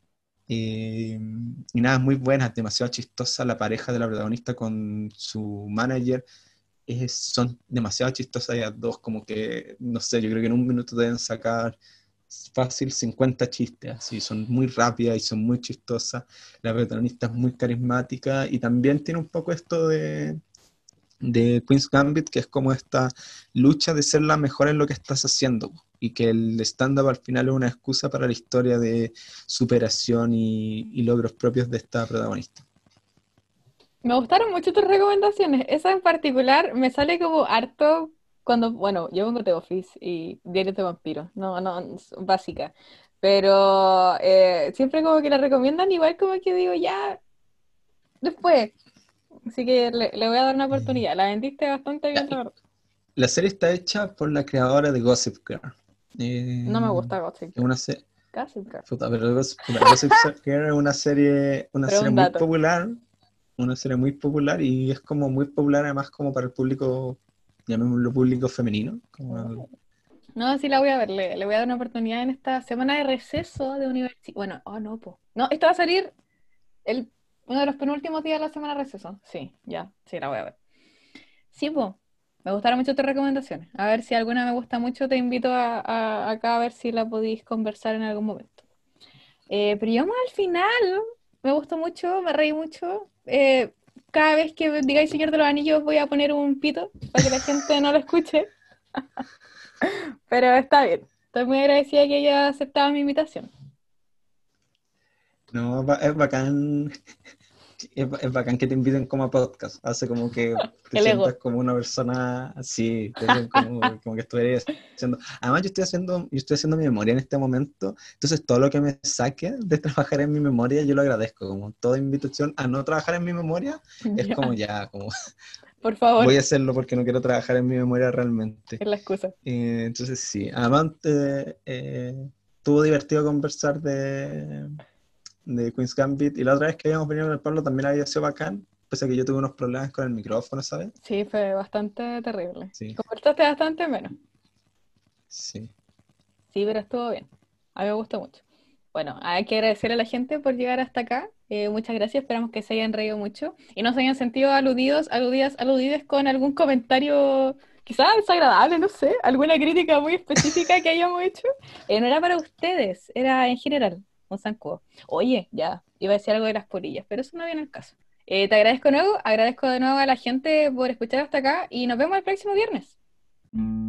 Y nada, es muy buena, es demasiado chistosa la pareja de la protagonista con su manager. Son demasiado chistosas ellas dos, como que, no sé, yo creo que en un minuto deben sacar fácil 50 chistes, así, son muy rápidas y son muy chistosas. La protagonista es muy carismática y también tiene un poco esto de Queen's Gambit, que es como esta lucha de ser la mejor en lo que estás haciendo, y que el stand-up al final es una excusa para la historia de superación y logros propios de esta protagonista. Me gustaron mucho tus recomendaciones. Esa en particular me sale como harto cuando, bueno, yo pongo The Office y Diarios de Vampiros. No, no, es básica. Pero siempre como que la recomiendan, igual como que digo, ya, después. Así que le voy a dar una Eh, oportunidad. La vendiste bastante bien, la verdad. la serie está hecha por la creadora de Gossip Girl. No me Eh, gusta Gossip es Girl. una serie... Gossip Girl. Puta, pero Gossip Girl es una Pero serie un muy dato. popular, y es como muy popular además como para el público, llamémoslo público femenino. No, sí la voy a ver. Le voy a dar una oportunidad en esta semana de receso de universidad. Bueno, oh no, po. No, esto va a salir el, uno de los penúltimos días de la semana de receso. Sí, ya, sí, la voy a ver. Sí, pues, me gustaron mucho tus recomendaciones. A ver si alguna me gusta mucho, te invito acá a ver si la podéis conversar en algún momento. Pero yo más al final, me gustó mucho, me reí mucho. Cada vez que digáis Señor de los Anillos voy a poner un pito para que la gente no lo escuche, pero está bien. Estoy muy agradecida que haya aceptado mi invitación. No, es bacán. Es bacán que te inviten como a podcast. Hace como que te El sientas ego. como una persona así, te hacen como que estuvieras haciendo. Además, yo estoy haciendo mi memoria en este momento. Entonces, todo lo que me saque de trabajar en mi memoria, yo lo agradezco. Como toda invitación a no trabajar en mi memoria, es como Ya, ya, como por favor, voy a hacerlo porque no quiero trabajar en mi memoria realmente. es la excusa. Entonces, sí. Además, estuvo divertido conversar de Queen's Gambit. Y la otra vez que habíamos venido con el Pablo también había sido bacán, pese a que yo tuve unos problemas con el micrófono, ¿sabes? Sí, fue bastante terrible. Sí, Conversaste bastante menos. sí. Sí, pero estuvo bien. A mí me gustó mucho. Bueno, hay que agradecerle a la gente por llegar hasta acá. Muchas gracias. Esperamos que se hayan reído mucho y no se hayan sentido aludidos, aludidas, aludides con algún comentario quizás desagradable, no sé, alguna crítica muy específica que hayamos hecho. No era para ustedes, era en general, un zancudo. Oye, ya, iba a decir algo de las polillas, pero eso no viene al caso. Te agradezco de nuevo a la gente por escuchar hasta acá y nos vemos el próximo viernes.